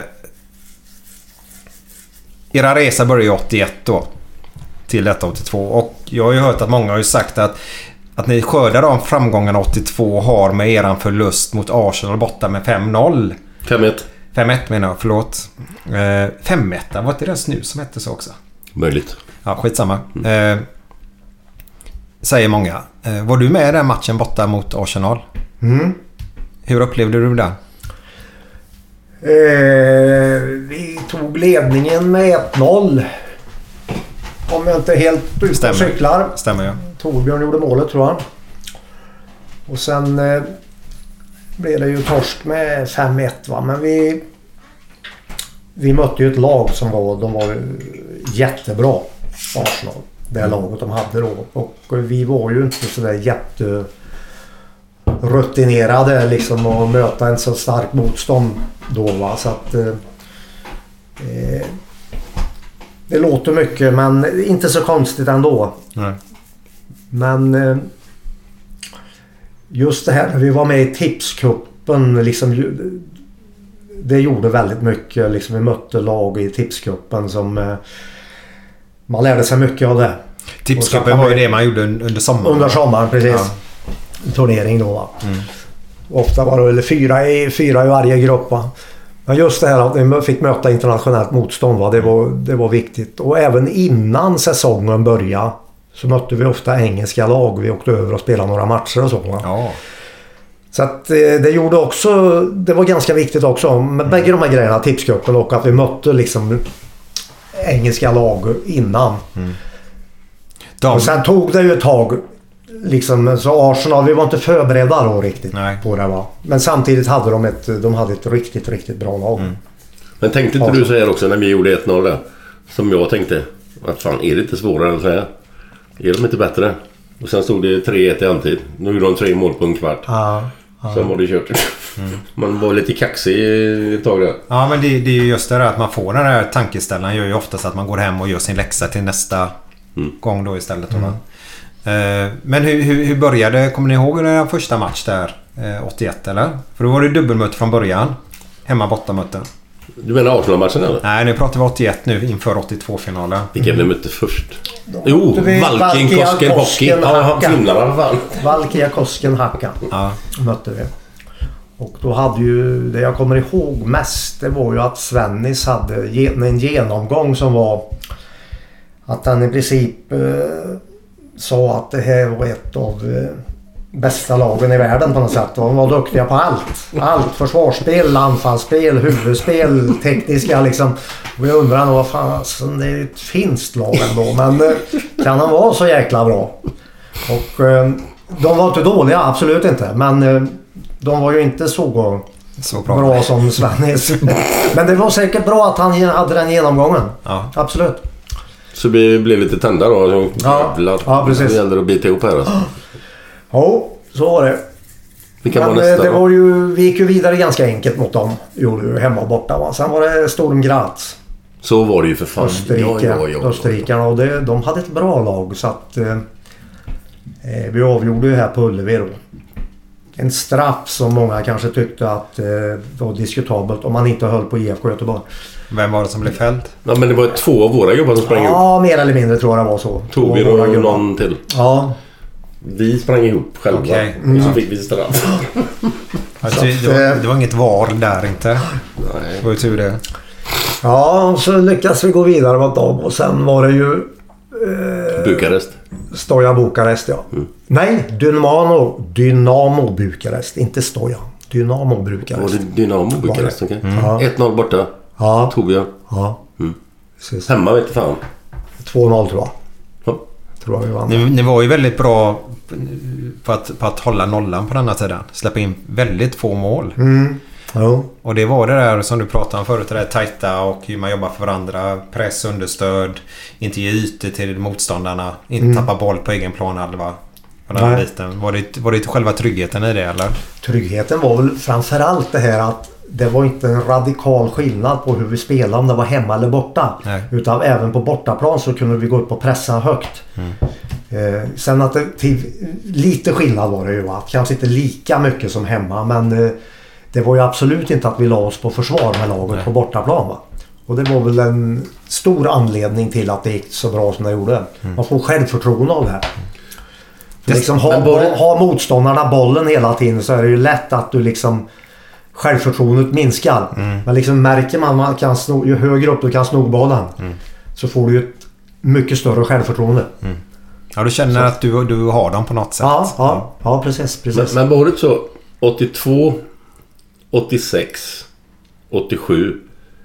E: era resa började åttioett då. Till detta åttiotvå. Och jag har ju hört att många har ju sagt att Att ni skördar de framgångarna åttiotvå har med eran förlust mot Arsenal borta med fem noll.
D: fem ett.
E: fem ett menar jag, förlåt. Eh, fem ett, var inte det snus som hette så också?
D: Möjligt.
E: Ja, skitsamma. Mm. Eh, säger många. Eh, var du med i den matchen borta mot Arsenal?
F: Mm.
E: Hur upplevde du det?
F: Eh, vi tog ledningen med ett noll. Om jag inte är helt ute och cyklar.
E: Stämmer, ja.
F: Torbjörn gjorde målet, tror jag. Och sen eh, blev det ju torsk med fem ett, va. Men vi vi mötte ju ett lag som var, de var jättebra, Arsenal. Det mm. laget de hade då. Och vi var ju inte så där jätte rutinerade liksom att möta en så stark motstånd då, va. Så att eh, eh, det låter mycket, men inte så konstigt ändå.
E: Nej.
F: Men eh, just det här när vi var med i tipskuppen liksom, det gjorde väldigt mycket liksom, vi mötte lag i tipskuppen som eh, man lärde sig mycket av det.
E: Tipskuppen var ju det man gjorde under sommaren.
F: Under sommaren, precis. Ja. Turnering då, va? Mm. Ofta var det eller fyra i, fyra i varje grupp, va? Men just det här att vi fick möta internationellt motstånd, va? Det var, det var viktigt. Och även innan säsongen började så mötte vi ofta engelska lag. Vi åkte över och spelade några matcher och så, va?
E: Ja.
F: Så att det gjorde också, det var ganska viktigt också med bägge de här grejerna, tipscupen och att vi mötte liksom engelska lag innan. Mm. De... Och sen tog det ju ett tag liksom, så Arsenal, vi var inte förberedda då riktigt. Nej. På det, va. Men samtidigt hade de ett, de hade ett riktigt, riktigt bra lag. Mm.
D: Men tänkte inte du säga också när vi gjorde ett noll där, som jag tänkte, att fan, är det inte svårare att säga? Är de inte bättre? Och sen stod det tre ett i antid. Nu gjorde de tre mål på en kvart.
F: Ja, ja.
D: Sen var det kört. Mm. Man var lite kaxig ett tag där.
E: Ja, men det, det är ju just det där att man får den här tankeställan gör ju oftast att man går hem och gör sin läxa till nästa mm. gång då istället. Mm. Uh, men hur, hur, hur började, kommer ni ihåg den första match där uh, åttioett eller? För då var det dubbelmöte från början. Hemma bortamöte.
D: Du menar Arsenal-matchen eller?
E: Nej, nu pratar vi åttioett nu inför åttiotvå-finalen.
D: Vilka mm. vi mötte först? Jo, Valkin, Kosken, Hockey. Ja, finnarna vann.
F: Valkia, Kosken, Hacka.
E: Ja.
F: Mötte vi. Och då hade ju, det jag kommer ihåg mest, det var ju att Svennis hade en genomgång som var att han i princip eh, sa att det här var ett av eh, bästa lagen i världen på något sätt. De var duktiga på allt. Allt, försvarsspel, anfallsspel, huvudspel, tekniska liksom. Och jag undrar nog vad fan, alltså, det är ett finskt lag ändå, men eh, kan de vara så jäkla bra? Och eh, de var inte dåliga, absolut inte, men eh, de var ju inte så,
E: så bra.
F: bra som Svennis. Men det var säkert bra att han hade den genomgången.
E: Ja.
F: Absolut.
D: Så vi blev lite tända då. Så
F: ja. ja, precis.
D: Det gällde att bita ihop här. Alltså.
F: Ja, så var det.
D: Vilka
F: Men
D: var nästa
F: det
D: då?
F: var ju, vi gick ju vidare ganska enkelt mot dem. Gjorde ju hemma och borta. Va? Sen var det Sturm Graz.
D: Så var det ju för fan.
F: Österrike,
D: ja, ja, ja.
F: Österrikarna. Och det, de hade ett bra lag. Så att eh, vi avgjorde ju här på Ullevi då. En straff som många kanske tyckte att eh, var diskutabelt om man inte höll på I F K Göteborg.
E: Vem var det som blev fälld?
D: Ja, men det var två av våra gubbar som sprang ihop.
F: Ja, mer eller mindre tror jag det var så.
D: Tog och någon till.
F: Ja.
D: Vi sprang ihop själva.
E: Okay.
D: Mm. Och så fick vi straff.
E: Alltså, det, var, det var inget var där inte.
D: Nej.
E: Det var ju tur det.
F: Ja, så lyckades vi gå vidare mot dem. Och sen var det ju... Eh,
D: Bukarest.
F: Stoja Bukarest, ja. Mm. Nej, Dynamo, Dynamo Bukarest. Inte Stoja. Dynamo Bukarest.
D: Var det Dynamo Bukarest? Okej. Okay.
F: Mm. Ja.
D: ett noll borta.
F: Ja.
D: Torbjörn.
F: Ja.
D: Mm. Hemma vet du fan.
F: två noll tror jag.
D: Ja.
F: Tror jag vi vann.
E: Ni, ni var ju väldigt bra på att, på att hålla nollan på denna tiden. Släppa in väldigt få mål.
F: Mm. Jo.
E: Och det var det där som du pratade om förut. Det där tajta och hur man jobbar för varandra. Press, understöd. Inte ge ytor till motståndarna. Inte mm. tappa boll på egen planhalva. Den biten. Var, det, var det själva tryggheten i det eller?
F: Tryggheten var väl framförallt det här att det var inte en radikal skillnad på hur vi spelade om det var hemma eller borta.
E: Nej.
F: Utan även på bortaplan så kunde vi gå upp och pressa högt. Mm. Eh, sen att det, till, lite skillnad var det ju. Att kanske inte lika mycket som hemma. Men eh, det var ju absolut inte att vi la oss på försvar med laget Nej. På bortaplan. Va? Och det var väl en stor anledning till att det gick så bra som det gjorde. Mm. Man får självförtroende av det här. Det, liksom, ha, ha, ha motståndarna bollen hela tiden så är det ju lätt att du liksom självförtroendet minskar. Mm. Men liksom märker man, man kan sno, ju högre upp du kan sno bollen mm. så får du ju ett mycket större självförtroende.
E: Mm. Ja, du känner så. Att du, du har dem på något sätt.
F: Ja, ja, ja precis. precis.
D: Men, men var det så åttiotvå, åttiosex, åttiosju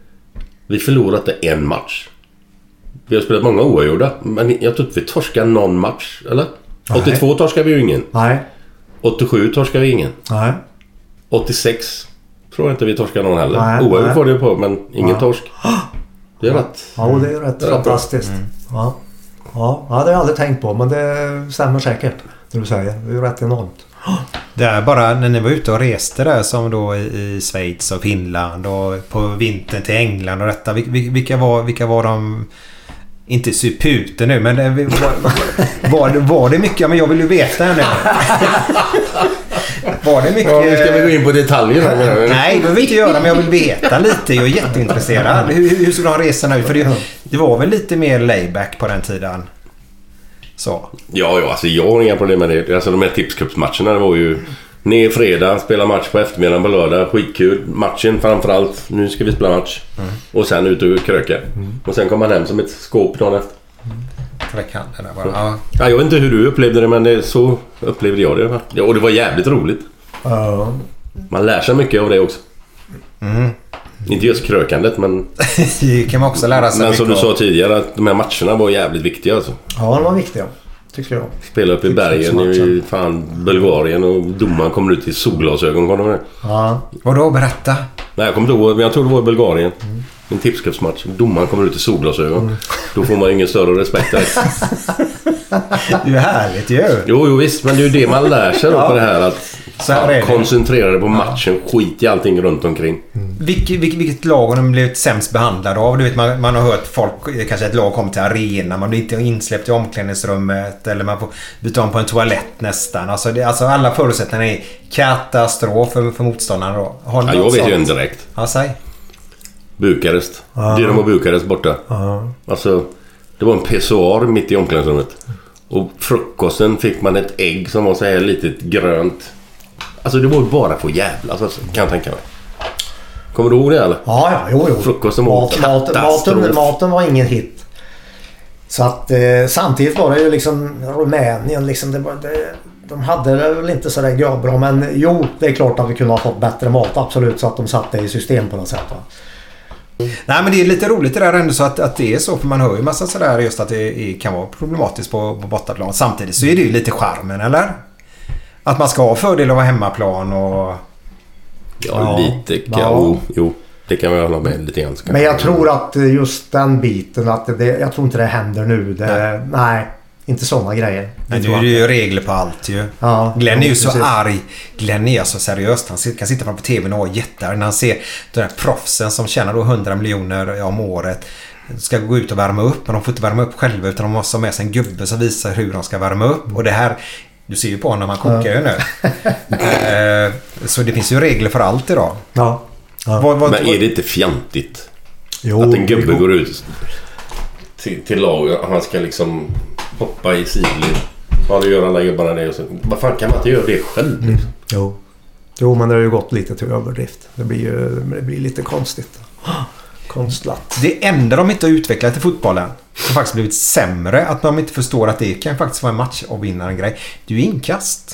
D: vi förlorade en match. Vi har spelat många oavgjorda, men jag tror inte vi torskar någon match, eller? Nej. åttiotvå torskar vi ju ingen.
F: Nej.
D: åttiosju torskar vi ingen.
F: Nej.
D: åttiosex tror jag inte vi torskar någon heller. Oavgjort får det på, men ingen ja. torsk. Det är
F: ja.
D: rätt.
F: Ja, det är rätt det är fantastiskt. Mm. Ja. Ja, det har jag aldrig tänkt på, men det stämmer säkert det du säger. Det är ju rätt enormt.
E: Det är bara när ni var ute och reste där som då i, i Schweiz och Finland och på vintern till England och detta. Vilka var, vilka var de... Inte supute nu, men det, var, var, var det mycket? Men jag vill ju veta nu. Var det mycket... Ja,
D: nu ska vi gå in på detaljer.
E: Nej, det vill vi inte göra, men jag vill veta lite. Jag är jätteintresserad. Hur, hur skulle de resorna ut? För det, det var väl lite mer layback på den tiden. Så.
D: Ja, ja, alltså jag har inga problem med det. Alltså de här tipscupsmatcherna, det var ju ner fredag, spela match på eftermiddagen på lördag, skitkul. Matchen framförallt, nu ska vi spela match. Mm. Och sen ut och kröka. Mm. Och sen kommer man hem som ett skåp dagen efter.
E: Mm. Det kan det där bara. Ja.
D: Ja, jag vet inte hur du upplevde det, men det, så upplevde jag det. Ja, och det var jävligt roligt.
F: Uh.
D: Man lär sig mycket av det också.
E: Mm.
D: Inte just krökandet, men...
E: det kan man också lära sig.
D: Men som du sa tidigare, att de här matcherna var jävligt viktiga alltså.
F: Ja, de var viktiga. Tycker jag.
D: Spela upp i bergen i fan Bulgarien och domaren kommer ut i solglasögon. Kom de
F: ja.
E: Och då berätta.
D: Nej, jag kommer inte ihåg, men jag tror det var i Bulgarien. Mm. En tipscupsmatch. Domaren kommer ut i solglasögon. Mm. Då får man ingen större respekt där.
E: Det är härligt ju.
D: Jo, jo visst, men det är ju det man lär sig då ja. På det här att så här är koncentrera dig på matchen, skit i allting runt omkring.
E: Mm. Vilket, vilket, vilket lag har de blivit sämst behandlade av? Du vet, man, man har hört folk, kanske ett lag kommer till arena, man blir inte insläppt i omklädningsrummet eller man får byta om på en toalett nästan. Alltså, det, alltså alla förutsättningar är katastrof för, för motståndarna då. Har
D: ja, jag vet ju en direkt.
E: Ja, säg.
D: Bukarest.
F: Ja.
D: Dynamo Bukarest borta.
F: Ja.
D: Alltså, det var en pissoar mitt i omklädningsrummet. Och frukosten fick man ett ägg som var så här litet grönt. Alltså det var ju bara för jävlas, alltså, kan jag tänka mig. Kommer du ihåg det eller?
F: Ja, ja, jo, jo.
D: Frukosten var
F: Mat, maten, maten, maten var ingen hit. Så att eh, samtidigt var det ju liksom Rumänien liksom, det, det, de hade det väl inte så där bra, men jo, det är klart att vi kunde ha fått bättre mat, absolut, så att de satte i system på något sätt, va?
E: Nej, men det är lite roligt det där ändå, så att, att det är så, för man hör ju massa sådär just att det är, kan vara problematiskt på, på bortaplan. Samtidigt så är det ju lite charmen, eller? Att man ska ha fördel av att ha hemmaplan och...
D: Ja,
F: ja
D: lite. Ja. Jo, jo, det kan vi hålla med lite grann.
F: Men jag tror att just den biten, att det, jag tror inte det händer nu. Det, nej. nej, inte sådana grejer.
E: Men nu är det ju regler på allt ju.
F: Ja,
E: Glenn är ju så
F: precis.
E: arg. Glenn är så seriöst. Han kan sitta framför tvn och vara jättearg när han ser den här proffsen som tjänar då hundra miljoner om året ska gå ut och värma upp, men de får inte värma upp själva, utan de måste ha med sig en gubbe som visar hur de ska värma upp. Och det här, du ser ju på när man kokar ju nu. eh, så det finns ju regler för allt idag.
F: Ja. Ja.
D: Vad, vad, men är det inte fjantigt?
F: Jo,
D: att en gubbe går ut till, till lag och han ska liksom hoppa i sidled. Ja, det gör alla gubbarna det. Och så, vad fan, kan man inte göra det själv?
F: Mm. Jo. jo, men det har ju gått lite till överdrift. Det blir ju det blir lite konstigt. Konstlat.
E: Det enda de inte har utvecklat i fotbollen har faktiskt blivit sämre, att de inte förstår att det kan faktiskt vara en match och vinna en grej. Det är ju inkast.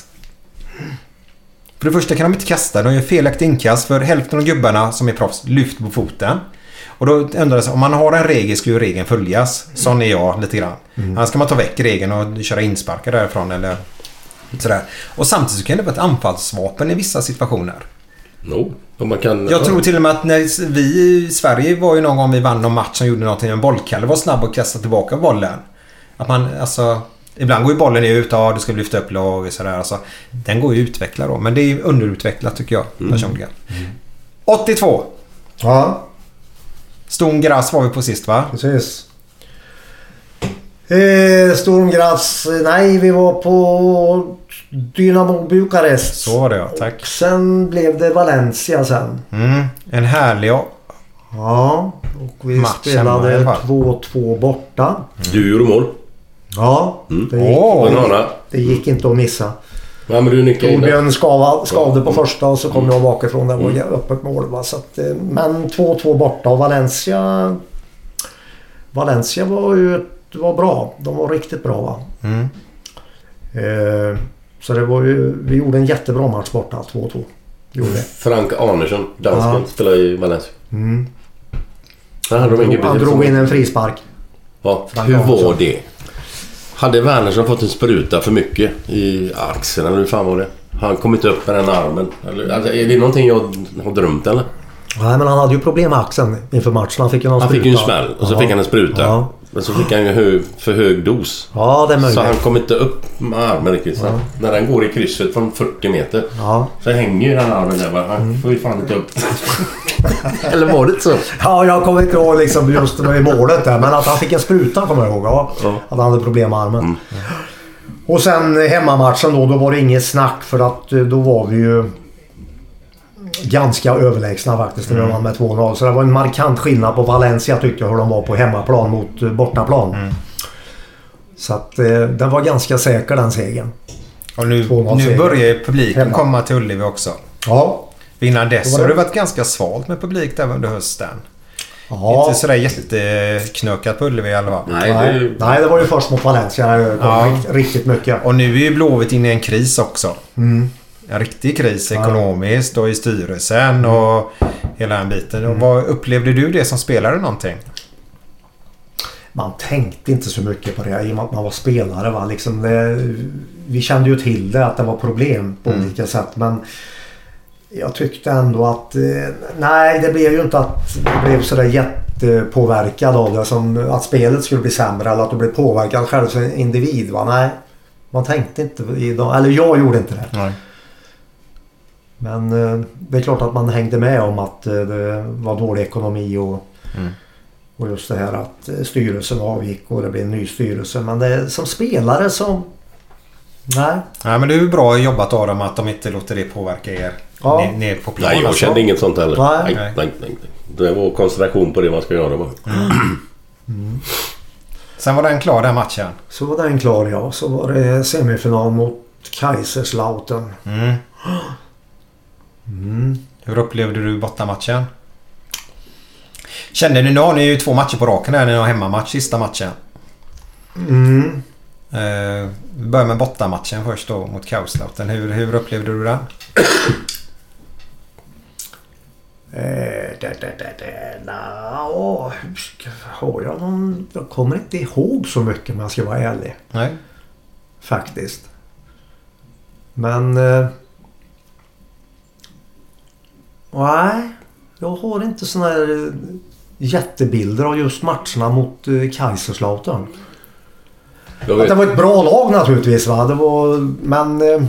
E: För det första kan de inte kasta, de gör felaktigt inkast, för hälften av gubbarna som är proffs lyfter på foten. Och då undrar det sig, om man har en regel ska ju regeln följas. Sån är jag lite grann. Mm. Annars ska man ta väck regeln och köra insparkar därifrån eller sådär. Och samtidigt så kan det vara ett anfallsvapen i vissa situationer.
D: No, man kan...
E: Jag tror till och med att när vi i Sverige var ju någon gång vi vann någon match som gjorde någonting, en bollkalle var snabb och kastade tillbaka bollen. Att man, alltså... Ibland går ju bollen ut, ja, du ska lyfta upp lag och sådär. Alltså, den går ju att utveckla då. Men det är ju underutvecklat tycker jag mm. personligen. Mm. åttiotvå.
F: Ja.
E: Sturm-Graz var vi på sist, va?
F: Precis. Eh, Sturm-Graz, nej, vi var på Dynamo Bukarest.
E: Så var det, ja, tack.
F: Och sen blev det Valencia sen.
E: Mm. En härlig...
F: Ja, och vi spelade två två borta.
D: Mm. Du gjorde mål.
F: Ja,
D: mm.
F: det, gick,
D: oh.
F: det, det gick inte att missa.
D: Ja, men du nickade in.
F: Torbjörn skavade, skavade på första och så kom mm. jag bakifrån. Det var mm. öppet mål. Va? Så att, men två två borta och Valencia Valencia var ju var bra. De var riktigt bra, va?
E: Mm.
F: Eh, så det var ju, vi gjorde en jättebra match borta, två två.
D: Frank Arnesson, dansken, ja. Spelade i Valencia.
F: Mm.
D: Han, han,
F: drog, han drog in en frispark.
D: Ja, Frank hur Arnesson. Var det? Hade Wernersson fått en spruta för mycket i axeln eller hur fan var det? Han kom inte upp med den armen. Eller, alltså, är det någonting jag har drömt eller?
F: Nej, men han hade ju problem med axeln inför matchen. Han fick ju någon
D: han
F: spruta.
D: Fick ju en smäll och så ja. Fick han en spruta. Ja. Men så fick han ju hög, för hög dos.
F: Ja, det är möjligt.
D: Så han kom inte upp med armen riktigt. Ja. När den går i krysset från fyrtio meter
F: ja.
D: Så hänger ju den armen där. Han mm. får ju fan inte upp. Eller var det så?
F: Ja, jag kommer inte ihåg liksom just i målet där. Men att han fick en spruta kommer jag ihåg. Ja. Ja. Att han hade problem med armen. Mm. Och sen hemmamatchen då, då var det inget snack. För att då var vi ju ganska överlägsna faktiskt. Mm. Med två noll. Så det var en markant skillnad på Valencia tyckte jag. Hur de var på hemmaplan mot bortaplan. Mm. Så att eh, den var ganska säker den segern.
E: Och nu, nu börjar publiken hemma. Komma till Ullevi också.
F: Ja.
E: Innan dess det har det varit ganska svalt med publik där under hösten.
F: Ja.
E: Inte sådär jätteknökat på Ullevi i alla fall.
F: Nej, det... Nej, det var ju först mot Valencia. Det kom ja. Riktigt mycket.
E: Och nu är ju Blåvitt inne i en kris också.
F: Mm.
E: En riktig kris ekonomiskt och i styrelsen mm. och hela den biten. Mm. Och vad upplevde du det som spelare någonting?
F: Man tänkte inte så mycket på det i och med att man var spelare. Va? Liksom det, vi kände ju till det att det var problem på mm. olika sätt. Men jag tyckte ändå att nej, det blev ju inte att det blev sådär jättepåverkad av det. Som att spelet skulle bli sämre eller att du blev påverkad själv som individ. Va? Nej, man tänkte inte i dem. Eller jag gjorde inte det.
E: Nej.
F: Men det är klart att man hängde med om att det var dålig ekonomi och, mm. och just det här att styrelsen avgick och det blev en ny styrelse. Men det, som spelare så... Nej.
E: Nej, men det är ju bra jobbat av dem att de inte låter det påverka er
F: ja.
E: ner, ner på plan.
D: Nej, jag kände inget sånt heller.
F: Nej.
D: Nej, nej, nej, nej. Det var koncentration på det man ska göra bara.
E: Mm. Mm. Sen var den klar den matchen.
F: Så var den klar, ja. Så var det semifinal mot Kaiserslautern.
E: Mm.
F: Mm.
E: Hur upplevde du bortamatchen? Kände ni, nu har ni ju två matcher på raken här. Ni har hemmamatch sista matchen.
F: Mm.
E: Uh, vi börjar med bortamatchen först då mot Kaiserslautern. Hur, hur upplevde du den?
F: Eh, det, det, det, det. Nå, har jag någon... Jag kommer inte ihåg så mycket om jag ska vara ärlig.
E: Nej.
F: Faktiskt. Men... Eh, nej. Jag har inte såna här jättebilder av just matcherna mot eh, Kaiserslautern. Att det var ett bra lag naturligtvis, va? Det var... Men... Eh,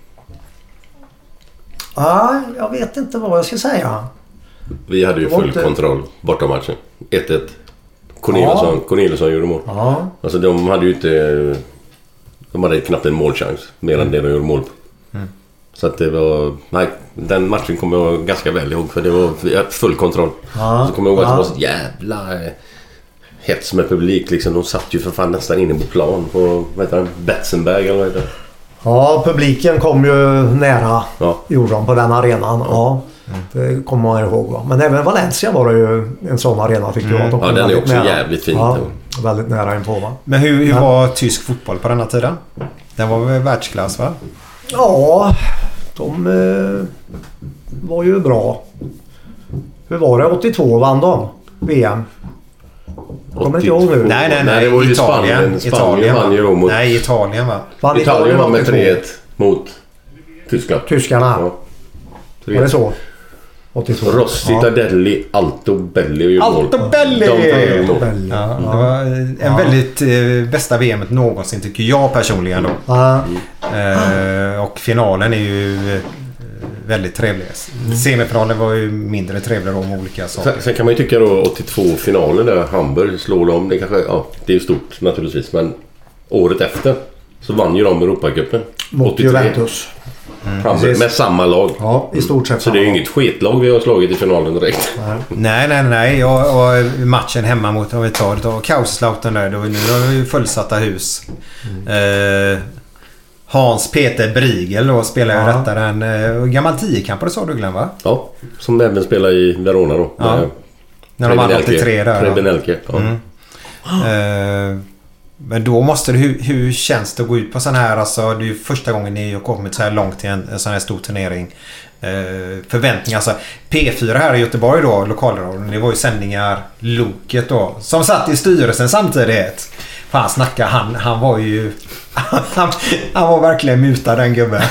F: nej, jag vet inte vad jag ska säga.
D: Vi hade ju full inte... kontroll borta matchen. ett ett. Corneliusson, ja. Corneliusson gjorde mål.
F: Ja.
D: Alltså de hade ju inte... De hade knappt en målchans. Mer än det de gjorde mål på.
E: Mm.
D: Så att det var... Nej, den matchen kommer jag ganska väl ihåg. För det var full kontroll.
F: Ja.
D: Så kommer jag ihåg att
F: ja.
D: det var så jävla... hets med publik liksom. De satt ju för fan nästan inne på plan. På, vad heter det? Betzenberg eller vad heter det?
F: Ja, publiken kom ju nära.
D: Ja.
F: Gjorde de på den arenan. Ja. Mm. Det kommer man ihåg, va? Men även Valencia var det ju en sån arena, tyckte jag.
D: Mm. Ja, den är också nära. Jävligt fin.
F: Ja, väldigt nära inpå, va?
E: Men hur, hur
F: ja.
E: var tysk fotboll på denna tiden? Den var väl världsklass, va?
F: Ja, de eh, var ju bra. Hur var det? åttiotvå vann de V M. Kommer inte ihåg nu.
E: Nej, nej, nej.
D: Det var ju
E: Italien.
D: Spanien. Spanien
E: Italien
D: vann ju mot...
E: Nej, Italien, va?
F: Vann
D: Italien vann med tre ett mot Tyskland.
F: Tyskarna.
D: Ja.
F: Var det så? åttiotvå.
D: Rossi, ja. Tadelli, Alto Belli och
E: Alto Belli!
D: De
E: ja, det var en ja. väldigt eh, bästa V M någonsin, tycker jag personligen då.
F: Ja.
E: Eh, och finalen är ju eh, väldigt trevlig. Mm. Semifinalen var ju mindre trevlig om olika saker.
D: Sen, sen kan man ju tycka då åttiotvå-finalen där Hamburg slår dem. Det kanske, ja, det är ju stort naturligtvis. Men året efter så vann ju de Europacupen.
F: Mot Juventus.
D: Mm. Hamburg, med samma lag.
F: Ja, i stort sett.
D: Så det är ju inget skitlag vi har slagit i finalen direkt.
E: Nej, nej, nej. Och, och matchen hemma mot, om vi tar det, och Kaiserslautern där, då, nu har vi ju fullsatta hus. Mm. Eh, Hans Peter Briegel då spelar ju ja. detta den uh, gammal tiokampare, sa du, Glenn, va?
D: Ja, som även spelar i Verona då.
E: Ja. När de vann åttiotre där.
D: Prebenelke, ja.
E: Mm. Uh, men då måste det, hur, hur känns det att gå ut på sån här, alltså det är ju första gången ni har kommit så här långt till en, en sån här stor turnering. Uh, förväntningar, alltså P fyra här i Göteborg då, lokalradion, det var ju sändningar Loket då, som satt i styrelsen samtidigt. Fan, snacka, han, han var ju han, han var verkligen mutad, den gubben.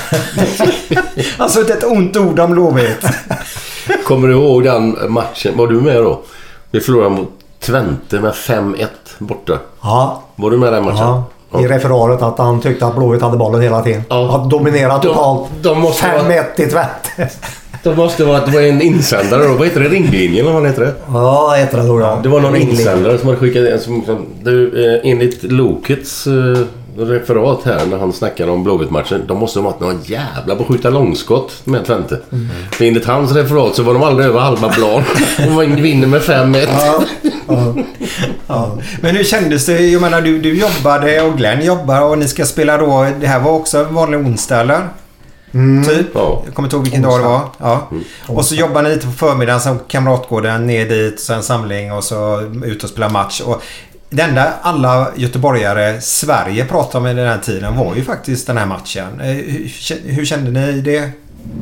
E: Han sa ett ont ord om Blåvitt.
D: Kommer du ihåg den matchen? Var du med då? Vi förlorade mot Twente med fem ett borta.
F: Ja.
D: Var du med den matchen?
F: Ja. I referaret att han tyckte att Blåvitt hade bollen hela tiden.
D: Ja.
F: Att dominera totalt. fem ett i Twente.
D: Det måste vara att det var en insändare då. Vad heter det? Ringlinjen eller vad heter det?
F: Ja, heter det då, ja.
D: Det var någon Ringlinjen. Insändare som hade skickat en som, som du, eh, enligt Lokets eh, referat här när han snackade om Blåvitt-matchen. De måste ha varit någon jävla på skjuta långskott med Twente. Mm. För enligt hans referat så var de aldrig över halva plan. Och vinner med fem ett.
F: Ja. Ja.
E: Ja. Men hur kändes det? Jag menar, du, du jobbade och Glenn jobbar och ni ska spela då. Det här var också en vanlig onsdag, eller?
F: Mm.
E: Typ.
D: Ja.
E: Jag kommer inte ihåg vilken dag det var. Ja. Mm. Och så jobbar ni lite på förmiddagen som Kamratgården, ner dit, så en samling och så ut och spela match. Och det enda alla göteborgare Sverige pratade om i den här tiden var ju faktiskt den här matchen. Hur, hur kände ni det?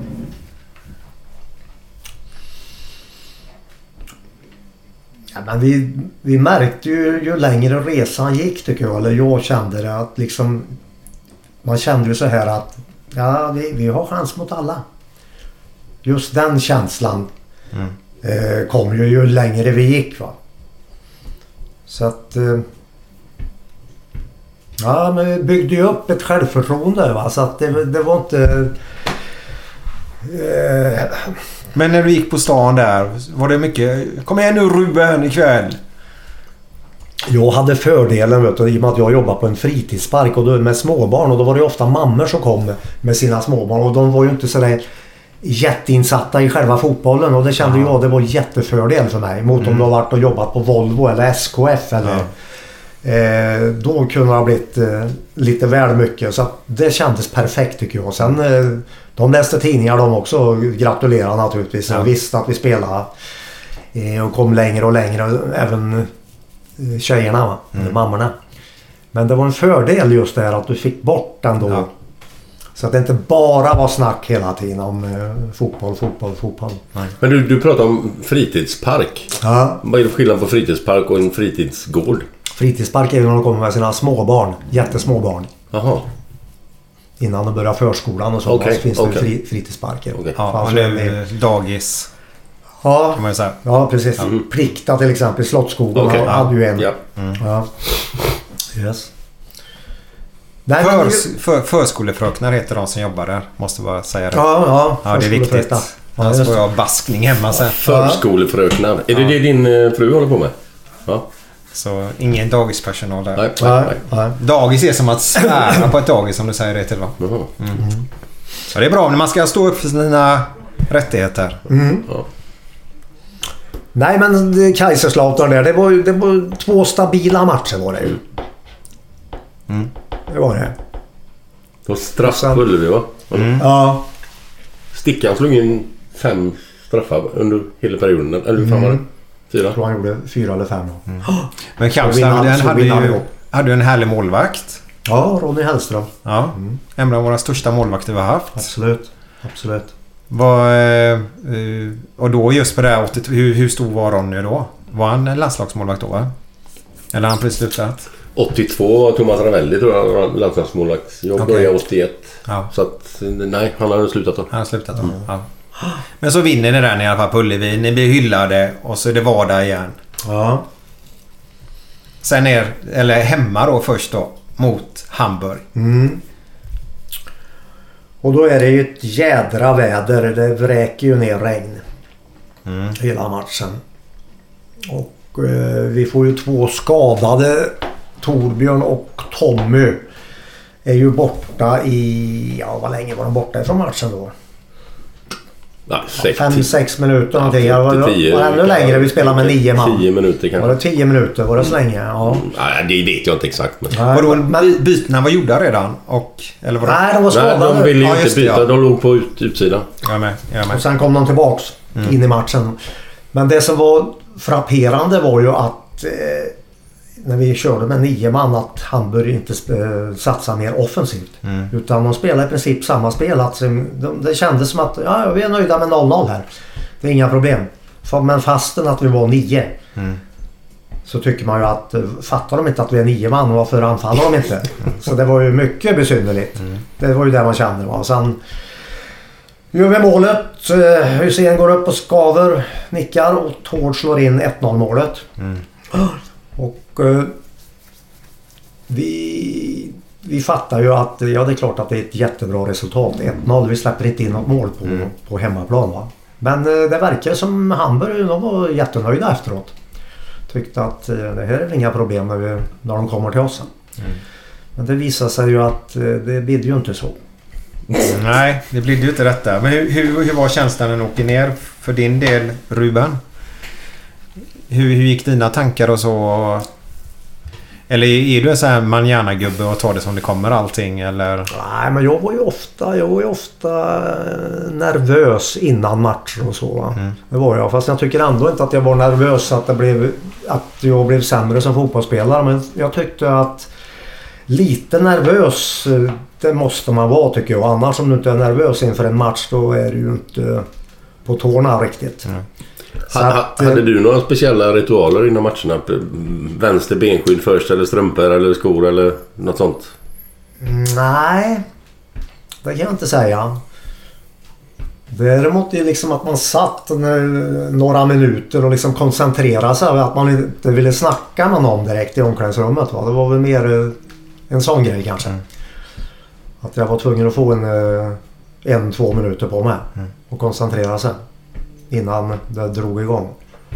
F: Ja, men vi, vi märkte ju ju längre resan gick, tycker jag. Eller jag kände det att liksom... Man kände ju så här att ja, vi, vi har chans mot alla. Just den känslan mm. eh, kom ju ju längre vi gick, va. Så att eh, ja, men vi byggde ju upp ett självförtroende, va. Så att det, det var inte eh,
E: men när du gick på stan där, var det mycket kom igen nu Ruben ikväll?
F: Jag hade fördelen, vet du, i och med att jag jobbar på en fritidspark och då med småbarn, och då var det ofta mammor som kom med sina småbarn, och de var ju inte så där jätteinsatta i själva fotbollen och det kände ja. jag det var jättefördel för mig mot mm. om du har varit och jobbat på Volvo eller S K F eller ja. eh, då kunde det ha blivit eh, lite väl mycket så att det kändes perfekt tycker jag. Sen eh, de läste tidningar de också och gratulerade naturligtvis ja. och visste att vi spelade eh, och kom längre och längre även eh, tjejerna va? Mm. mammorna. Men det var en fördel just det här att du fick bort den då. Ja. Så att det inte bara var snack hela tiden om eh, fotboll, fotboll, fotboll.
D: Nej. Men du, du pratar om fritidspark.
F: Ja.
D: Vad är det skillnad på fritidspark och en fritidsgård?
F: Fritidspark är ju när de kommer med sina småbarn. Jättesmå barn.
D: Jaha.
F: Innan de börjar förskolan och så,
D: okay.
F: så finns
D: okay.
F: det fri, fritidsparker.
E: Okay. Ja, och nu dagis.
F: Ja,
E: kan man säga.
F: Ja precis. Mm. Plikta till exempel. Slottsskogen okay. hade ju en.
D: Ja.
F: Mm. Ja. Yes.
E: Nej, för, ju... för, förskolefröknar heter de som jobbar där. Måste bara säga det.
F: Ja, ja,
E: ja det är viktigt. Annars får jag baskning hemma sen.
D: Förskolefröknar. Är det ja. det din fru håller på med? Ja.
E: Så ingen dagispersonal där.
D: Nej, nej, nej.
E: nej. Dagis är som att svära på ett dagis som du säger det till va? Mm. Mm. Så det är bra när man ska stå upp för sina rättigheter.
F: Mm. Ja. Nej men Kaiserslautern där, det var ju det var två stabila matcher var det ju.
E: Mm.
F: Det var det.
D: Det var straff på Ullevi va?
F: Mm. Ja.
D: Stickan slog in fem straffar under hela perioden. Eller hur fan var det? Fyra?
F: Jag tror han gjorde fyra eller fem.
E: Mm. Men Karlstad hade ju hade en härlig målvakt.
F: Ja, Ronny Hellström.
E: Ja, mm. en av våra största målvakter vi har haft.
F: Absolut, absolut.
E: Var, och då just på det här åttiotvå, hur, hur stor var Ronny då? Var han landslagsmålvakt då va? Eller har han precis slutat?
D: åttiotvå Thomas Ravelli tror jag landslagsmålvakt. Jag
E: okay.
D: började åttioett.
E: Ja.
D: Så att nej, han har slutat då.
E: Han har slutat då. Mm. Ja. Men så vinner ni där i alla fall på Ullevi. Ni blir hyllade och så är det vardag igen.
F: Ja.
E: Sen är eller hemma då först då mot Hamburg.
F: Mm. Och då är det ju ett jädra väder. Det vräker ju ner regn. Mm. Hela matchen. Och eh, vi får ju två skadade. Torbjörn och Tommy är ju borta i... Ja, vad länge var de borta ifrån matchen då?
D: Ja, sex,
F: Fem, sex minuter någonting.
D: Ja,
F: var,
D: tio,
F: var ännu längre. Vi spelar med nio man.
D: Tio minuter kanske.
F: Var det tio minuter? Var det så länge? Ja.
D: Mm, nej, det vet jag inte exakt. Men...
E: Nej, var då men... bytena var gjorda redan? Och, eller var det...
F: Nej, de var skadade.
D: Nej, de ville ju ja, inte byta. Ja. De låg på ut, utsidan.
E: Jag med, jag med.
F: Och sen kom de tillbaks mm. in i matchen. Men det som var frapperande var ju att... Eh, när vi körde med nio man att Hamburg inte sp- satsar mer offensivt. Mm. Utan de spelar i princip samma spel. Att de, det kändes som att ja, vi är nöjda med noll noll här. Det är inga problem. Men fastän att vi var nio mm. så tycker man ju att fattar de inte att vi är nio man, varför anfaller de inte? Så det var ju mycket besynnerligt. Mm. Det var ju det man kände. Va? Sen gör vi målet. Hussein går upp och skaver, nickar och Tord slår in ett noll målet. Mm. Och eh, vi, vi fattar ju att ja, det är klart att det är ett jättebra resultat. ett noll, vi släpper inte in något mål på, mm. på hemmaplan va. Men eh, det verkar som Hamburg, de var jättenöjda efteråt. Tyckte att eh, det här är inga problem när, vi, när de kommer till oss. Mm. Men det visar sig ju att eh, det blir ju inte så.
E: Mm. Nej, det blir ju inte detta. Men hur, hur, hur var känslan när du åker ner för din del, Ruben? Hur, hur gick dina tankar och så? Eller är du en sån här manjana-gubbe och tar det som det kommer allting? Eller?
F: Nej, men jag var ju ofta, jag var ju ofta nervös innan matcher och så. Mm. Det var jag. Fast jag tycker ändå inte att jag var nervös att, det blev, att jag blev sämre som fotbollsspelare. Men jag tyckte att lite nervös, det måste man vara tycker jag. Annars om du inte är nervös inför en match då är du ju inte på tårna riktigt. Mm.
D: Ha, att, hade du några speciella ritualer innan matcherna? Vänster benskydd först eller strumpor eller skor eller något sånt?
F: Nej, det kan jag inte säga. Däremot är det liksom att man satt några minuter och liksom koncentrerade sig. Att man inte ville snacka med någon direkt i omklädningsrummet. Va? Det var väl mer en sån grej kanske. Mm. Att jag var tvungen att få en, en två minuter på mig mm. och koncentrera sig. Innan det drog igång.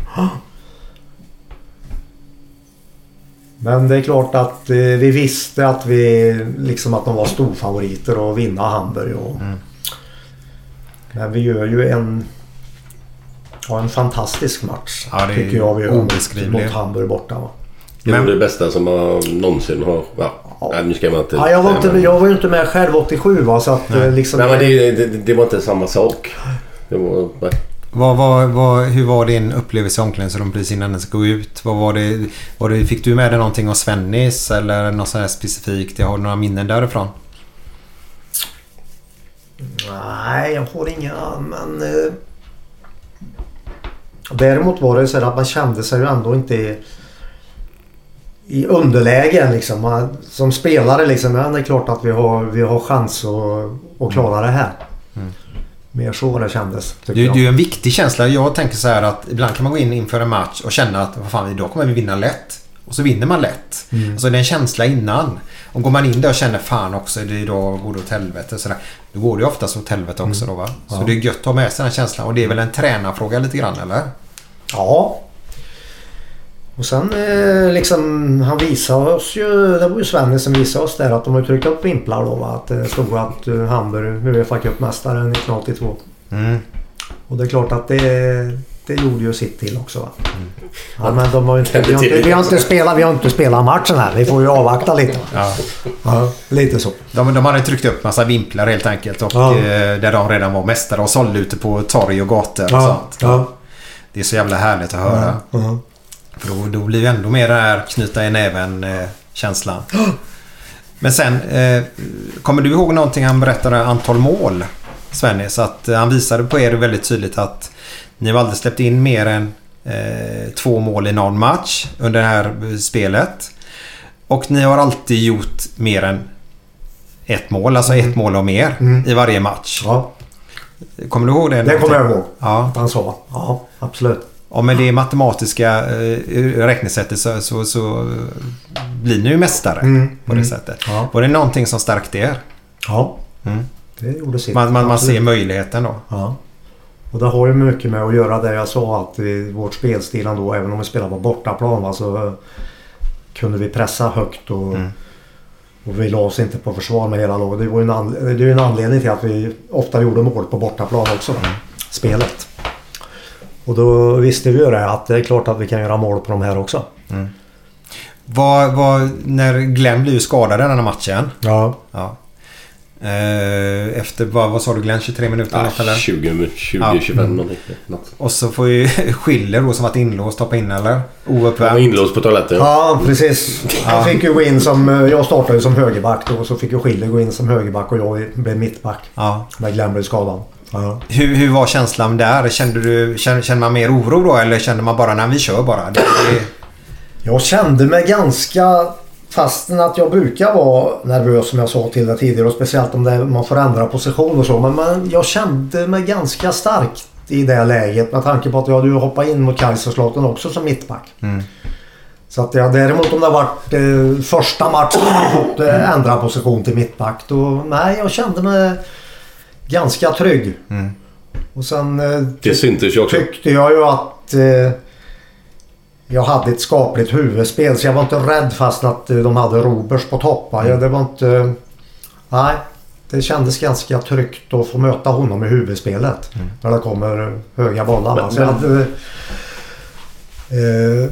F: Men det är klart att eh, vi visste att vi liksom att de var storfavoriter och vinna Hamburg och,
E: mm.
F: Men vi gör ju en ja, en fantastisk match.
E: Ja, det
F: tycker jag vi gör
E: obeskrivligt.
F: mot Hamburg borta, va?
D: Det är det bästa som man någonsin har... Ja. Nej, nu ska man inte...
F: Ja, jag, var inte, jag var ju inte med själv åttiosju, va? Så att,
D: Nej,
F: liksom,
D: nej men det, det, det var inte samma sak. Det var... Nej.
E: Vad, vad, vad, hur var din upplevelse i omklädningsrummet precis innan den ska gå ut? Vad var det, var det, fick du med dig någonting av Svennis eller något sånt här specifikt? Jag har några minnen därifrån.
F: Nej, jag har inga, men... Eh, däremot var det så att man kände sig ju ändå inte i, i underläge liksom. Man, som spelare liksom, ja, det är klart att vi har, vi har chans att, att klara det här. Mm. Mer så det kändes.
E: Det, det är ju en viktig känsla. Jag tänker så här att ibland kan man gå in inför en match och känna att vad fan, idag kommer vi vinna lätt. Och så vinner man lätt. Mm. Alltså det är en känsla innan. Och går man in där och känner fan också, det är idag går det åt helvete. Så där, då går det ju oftast åt helvete också då, va? Så ja. Det är gött att ha med sig den känslan. Och det är väl en tränarfråga lite grann, eller?
F: Ja. Och sen eh, liksom han visade oss ju, det var ju Svenny som visade oss där att de har tryckt upp vimplar då, va? Att det stod att uh, Hamburg UEFA Cup-mästare nittonhundraåttiotvå. Mm. Och det är klart att det, det gjorde ju sitt till också, va? Mm. Ja, men de har inte, vi, har inte, vi har inte spelat vi har inte spelat matchen här. Vi får ju avvakta lite.
E: Ja.
F: Ja, lite så.
E: De, de hade tryckt upp massa vimplar helt enkelt och ja. eh, där de redan var mästare och sålde ute på torg och gator och
F: ja.
E: sånt.
F: Ja.
E: Det är så jävla härligt att höra.
F: Ja. Ja.
E: För då, då blir det ändå mer där knyta i näven eh, känslan. Men sen, eh, kommer du ihåg någonting han berättade antal mål, Svenny? Så att eh, han visade på er väldigt tydligt att ni har aldrig släppt in mer än eh, två mål i någon match under det här spelet. Och ni har alltid gjort mer än ett mål, alltså ett mål och mer mm. i varje match.
F: Ja.
E: Kommer du ihåg det?
F: Det kommer jag ihåg.
E: Ja.
F: Han sa. Ja, absolut.
E: Ja, med det matematiska eh, räknesättet så, så, så blir ni ju mästare mm, på det mm. sättet. Ja. Var det någonting som stärkte er?
F: Ja,
E: mm.
F: det gjorde sitt.
E: Man, man, man ser möjligheten då.
F: Ja. Och det har ju mycket med att göra det jag sa att i vårt spelstil då, även om vi spelar på bortaplan, va, så kunde vi pressa högt och, mm. och vi la oss inte på försvar med hela laget. Det var ju en, anled- det är ju en anledning till att vi ofta gjorde mål på bortaplan också. Mm. Spelet. Och då visste vi ju det att det är klart att vi kan göra mål på de här också.
E: Mm. Vad, vad, när Glenn blev skadad den här matchen.
F: Ja.
E: ja. Efter, vad, vad sa du Glenn? tjugotre minuter?
D: Ja,
E: något, eller?
D: tjugo tjugofem
E: ja.
D: någonting.
E: Och så får ju Schiller då som varit inlåst hoppa in eller?
D: Ouppvärmd. Inlåst på toaletten.
F: Ja, precis. Han ja. fick ju gå in som, jag startade ju som högerback då, och så fick ju Schiller gå in som högerback och jag blev mittback.
E: Ja.
F: När Glenn blev skadad. Ja.
E: Hur, hur var känslan där? Kände, du, kände, kände man mer oro då eller kände man bara när vi kör bara? Det, det...
F: Jag kände mig ganska, fastän att jag brukar vara nervös som jag sa till det tidigare och speciellt om det, man får ändra position och så, men man, jag kände mig ganska starkt i det läget med tanke på att jag hade hoppat in mot Kaiserslautern också som mittback. Mm. Så att jag däremot om det varit eh, första matchen fått eh, ändra position till mittback då, nej jag kände mig ganska trygg. Mm. Och sen eh,
D: det syntes ju också.
F: Tyckte jag ju att eh, jag hade ett skapligt huvudspel så jag var inte rädd fast att eh, de hade Robers på topp. Mm. Ja, det var inte... Eh, nej, det kändes ganska tryggt att få möta honom i huvudspelet. Mm. När det kommer höga bollar. Men, så jag hade, eh,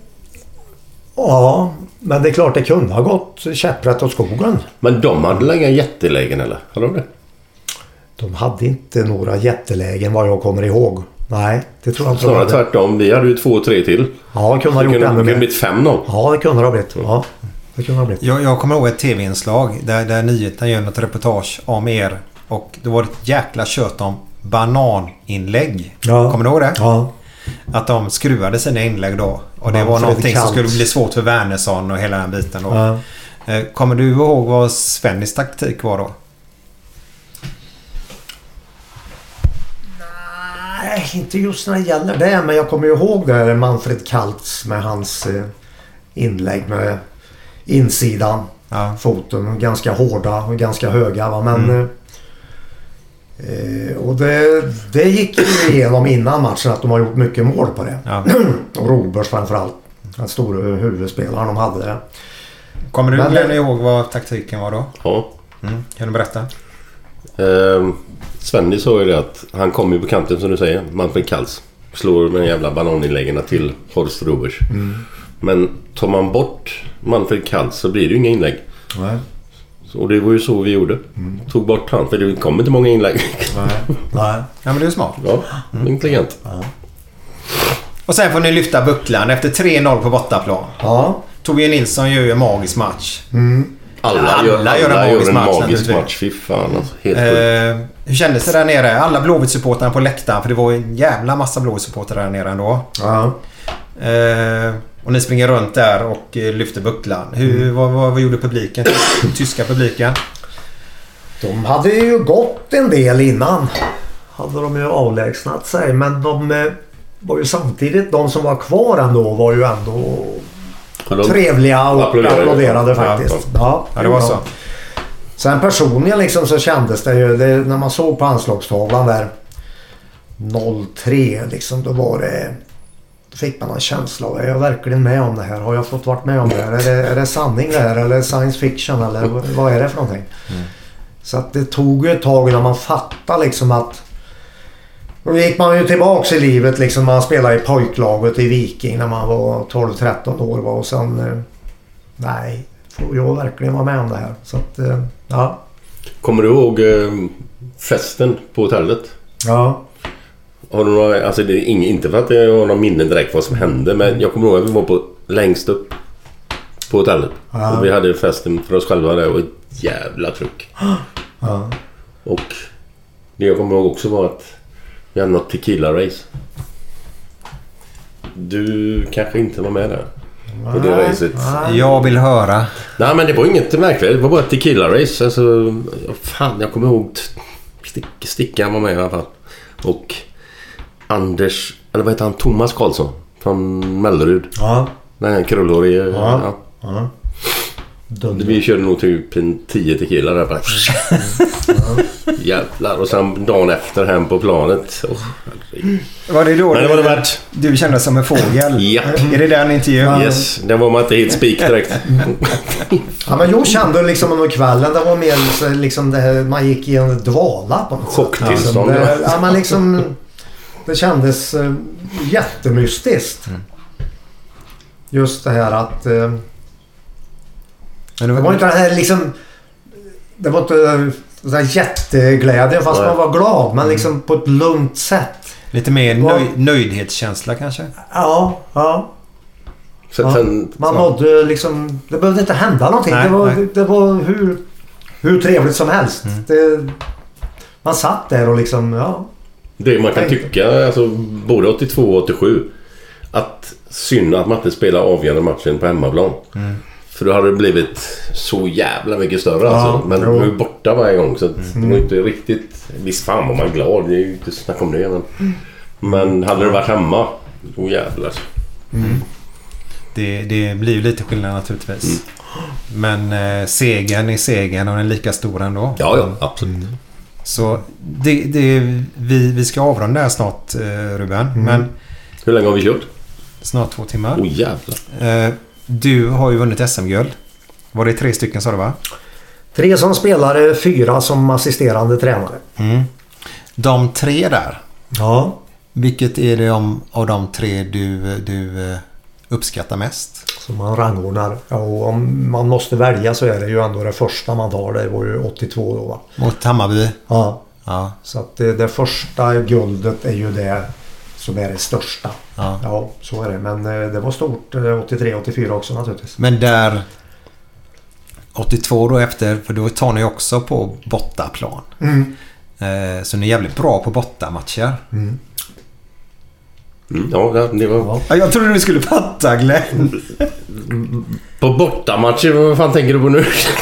F: ja, men det är klart det kunde ha gått käpprätt åt skogen.
D: Men de hade lägga jättelägen eller? Hade de det?
F: De hade inte några jättelägen vad jag kommer ihåg. Nej, det tror jag inte.
D: Snarare tvärtom. Vi hade ju två, tre till.
F: Ja, det kunde ha gjort ännu mer. Det kunde
D: blivit fem då.
F: Ja, det kunde ha blivit. Ja, det kunde ha blivit.
E: Jag, jag kommer ihåg ett tv-inslag där, där nyheten gör något reportage om er. Och det var ett jäkla kött om bananinlägg.
F: Ja.
E: Kommer du ihåg det?
F: Ja.
E: Att de skruvade sina inlägg då. Och det
F: ja,
E: var någonting
F: kallt.
E: som skulle bli svårt för Wernersson och hela den biten då.
F: Ja.
E: Kommer du ihåg vad Svennis taktik var då?
F: Nej, inte just när det gäller det. Men jag kommer ju ihåg det Manfred Kaltz med hans eh, inlägg med insidan.
E: Ja.
F: Foten. Ganska hårda och ganska höga. Va? Men, mm. eh, och det, det gick ju igenom innan matchen att de har gjort mycket mål på det.
E: Ja.
F: Och Robers framförallt. Den stora huvudspelaren de hade det.
E: Kommer du
F: men,
E: Glenn ihåg vad taktiken var då?
D: Ja.
E: Mm. Kan du berätta?
D: Eh, Svenny sa ju det att han kommer ju på kanten som du säger. Manfred Kals slår med jävla bananinläggen till Horst Rubers. Mm. Men tar man bort Manfred Kals så blir det ju inga inlägg.
F: Nej.
D: Och det var ju så vi gjorde. Mm. Tog bort han för det kom inte många inlägg.
F: Nej. Nej.
E: Ja, men det är smart.
D: Ja, mm. intelligent.
F: Ja.
E: Och sen får ni lyfta bucklan efter tre noll på bortaplan.
F: Ja.
E: Torbjörn Nilsson gör ju en magisk match.
F: Mm.
D: Alla,
E: alla
D: gör, alla
E: gör en magisk,
D: gör en
E: match,
D: magisk match. Fy fan, alltså. Helt
E: eh, hur kändes det där nere? Alla Blåvitt-supportrarna på läktaren. För det var ju en jävla massa Blåvitt-supportrar där nere ändå.
F: Ja.
E: Eh, och ni springer runt där och eh, lyfter bucklan. Hur, mm. vad, vad, vad gjorde publiken? Tyska publiken?
F: De hade ju gått en del innan. Hade de ju avlägsnat sig. Men de eh, var ju samtidigt, de som var kvar ändå var ju ändå trevliga och applåderade, applåderade faktiskt.
E: Ja, ja, det var så.
F: Sen personligen liksom så kändes det ju det, när man såg på anslagstavlan där noll tre liksom, då var det, då fick man en känsla av, är jag verkligen med om det här? Har jag fått varit med om det här? Är det, är det sanning det här? Eller science fiction? Eller vad är det för någonting? Mm. Så att det tog ju ett tag när man fattade liksom att då gick man ju tillbaks i livet liksom, man spelade i pojklaget i Viking när man var tolv tretton år var, och sen eh, nej, får jag verkligen vara med om det här. Så att, eh, ja.
D: Kommer du ihåg eh, festen på hotellet?
F: Ja.
D: Har du några, alltså det är ing, inte för att jag har någon minne direkt vad som hände, men jag kommer ihåg att vi var på längst upp på hotellet. Ja. Och vi hade festen för oss själva där och ett jävla tryck.
F: Ja.
D: Och det jag kommer ihåg också var att vi hade något tequila-race. Du kanske inte var med där på det racet.
E: Jag vill höra.
D: Nej, men det var inget märkvärdigt. Det var bara ett tequila-race. Alltså, fan, jag kommer ihåg stick, Stickan var med i alla fall. Och Anders, eller vad heter han? Thomas Karlsson från Mellerud.
F: Ja.
D: Den här krullhårig. Ja. Ja.
F: Ja.
D: Vi körde nog typ en tio tequila där bara. Jävlar. Och sen dagen efter hem på planet. Oh,
E: var det då?
D: Men det var det värt.
E: Du kände som en fågel.
D: Ja.
E: Är det den intervjun?
D: Yes, det var man inte helt spik direkt.
F: Ja, men jag kände liksom under kvällen, det var mer liksom det här, man gick i en dvala på något
D: chocktillstånd.
F: Alltså, ja, man liksom, det kändes uh, jättemystiskt. Mm. Just det här att uh,
E: men det var,
F: det var inte det här liksom, det var inte så här jätteglädje fast Nej. Man var glad, men liksom mm. på ett lugnt sätt.
E: Lite mer nöj, nöjdhetskänsla kanske?
F: Ja, ja.
D: Sen,
F: ja.
D: Sen,
F: man nådde liksom, det behövde inte hända någonting.
E: Nej,
F: det var,
E: nej.
F: det var hur, hur trevligt som helst. Mm. Det, man satt där och liksom, ja.
D: Det man kan tycka, alltså både åttiotvå och åttiosju, att synd att man inte spelar avgörande matchen på hemmaplan. Mm. För då hade det blivit så jävla mycket större. Ja, alltså. Men vi var ju borta varje gång. Så mm. det var inte riktigt... Visst fan var man glad. Det är ju inte snack om det. Men, mm. men hade det varit hemma, så jävlar.
E: Mm. Det, det blir ju lite skillnad naturligtvis. Mm. Men eh, segern är segern och den är lika stor ändå.
D: Ja, ja, absolut. Mm.
E: Så det, det, vi, vi ska avrunda här snart, eh, Ruben.
F: Mm.
E: Men
D: hur länge har vi kört?
E: Snart två timmar.
D: Åh, oh, jävlar.
E: Eh, Du har ju vunnit S M-guld. Var det tre stycken, sa du, va?
F: Tre som spelare, fyra som assisterande tränare.
E: Mm. De tre där.
F: Ja.
E: Vilket är det om, av de tre du, du uppskattar mest?
F: Som man rangordnar. Ja, och om man måste välja så är det ju ändå det första man tar. Det var ju åttiotvå då, va?
E: Mot Hammarby?
F: Ja.
E: Ja.
F: Så att det, det första guldet är ju det som är det största.
E: Ja.
F: Ja, så är det. Men det var stort åttiotre åttiofyra också naturligtvis.
E: Men där åttiotvå då efter, för då tar ni också på bortaplan.
F: Mm.
E: Eh, så ni är jävligt bra på bortamatcher.
F: Mm.
D: Mm, ja, det var...
E: Ja, jag trodde du skulle fatta, Glenn.
D: På bortamatcher, vad fan tänker du på nu?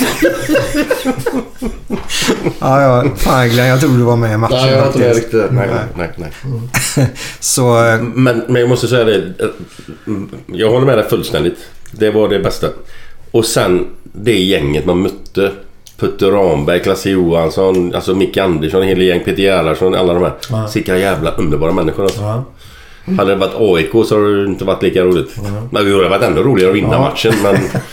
E: ja, ja, fan Glenn, jag trodde du var med i matchen.
D: Ja, jag inte det riktigt. Nej, nej, nej. nej.
E: Så,
D: men, men jag måste säga det. Jag håller med dig fullständigt. Det var det bästa. Och sen det gänget man mötte. Putte Ramberg, Klasse Johansson, alltså Micke Andersson, hela gäng, Peter Gerhardsson, alla de här. Ja. Sickra jävla underbara människor alltså. Ja. Mm. Hade det varit A I K så hade det inte varit lika roligt. Mm. Men det hade varit ändå roligare att vinna ja. matchen. Men,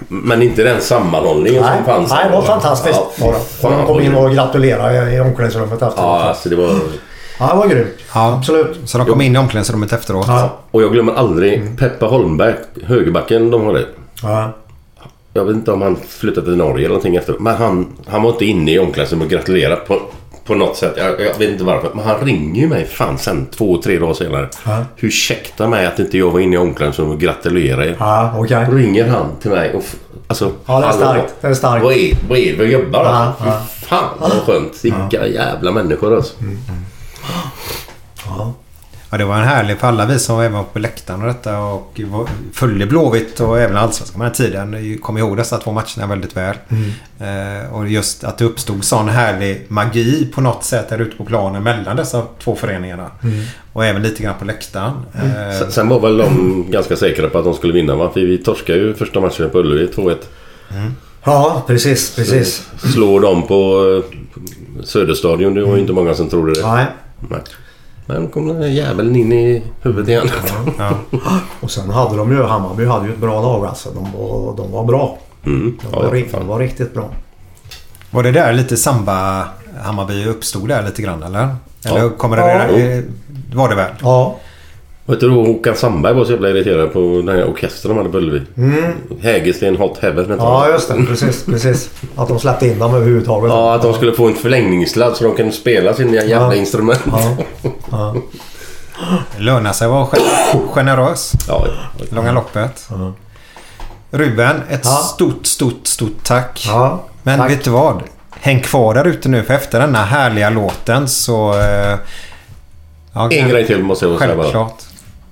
D: Men inte den sammanhållningen
F: nej,
D: som fanns.
F: Nej, det var fantastiskt. Ja, och de kom in och gratulerade i omklädningsrummet efteråt.
D: Ja, alltså det var...
F: Ja, det var grymt.
E: Ja,
F: absolut.
E: Så de kom in i omklädningsrummet efteråt.
F: Ja.
D: Och jag glömmer aldrig mm. Peppa Holmberg, högerbacken de har det.
F: Ja.
D: Jag vet inte om han flyttade till Norge eller någonting efter. Men han, han var inte inne i omklädningsrummet och gratulerade på, på något sätt. Jag, jag vet inte varför. Men han ringer ju mig fan sen två, tre dagar senare.
F: Ja.
D: Hur ursäkta mig att inte jag var inne i omklädningsrummet och gratulerade er.
F: Ja, okej.
D: Då ringer han till mig och... Alltså,
F: ja, det är starkt. Det är starkt.
D: Vad är, vad är det vi jobbar?
F: Ja,
D: alltså?
F: ja.
D: Fan vad skönt. Vilka jävla människor alltså.
F: Mm.
E: Ja. Ja, det var en härlig för alla vi som var även på läktaren och detta och följde Blåvitt och även allsvenskan med tiden. Kom ihåg dessa två matcherna väldigt väl. Mm. Eh, och just att det uppstod sån härlig magi på något sätt där ute på planen mellan dessa två föreningarna. Mm. Och även lite grann på läktaren.
D: Mm. Eh, Sen var väl de ganska säkra på att de skulle vinna, va? För vi torskade ju första matchen på Ullevi två ett.
F: Mm. Ja, precis, precis.
D: Så slår de på Söderstadion, det var ju inte många som trodde det.
F: Nej.
D: Nej. Men kom den här jäveln in i huvudet igen.
F: Ja. Ja. Och sen hade de ju, Hammarby hade ju ett bra lag alltså. De var, de var bra.
D: Mm.
F: De, var
D: ja,
F: rikt, de var riktigt bra.
E: Var det där lite samba Hammarby uppstod där lite grann eller? Eller
D: ja.
E: kommer det där? Var det väl?
F: Ja.
D: Vet du, Håkan Sandberg var så jävla irriterad på den här orkestern de hade på Ullevi.
F: Mm.
D: Hägersten Hot Heaven.
F: Ja, just det. Precis, precis. Att de släppte in dem överhuvudtaget.
D: Ja, att de skulle få en förlängningssladd så de kan spela sina jävla ja. instrument.
F: Ja. Ja.
E: Det lönar sig att vara generös.
D: Ja.
E: Långa loppet.
F: Ja.
E: Ruben, ett
F: ja.
E: stort, stort, stort tack.
F: Ja,
E: Men
F: tack.
E: vet du vad? Häng kvar där ute nu för efter den här härliga låten så...
D: Ja, en grej till måste jag säga bara.
E: Självklart.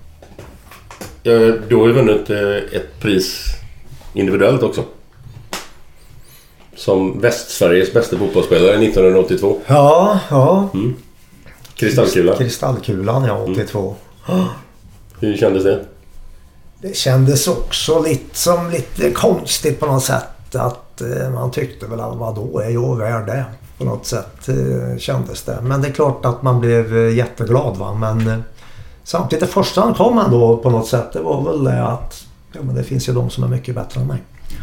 D: Du har ju vunnit ett pris individuellt också. Som Västsveriges bästa fotbollsspelare nittonhundraåttiotvå.
F: Ja, ja.
D: Mm. Kristallkulan.
F: Kristallkulan, ja, åttiotvå. Mm.
D: Hur kändes det?
F: Det kändes också lite som lite konstigt på något sätt. Att eh, man tyckte väl att vadå, är jag värd det? På något sätt eh, kändes det. Men det är klart att man blev eh, jätteglad, va. Men eh, samtidigt det första han kom ändå på något sätt, det var väl det att ja, men det finns ju de som är mycket bättre än mig.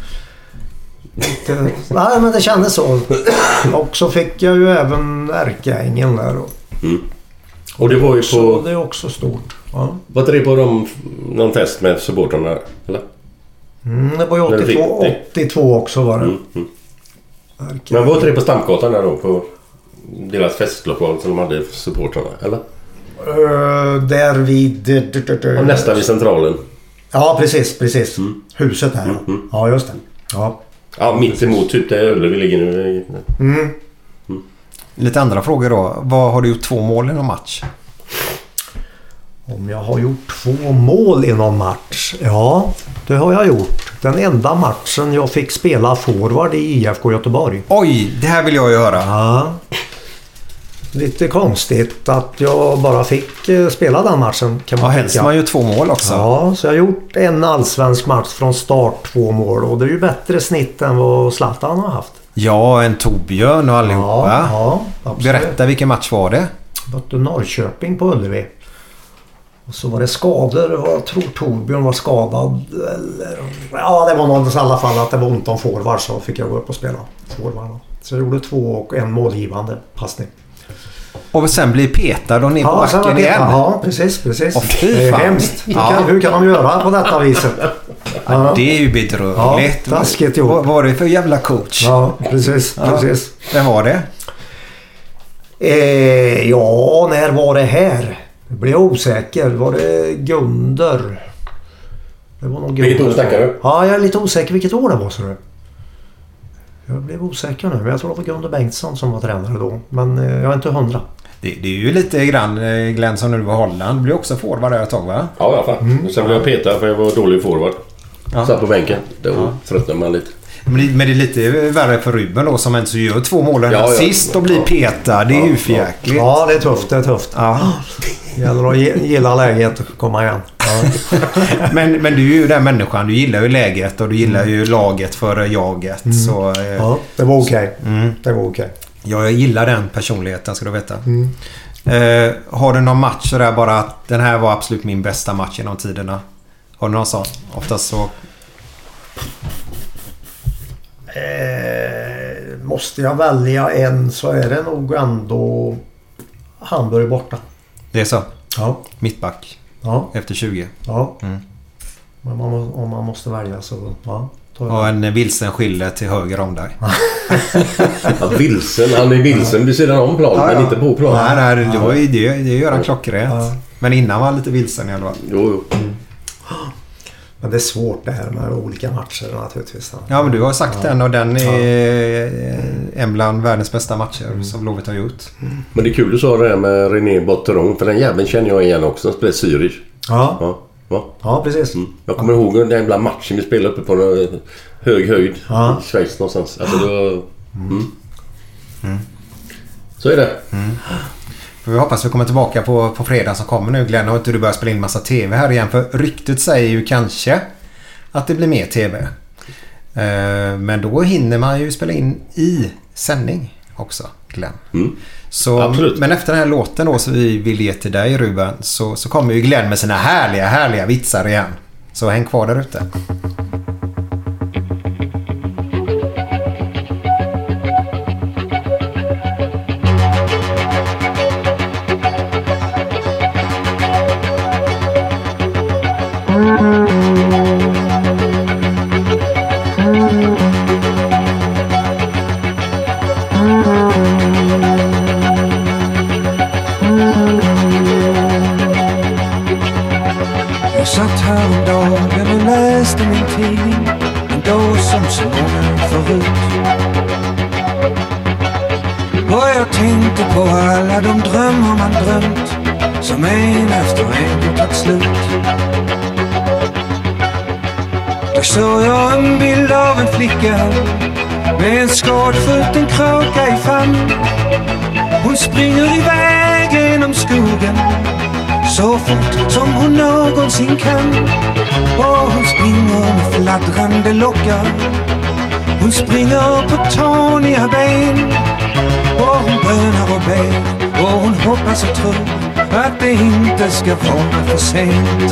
F: Lite, nej, men det kändes så. Och så fick jag ju även ärkeängeln där. Och,
D: mm. och det var ju på...
F: det är också stort. Ja.
D: Var det på de, någon test med supportrarna, eller?
F: Mm, det var ju åttiotvå, åttiotvå också var det. Mm, mm.
D: Men var det på Stampgatan där då? På deras festlokal som de hade supportrarna, eller?
F: Uh, där vid...
D: Och nästan vid centralen.
F: Ja, precis, precis. Mm. Huset här.
D: Mm, mm.
F: Ja, just det. Ja,
D: ja mitt emot typ där Ullevi ligger nu.
F: Mm.
E: Mm. Lite andra frågor då. Vad har du gjort två mål i någon match?
F: Om jag har gjort två mål i någon match? Ja, det har jag gjort. Den enda matchen jag fick spela forward i I F K Göteborg.
E: Oj, det här vill jag göra.
F: Ja. Lite konstigt att jag bara fick spela den matchen. Kan man
E: ja, helst man ju två mål också.
F: Ja, så jag har gjort en allsvensk match från start, två mål. Och det är ju bättre snitt än vad Zlatan har haft.
E: Ja, en Torbjörn och allihopa.
F: Ja, ja,
E: berätta, vilken match var det?
F: Det var Norrköping på Ullevi. Och så var det skador. Jag tror Torbjörn var skadad. Eller, ja, det var något i alla fall att det var ont om forward, så fick jag gå upp och spela forward. Så jag gjorde två och en målgivande passning.
E: Och sen blir petad och ner på
F: ja,
E: backen igen.
F: Ja, precis, precis.
E: Och fy
F: det är
E: fan.
F: hemskt. Hur,
E: Ja.
F: kan, hur kan de göra på detta viset?
E: Ja. Det är ju bedrövligt.
F: Ja, taskigt gjort.
E: Vad var det för jävla coach?
F: Ja, precis,
E: ja.
F: precis.
E: Vem var det?
F: Eh, ja, när var det här? Jag blev osäker. Var det Gunder? Det var nog
D: vilket år snackar du?
F: Ja, jag är lite osäker vilket år det var, så du. Jag blev osäker nu. Jag tror det var Gunder Bengtsson som var tränare då. Men eh, jag är inte hundra.
E: Det, det är ju lite grann Glenn som nu var Holland. Blir också forward där ett tag, va?
D: Ja, i alla fall. Mm. Sen blev jag petad för jag var dålig forward. Ja. Satt på bänken. Då ja. tröttnade man lite.
E: Men det, men det är lite värre för Ruben då, som inte gör två mål ja, sist
D: ja,
E: och blir
D: ja.
E: petad. Det är
F: ja,
E: ju för jäkligt.
F: Ja, det är tufft. Det är tufft.
E: Ja.
F: Det gäller att gilla läget och komma igen. Ja.
E: men, men du är ju den människan. Du gillar ju läget och du gillar mm. ju laget före jaget.
F: Mm.
E: Så, eh,
F: ja, det var okej. Okay.
E: Mm.
F: Det var okej. Okay.
E: Ja, jag gillar den personligheten, ska du veta.
F: Mm.
E: Eh, har du någon match där bara att den här var absolut min bästa match genom tiderna? Har du någon sån? Oftast så...
F: Eh, måste jag välja en så är det nog ändå Hamburg borta.
E: Det är så?
F: Ja.
E: Mittback.
F: Ja.
E: Efter tjugo.
F: Ja.
E: Mm.
F: Men man, om man måste välja så ja.
E: Och en vilsen skille till höger om dig.
D: Ja, vilsen, han är vilsen vid sidan om planen, ja, ja. Men inte på planen.
E: Nej, nej, det, var ju det, det gör han klockrent. Ja. Men innan var han lite vilsen i alla fall.
D: Jo, jo. Mm.
F: Men det är svårt det här med olika matcher naturligtvis.
E: Ja, men du har sagt ja. den och den är ja. en bland världens bästa matcher mm. som Blåvitt har gjort.
D: Mm. Men det är kul du sa det här med René Botteron, för den jäveln känner jag igen också. Han spelar Zürich.
F: Ja.
D: Ja. Va?
F: Ja, precis.
D: Mm. Jag kommer ihåg den jävla matchen vi spelade uppe på en hög höjd ja. i Schweiz någonstans. Alltså det var... mm. Mm. Så är det.
E: Mm. Vi hoppas vi kommer tillbaka på, på fredag som kommer nu, Glenn. Och inte du börjar spela in massa tv här igen. För ryktet säger ju kanske att det blir mer tv. Uh, men då hinner man ju spela in i sändning också, Glenn.
D: Mm.
E: Så, men efter den här låten då, så vi vill ge till dig, Ruben, så, så kommer ju Glenn med sina härliga, härliga vitsar igen. Så häng kvar där ute.
O: Så jag en bild av en flicka med en skadskjuten kråka i famn. Hon springer iväg genom skogen så fort som hon någonsin kan. Och hon springer med fladdrande lockar. Hon springer på tåniga ben. Och hon bönar och ber och hon hoppas och tror att det inte ska vara för sent.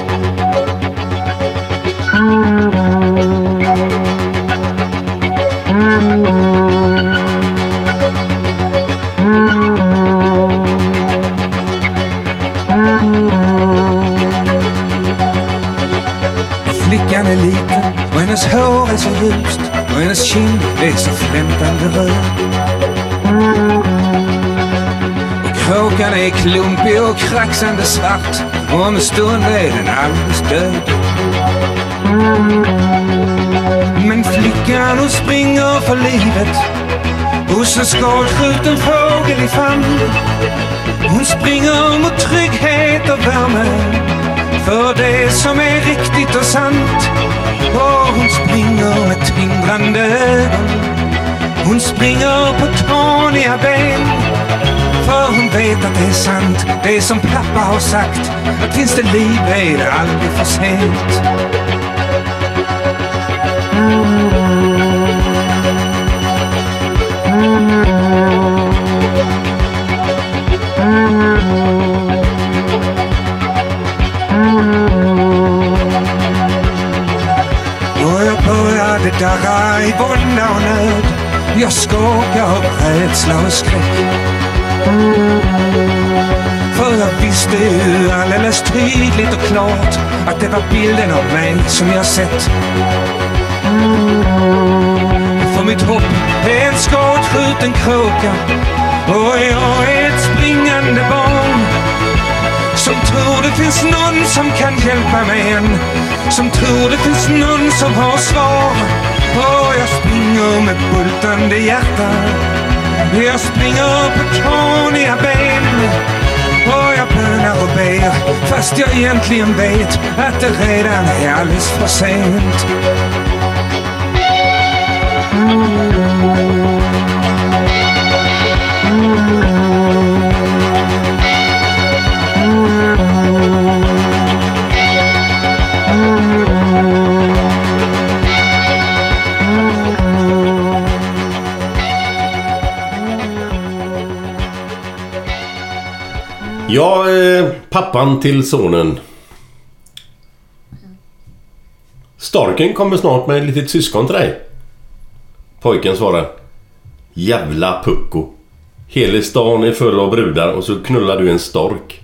O: Flickan är liten och hennes hår är så ljust och hennes kind är så flämtande röd. Och kråkan är klumpig och kraxande svart och om en stund är den alldeles död. Men flickan hon springer för livet hos en skadskjuten fågel i famn. Hon springer mot trygghet och värme för det som är riktigt och sant. Och hon springer med tindrande ögon. Hon springer på tåniga ben. För hon vet att det är sant, det som pappa har sagt, att finns det liv är det aldrig för sent. Och jag började darra i vånda och nöd. Jag skakade av rädsla och skräck. För jag visste ju alldeles tydligt och klart att det var bilden av mig som jag sett. För mitt hopp är en skadskjuten kråka och jag är ett springande barn som tror det finns någon som kan hjälpa mig än, som tror det finns någon som har svar. Och jag springer med bultande hjärta, jag springer på tåniga ben. Och jag bönar och ber, fast jag egentligen vet att det redan är alldeles för sent.
D: Ja, eh, pappan till sonen. Storken kommer snart med ett litet syskon till dig. Pojken svarar: jävla pucko. Hela stan är full av brudar och så knullar du en stork.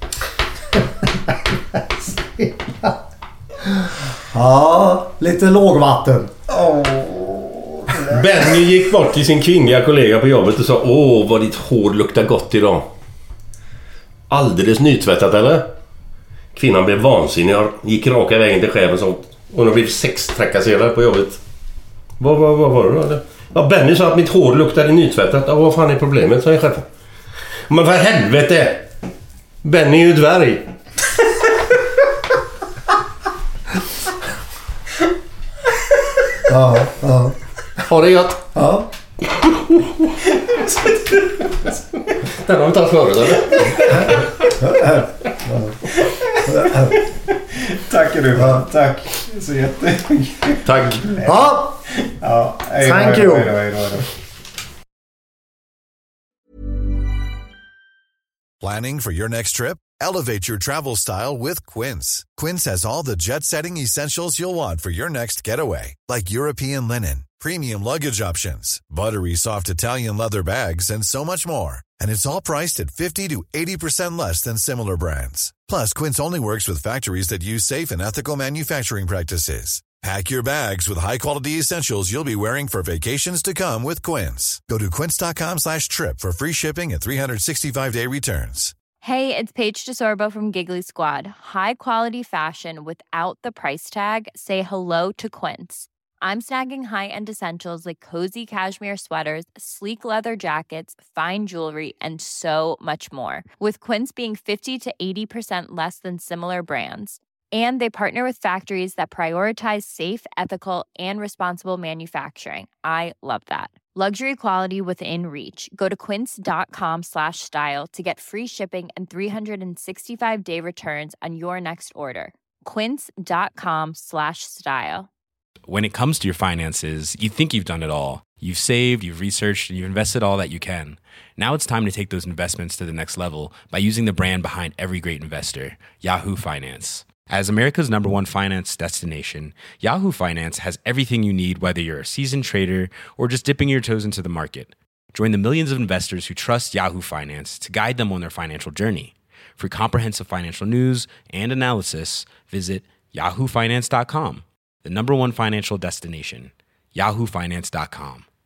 F: Ja, lite lågvatten.
D: Oh. Benny gick bort till sin kvinnliga kollega på jobbet och sa: åh, vad ditt hår luktar gott idag. Alldeles nytvättat, eller? Kvinnan blev vansinnig och gick raka vägen till chefen och sa: hon har blivit sextrakasserad på jobbet. Vad, vad, vad var det då? Ja, Benny sa att mitt hår luktade nytvättat. Ja, vad fan är problemet, sa chefen. Men för helvete! Benny är ju dvärg.
F: Ja, ja.
D: Har det gott?
F: Ja.
D: Den har vi tagit förut, eller?
E: Tack är du. Ja. Tack. Så jättemycket.
D: Tack.
F: Ja.
E: Ja. Hej,
F: Thank
E: hej,
F: you.
E: Hej, hej, hej, hej.
P: Planning for your next trip? Elevate your travel style with Quince. Quince has all the jet-setting essentials you'll want for your next getaway, like European linen, premium luggage options, buttery soft Italian leather bags, and so much more. And it's all priced at fifty to eighty percent less than similar brands. Plus, Quince only works with factories that use safe and ethical manufacturing practices. Pack your bags with high-quality essentials you'll be wearing for vacations to come with Quince. Go to quince.com slash trip for free shipping and three sixty-five day returns.
C: Hey, it's Paige DeSorbo from Giggly Squad. High quality fashion without the price tag. Say hello to Quince. I'm snagging high-end essentials like cozy cashmere sweaters, sleek leather jackets, fine jewelry, and so much more. With Quince being fifty to eighty percent less than similar brands. And they partner with factories that prioritize safe, ethical, and responsible manufacturing. I love that. Luxury quality within reach. Go to quince.com slash style to get free shipping and three sixty-five day returns on your next order. Quince.com slash style.
Q: When it comes to your finances, you think you've done it all. You've saved, you've researched, and you've invested all that you can. Now it's time to take those investments to the next level by using the brand behind every great investor, Yahoo Finance. As America's number one finance destination, Yahoo Finance has everything you need, whether you're a seasoned trader or just dipping your toes into the market. Join the millions of investors who trust Yahoo Finance to guide them on their financial journey. For comprehensive financial news and analysis, visit yahoo finance dot com, the number one financial destination, yahoo finance dot com.